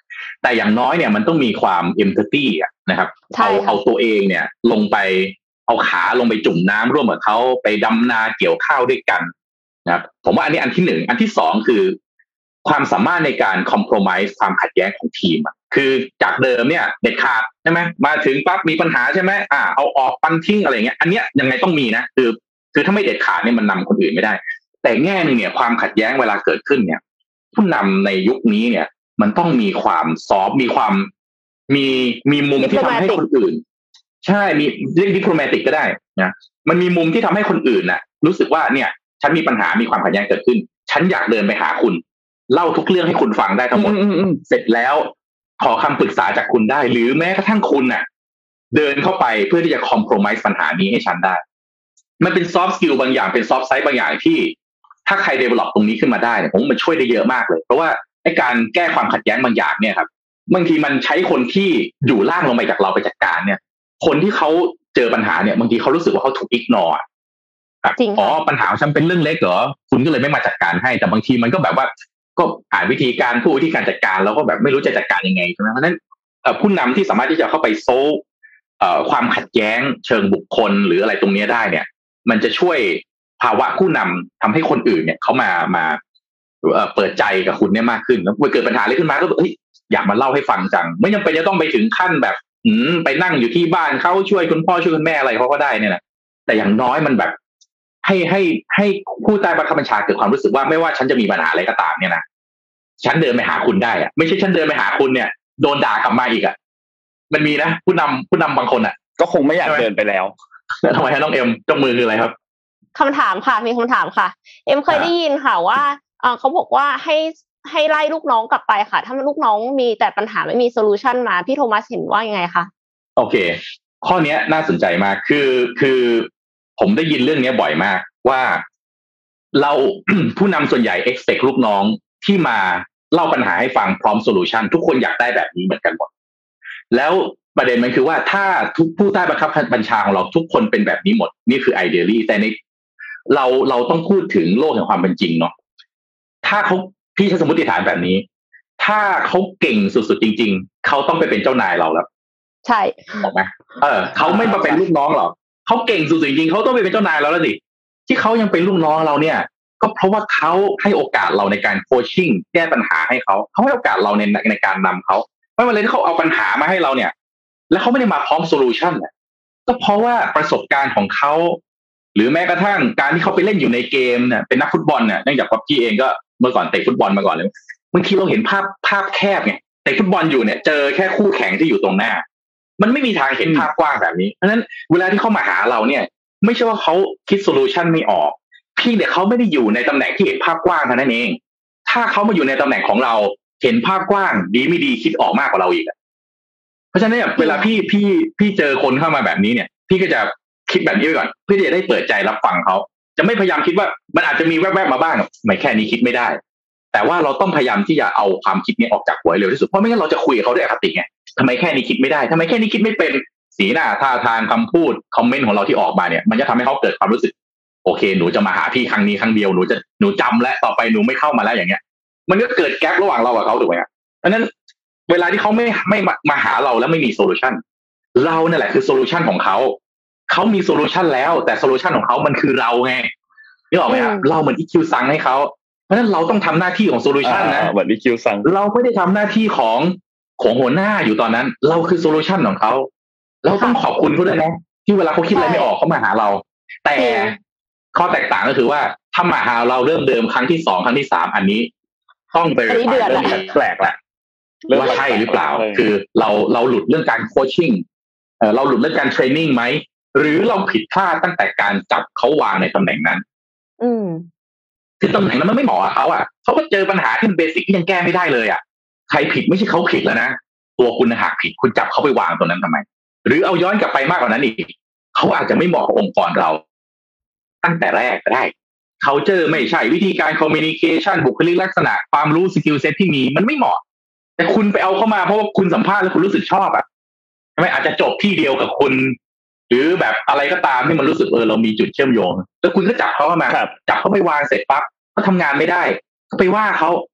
แต่อย่างน้อยเนี่ยมันต้องมีความเอมพัตตี้นะครับเอาตัวเองเนี่ยลงไปเอาขาลงไปจุ่มน้ำร่วมกับเขาไปดำนาเกี่ยวข้าวด้วยกันนะครับผมว่าอันนี้อันที่หนึ่งอันที่สองคือความสามารถในการคอมโพรไมซ์ความขัดแย้งของทีมคือจากเดิมเนี่ยเด็ดขาดใช่ไหมมาถึงปั๊บมีปัญหาใช่ไหมเอาออกปันทิ้งอะไรเงี้ยอันเนี้ยยังไงต้องมีนะคือถ้าไม่เด็ดขาดเนี่ยมันนำคนอื่นไม่ได้แต่แง่นึงเนี่ยความขัดแย้งเวลาเกิดขึ้นเนี่ยผู้นำในยุคนี้เนี่ยมันต้องมีความซอฟต์มีความมีมุมที่ทำให้คนอื่นใช่มีเรียกดิโพลแมติกก็ได้นะมันมีมุมที่ทำให้คนอื่นน่ะรู้สึกว่าเนี่ยฉันมีปัญหามีความขัดแย้งเกิดขึ้นฉันอยากเดินไปหาคุณเล่าทุกเรื่องให้คุณฟังได้ทั้งหมดเสร็จแล้วขอคำปรึกษาจากคุณได้หรือแม้กระทั่งคุณน่ะเดินเข้าไปเพื่อที่จะคอมโพรไมซ์ปัญหานี้ให้ฉันได้มันเป็นซอฟต์สกิลบางอย่างเป็นซอฟต์ไซส์บางอย่างที่ถ้าใคร develop ตรงนี้ขึ้นมาได้เนี่ยผมว่ามันช่วยได้เยอะมากเลยเพราะว่าไอ้การแก้ความขัดแย้งบางอย่างเนี่ยครับบางทีมันใช้คนที่อยู่ล่างลงไปจากเราไปจัดการเนี่ยคนที่เขาเจอปัญหาเนี่ยบางทีเขารู้สึกว่าเขาถูกอิกนอร์ครับอ๋อปัญหาฉันเป็นเรื่องเล็กเหรอคุณก็เลยไม่มาจัดการให้แต่บางทีมันก็แบบว่าก็อ่านวิธีการผู้วิธีการจัดการแล้วก็แบบไม่รู้จะจัดการยังไงใช่ไหมเพราะฉะนั้นผู้นำที่สามารถที่จะเข้าไปโซลความขัดแย้งเชิงบุคคลหรืออะไรตรงนี้ได้เนี่ยมันจะช่วยภาวะผู้นำทำให้คนอื่นเนี่ยเขามาเปิดใจกับคุณเนี่ยมากขึ้นแล้วเกิดปัญหาอะไรขึ้นมาก็อยากมาเล่าให้ฟังจังไม่จำเป็นจะต้องไปถึงขั้นแบบไปนั่งอยู่ที่บ้านเขาช่วยคุณพ่อช่วยคุณแม่อะไรเขาก็ได้เนี่ยนะแต่อย่างน้อยมันแบบให้ผู้ใต้บังคับบัญชาเกิดความรู้สึกว่าไม่ว่าฉันจะมีปัญหาอะไรก็ตามเนี่ยนะฉันเดินไปหาคุณได้อะไม่ใช่ฉันเดินไปหาคุณเนี่ยโดนด่ากลับมาอีกอะมันมีนะผู้นำบางคนอะก็คงไม่อยากเดินไปแล้วทำไมฮะน้องเอ็มเจ้ามือคืออะไรครับคำถามค่ะมีคำถามค่ะเอ็มเคยได้ยินค่ะว่าเขาบอกว่าให้ไล่ลูกน้องกลับไปค่ะถ้าลูกน้องมีแต่ปัญหาไม่มีโซลูชันมาพี่โทมัสเห็นว่ายังไงคะโอเคข้อนี้น่าสนใจมากคือผมได้ยินเรื่องนี้บ่อยมากว่าเรา ผู้นำส่วนใหญ่ expect ลูกน้องที่มาเล่าปัญหาให้ฟังพร้อมโซลูชันทุกคนอยากได้แบบนี้เหมือนกันหมดแล้วประเด็นมันคือว่าถ้าทุกผู้ใต้บังคับบัญชาของเราทุกคนเป็นแบบนี้หมดนี่คือ ideally แต่ในเราต้องพูดถึงโลกแห่งความเป็นจริงเนาะถ้าเขาพี่ใช้สมมติฐานแบบนี้ถ้าเขาเก่งสุดๆจริงๆเขาต้องไปเป็นเจ้านายเราแล้วใช่ถูกไหมเขาไม่มาเป็นลูกน้องหรอกเขาเก่งสุดๆจริงๆเขาต้องไปเป็นเจ้านายเราแล้วสิที่เขายังเป็นลูกน้องเราเนี่ยก็เพราะว่าเขาให้โอกาสเราในการโคชชิ่งแก้ปัญหาให้เขาให้โอกาสเราในการนำเขาไม่ว่าเลยที่เขาเอาปัญหามาให้เราเนี่ยแล้วเขาไม่ได้มาพร้อมโซลูชันเนี่ยก็เพราะว่าประสบการณ์ของเขาหรือแม้กระทั่งการที่เขาไปเล่นอยู่ในเกมเนี่ยเป็นนักฟุตบอลเนี่ยเนื่องจากว่าพี่เองก็เมื่อก่อนเตะฟุตบอลมาก่อนเลยบางทีเราเห็นภาพแคบไงเตะฟุตบอลอยู่เนี่ยเจอแค่คู่แข่งที่อยู่ตรงหน้ามันไม่มีทางเห็นภาพกว้างแบบนี้เพราะฉะนั้นเวลาที่เขามาหาเราเนี่ยไม่ใช่ว่าเขาคิดโซลูชันไม่ออกพี่เด็กเขาไม่ได้อยู่ในตำแหน่งที่เห็นภาพกว้างเท่านั้นเองถ้าเขามาอยู่ในตำแหน่งของเราเห็นภาพกว้างดีไม่ดีคิดออกมากกว่าเราอีกเพราะฉะนั้นเนี่ยเวลาพี่เจอคนเข้ามาแบบนี้เนี่ยพี่ก็จะคิดแบบนี้ไว้ก่อนเพื่อที่จะได้เปิดใจรับฟังเขาจะไม่พยายามคิดว่ามันอาจจะมีแวบๆมาบ้างไม่แค่นี้คิดไม่ได้แต่ว่าเราต้องพยายามที่จะเอาความคิดนี้ออกจากหัวเร็วที่สุดเพราะไม่งั้นเราจะคุยกับเขาด้วยอคติไงทำไมแค่นี้คิดไม่ได้ทำไมแค่นี้คิดไม่เป็นสีหน้าท่าทางคำพูดคอมเมนต์ของเราที่ออกมาเนี่ยมันจะทำให้เขาเกิดความรู้สึกโอเคหนูจะมาหาพี่ครั้งนี้ครั้งเดียวหนูจำและต่อไปหนูไม่เข้ามาแล้วอย่างเงี้ยมันก็เกิดแกประหว่างเรากับเขาถูกไหมครับเพราะฉะนั้นเวลาที่เขาไม่มาหาเราแล้วไม่มีโซลูชันเราเนี่ยแหละคือโซลูชันของเขามีโซลูชันแล้วแต่โซลูชันของเขามันคือเราไงนี่ออกไหมครับเราเหมือนอีคิวซังให้เขาเพราะฉะนั้นเราต้องทำหน้าที่ของโซลูชันนะเหมือนอีคิวซังเราไม่ได้ทำหน้าที่ของหัวหน้าอยู่ตอนนั้นเราคือโซลูชันของเขาเราต้องขอบคุณเขาด้วยนะที่เวลาเขาคิดอะไรไม่ออกเขามาหาเราแต่ข้อแตกต่างก็คือว่าถ้ามาหาเราเริ่มเดิมครั้งที่2ครั้งที่3อันนี้ต้องไปเรื่องแปลกแหละว่าใช่หรือเปล่าคือเราหลุดเรื่องการโคชชิ่งเราหลุดเรื่องการเทรนนิ่งไหมหรือเราผิดพลาดตั้งแต่การจับเขาวางในตำแหน่งนั้นคือตำแหน่งนั้นมันไม่เหมาะกับเขาเขาก็เจอปัญหาที่เบสิกที่ยังแก้ไม่ได้เลยใครผิดไม่ใช่เขาผิดแล้วนะตัวคุณหากผิดคุณจับเขาไปวางตรงนั้นทำไมหรือเอาย้อนกลับไปมากกว่านั้นอีกเขาอาจจะไม่เหมาะกับองค์กรเราตั้งแต่แรกก็ได้เขาเจอไม่ใช่วิธีการคอมมิวนิเคชันบุคลิกลักษณะความรู้สกิลเซ็ตที่มีมันไม่เหมาะแต่คุณไปเอาเข้ามาเพราะว่าคุณสัมภาษณ์แล้วคุณรู้สึกชอบใช่ไหมอาจจะจบที่เดียวกับคุณหรือแบบอะไรก็ตามที่มันรู้สึกเรามีจุดเชื่อมโยงแล้วคุณก็จับเขาเข้ามาจับเขาไปวางเสร็จปั๊บเขาทำงานไม่ได้ก็ไปว่าเขา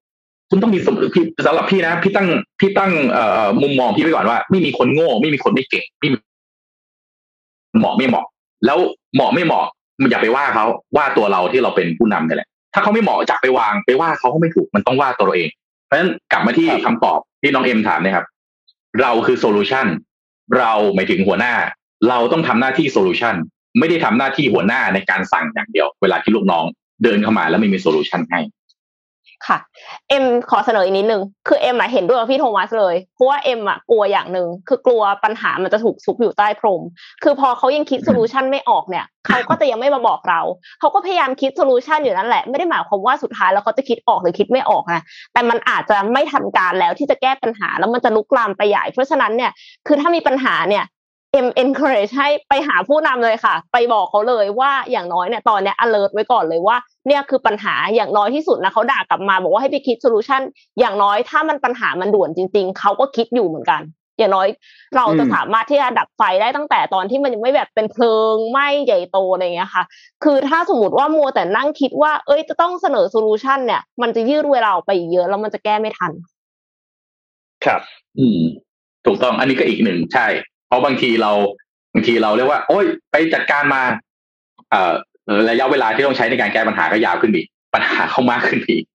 คุณต้องมีพี่สำหรับพี่นะพี่ตั้งมุมมองพี่ไว้ก่อนว่าไม่มีคนโง่ไม่มีคนไม่เก่งไม่เหมาะไม่เหมาะแล้วเหมาะไม่เหมาะอย่าไปว่าเขาว่าตัวเราที่เราเป็นผู้นำนี่แหละถ้าเขาไม่เหมาะจับไปวางไปว่าเขาไม่ถูกมันต้องว่าตัวเราเองเพราะฉะนั้นกลับมาที่คำตอบที่น้องเอ็มถามนะครับเราคือโซลูชันเราหมายถึงหัวหน้าเราต้องทำหน้าที่โซลูชันไม่ได้ทำหน้าที่หัวหน้าในการสั่งอย่างเดียวเวลาที่ลูกน้องเดินเข้ามาแล้วไม่มีโซลูชันให้ค่ะเอ็มขอเสนออีกนิดนึงคือเอ็มเห็นด้วยกับพี่โทมัสเลยเพราะว่าเอ็มกลัวอย่างนึงคือกลัวปัญหามันจะถูกซุกอยู่ใต้พรมคือพอเขายังคิดโซลูชันไม่ออกเนี่ยเขาก็จะยังไม่มาบอกเราเขาก็พยายามคิดโซลูชันอยู่นั่นแหละไม่ได้หมายความว่าสุดท้ายแล้วเขาจะคิดออกหรือคิดไม่ออกนะแต่มันอาจจะไม่ทันการแล้วที่จะแก้ปัญหาแล้วมันจะลุกลามไปใหญ่เพราะฉะนั้นเนี่ยคือถ้ามีปัญหาเนี่ยencourage ให้ไปหาผู้นำเลยค่ะไปบอกเขาเลยว่าอย่างน้อยเนี่ยตอนเนี้ย alert ไว้ก่อนเลยว่าเนี่ยคือปัญหาอย่างน้อยที่สุดนะเขาด่ากลับมาบอกว่าให้ไปคิด solution อย่างน้อยถ้ามันปัญหามันด่วนจริงๆเขาก็คิดอยู่เหมือนกันอย่างน้อยเราจะสามารถที่จะดับไฟได้ตั้งแต่ตอนที่มันยังไม่แบบเป็นเพลิงไหม้ใหญ่โตอะไรอย่างเงี้ยค่ะคือถ้าสมมติว่ามัวแต่นั่งคิดว่าจะต้องเสนอ solution เนี่ยมันจะยืดเวลาไปอีกเยอะแล้วมันจะแก้ไม่ทันครับถูกต้องอันนี้ก็อีกหนึ่งใช่เพราะบางทีเราเรียกว่าโอ๊ยไปจัดการมาระยะเวลาที่ต้องใช้ในการแก้ปัญหาก็ยาวขึ้นอีกปัญหาเข้ามากขึ้นอีก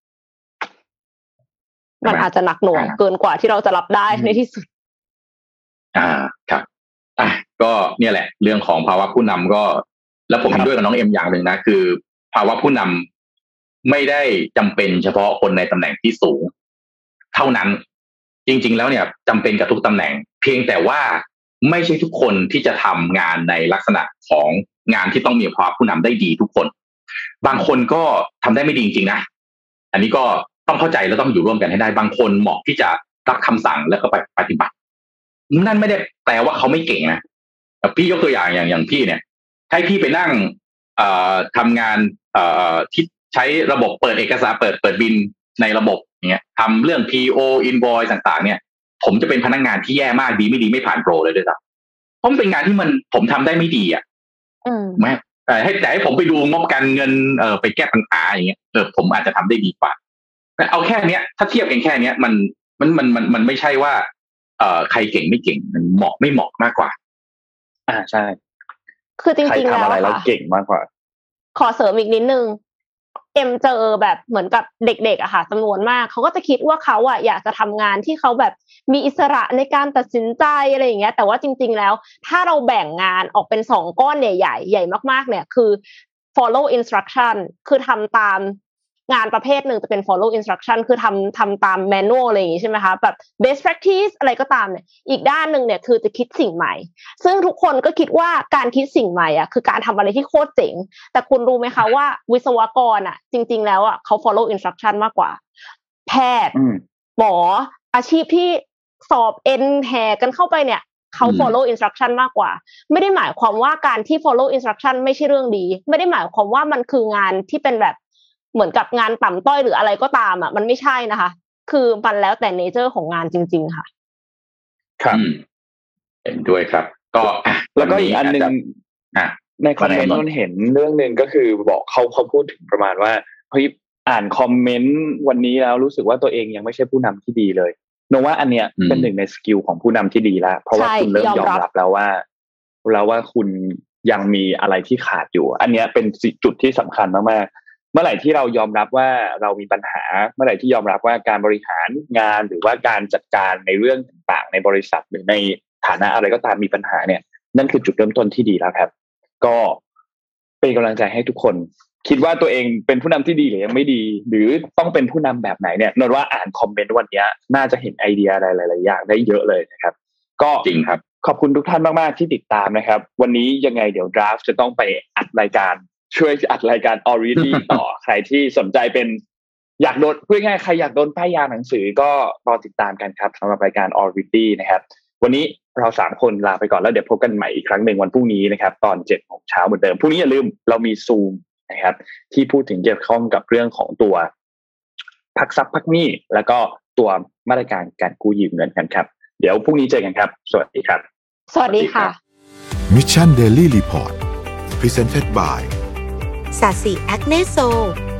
มันอาจจะหนักหน่วงเกินกว่าที่เราจะรับได้ในที่สุดครับก็เนี่ยแหละเรื่องของภาวะผู้นำก็แล้วผมเห็นด้วยกับน้องเอ็มอย่างหนึ่งนะคือภาวะผู้นำไม่ได้จำเป็นเฉพาะคนในตำแหน่งที่สูงเท่านั้นจริงๆแล้วเนี่ยจำเป็นกับทุกตำแหน่งเพียงแต่ว่าไม่ใช่ทุกคนที่จะทำงานในลักษณะของงานที่ต้องมีภาวะผู้นำได้ดีทุกคนบางคนก็ทำได้ไม่ดีจริงๆนะอันนี้ก็ต้องเข้าใจแล้วต้องอยู่ร่วมกันให้ได้บางคนเหมาะที่จะรับคำสั่งแล้วก็ไปปฏิบัตินั่นไม่ได้แปลว่าเขาไม่เก่งนะแต่พี่ยกตัวอย่างพี่เนี่ยให้พี่ไปนั่งทำงานที่ใช้ระบบเปิดเอกสารเปิดบินในระบบอย่างเงี้ยทำเรื่อง PO invoice ต่างๆเนี่ยผมจะเป็นพนักงานที่แย่มากดีไม่ดีไม่ผ่านโปรเลยด้วยซ้ำเพราะมันเป็นงานที่ผมทำได้ไม่ดีแม้ให้ผมไปดูงบการเงินไปแก้ปัญหาอย่างเงี้ยผมอาจจะทำได้ดีกว่าเอาแค่เนี้ยถ้าเทียบกันแค่เนี้ยมันไม่ใช่ว่าใครเก่งไม่เก่งมันเหมาะไม่เหมาะมากกว่าใช่คือจริงๆแล้วอะไรแล้วเก่งมากกว่าขอเสริมอีกนิดนึงเอ็มเจอแบบเหมือนกับเด็กๆจำนวนมากเขาก็จะคิดว่าเขาอยากจะทำงานที่เขาแบบมีอิสระในการตัดสินใจอะไรอย่างเงี้ยแต่ว่าจริงๆแล้วถ้าเราแบ่งงานออกเป็น2ก้อนใหญ่ๆใหญ่มากๆเนี่ยคือ follow instruction คือทำตามงานประเภทหนึ่งจะเป็น follow instruction คือทำตาม manual อะไรอย่างงี้ใช่ไหมคะแบบ best practice อะไรก็ตามเนี่ยอีกด้านนึงเนี่ยคือจะคิดสิ่งใหม่ซึ่งทุกคนก็คิดว่าการคิดสิ่งใหม่คือการทำอะไรที่โคตรเจ๋งแต่คุณรู้ไหมคะว่าวิศวกรจริงๆแล้วเขา follow instruction มากกว่าแพทย์หมออาชีพที่สอบแห่กันเข้าไปเนี่ยเขา follow instruction มากกว่าไม่ได้หมายความว่าการที่ follow instruction ไม่ใช่เรื่องดีไม่ได้หมายความว่ามันคืองานที่เป็นแบบเหมือนกับงานต่ำต้อยหรืออะไรก็ตามมันไม่ใช่นะคะคือมันแล้วแต่เนเจอร์ของงานจริงๆค่ะครับเห็นด้วยครับก็แล้วก็อีกอันนึงในคอมเมนต์นนเห็นเรื่องนึงก็คือบอกเขาพูดถึงประมาณว่าเฮ้ยอ่านคอมเมนต์วันนี้แล้วรู้สึกว่าตัวเองยังไม่ใช่ผู้นำที่ดีเลยนว่าอันเนี้ยเป็นหนึ่งในสกิลของผู้นำที่ดีแล้วเพราะว่าคุณเริ่มยอมรับแล้วว่าคุณยังมีอะไรที่ขาดอยู่อันเนี้ยเป็นจุดที่สำคัญมากๆเมื่อไหร่ที่เรายอมรับว่าเรามีปัญหาเมื่อไหร่ที่ยอมรับว่าการบริหารงานหรือว่าการจัดการในเรื่องต่างๆในบริษัทหรือในฐานะอะไรก็ตามมีปัญหาเนี่ยนั่นคือจุดเริ่มต้นที่ดีแล้วครับก็เป็นกำลังใจให้ทุกคนคิดว่าตัวเองเป็นผู้นำที่ดีหรือยังไม่ดีหรือต้องเป็นผู้นำแบบไหนเนี่ยนนว่าอ่านคอมเมนต์วันนี้น่าจะเห็นไอเดียอะไรหลายๆอย่างได้เยอะเลยนะครับก็จริงครับขอบคุณทุกท่านมากๆที่ติดตามนะครับวันนี้ยังไงเดี๋ยว Draft จะต้องไปอัดรายการช่วยอัดรายการ Already ต่อ ใครที่สนใจเป็นอยากโดนพูดง่ายๆใครอยากโดนป้ายยาหนังสือก็รอติดตามกันครับสำหรับรายการ Already นะครับวันนี้เรา3คนลาไปก่อนแล้วเดี๋ยวพบกันใหม่อีกครั้งหนึ่งวันพรุ่งนี้นะครับตอน 7:00 นเหมือนเดิมพรุ่งนี้อย่าลืมเรามี Zoom นะครับที่พูดถึงเกี่ยวข้องกับเรื่องของตัวพักทรัพย์พักหนี้แล้วก็ตัวมาตรการการกู้ยืมเงินกันครับเดี๋ยวพรุ่งนี้เจอกันครับสวัสดีครับสวัสดีค่ะ Mission Daily Report Presented by สาสิแอคเนโซ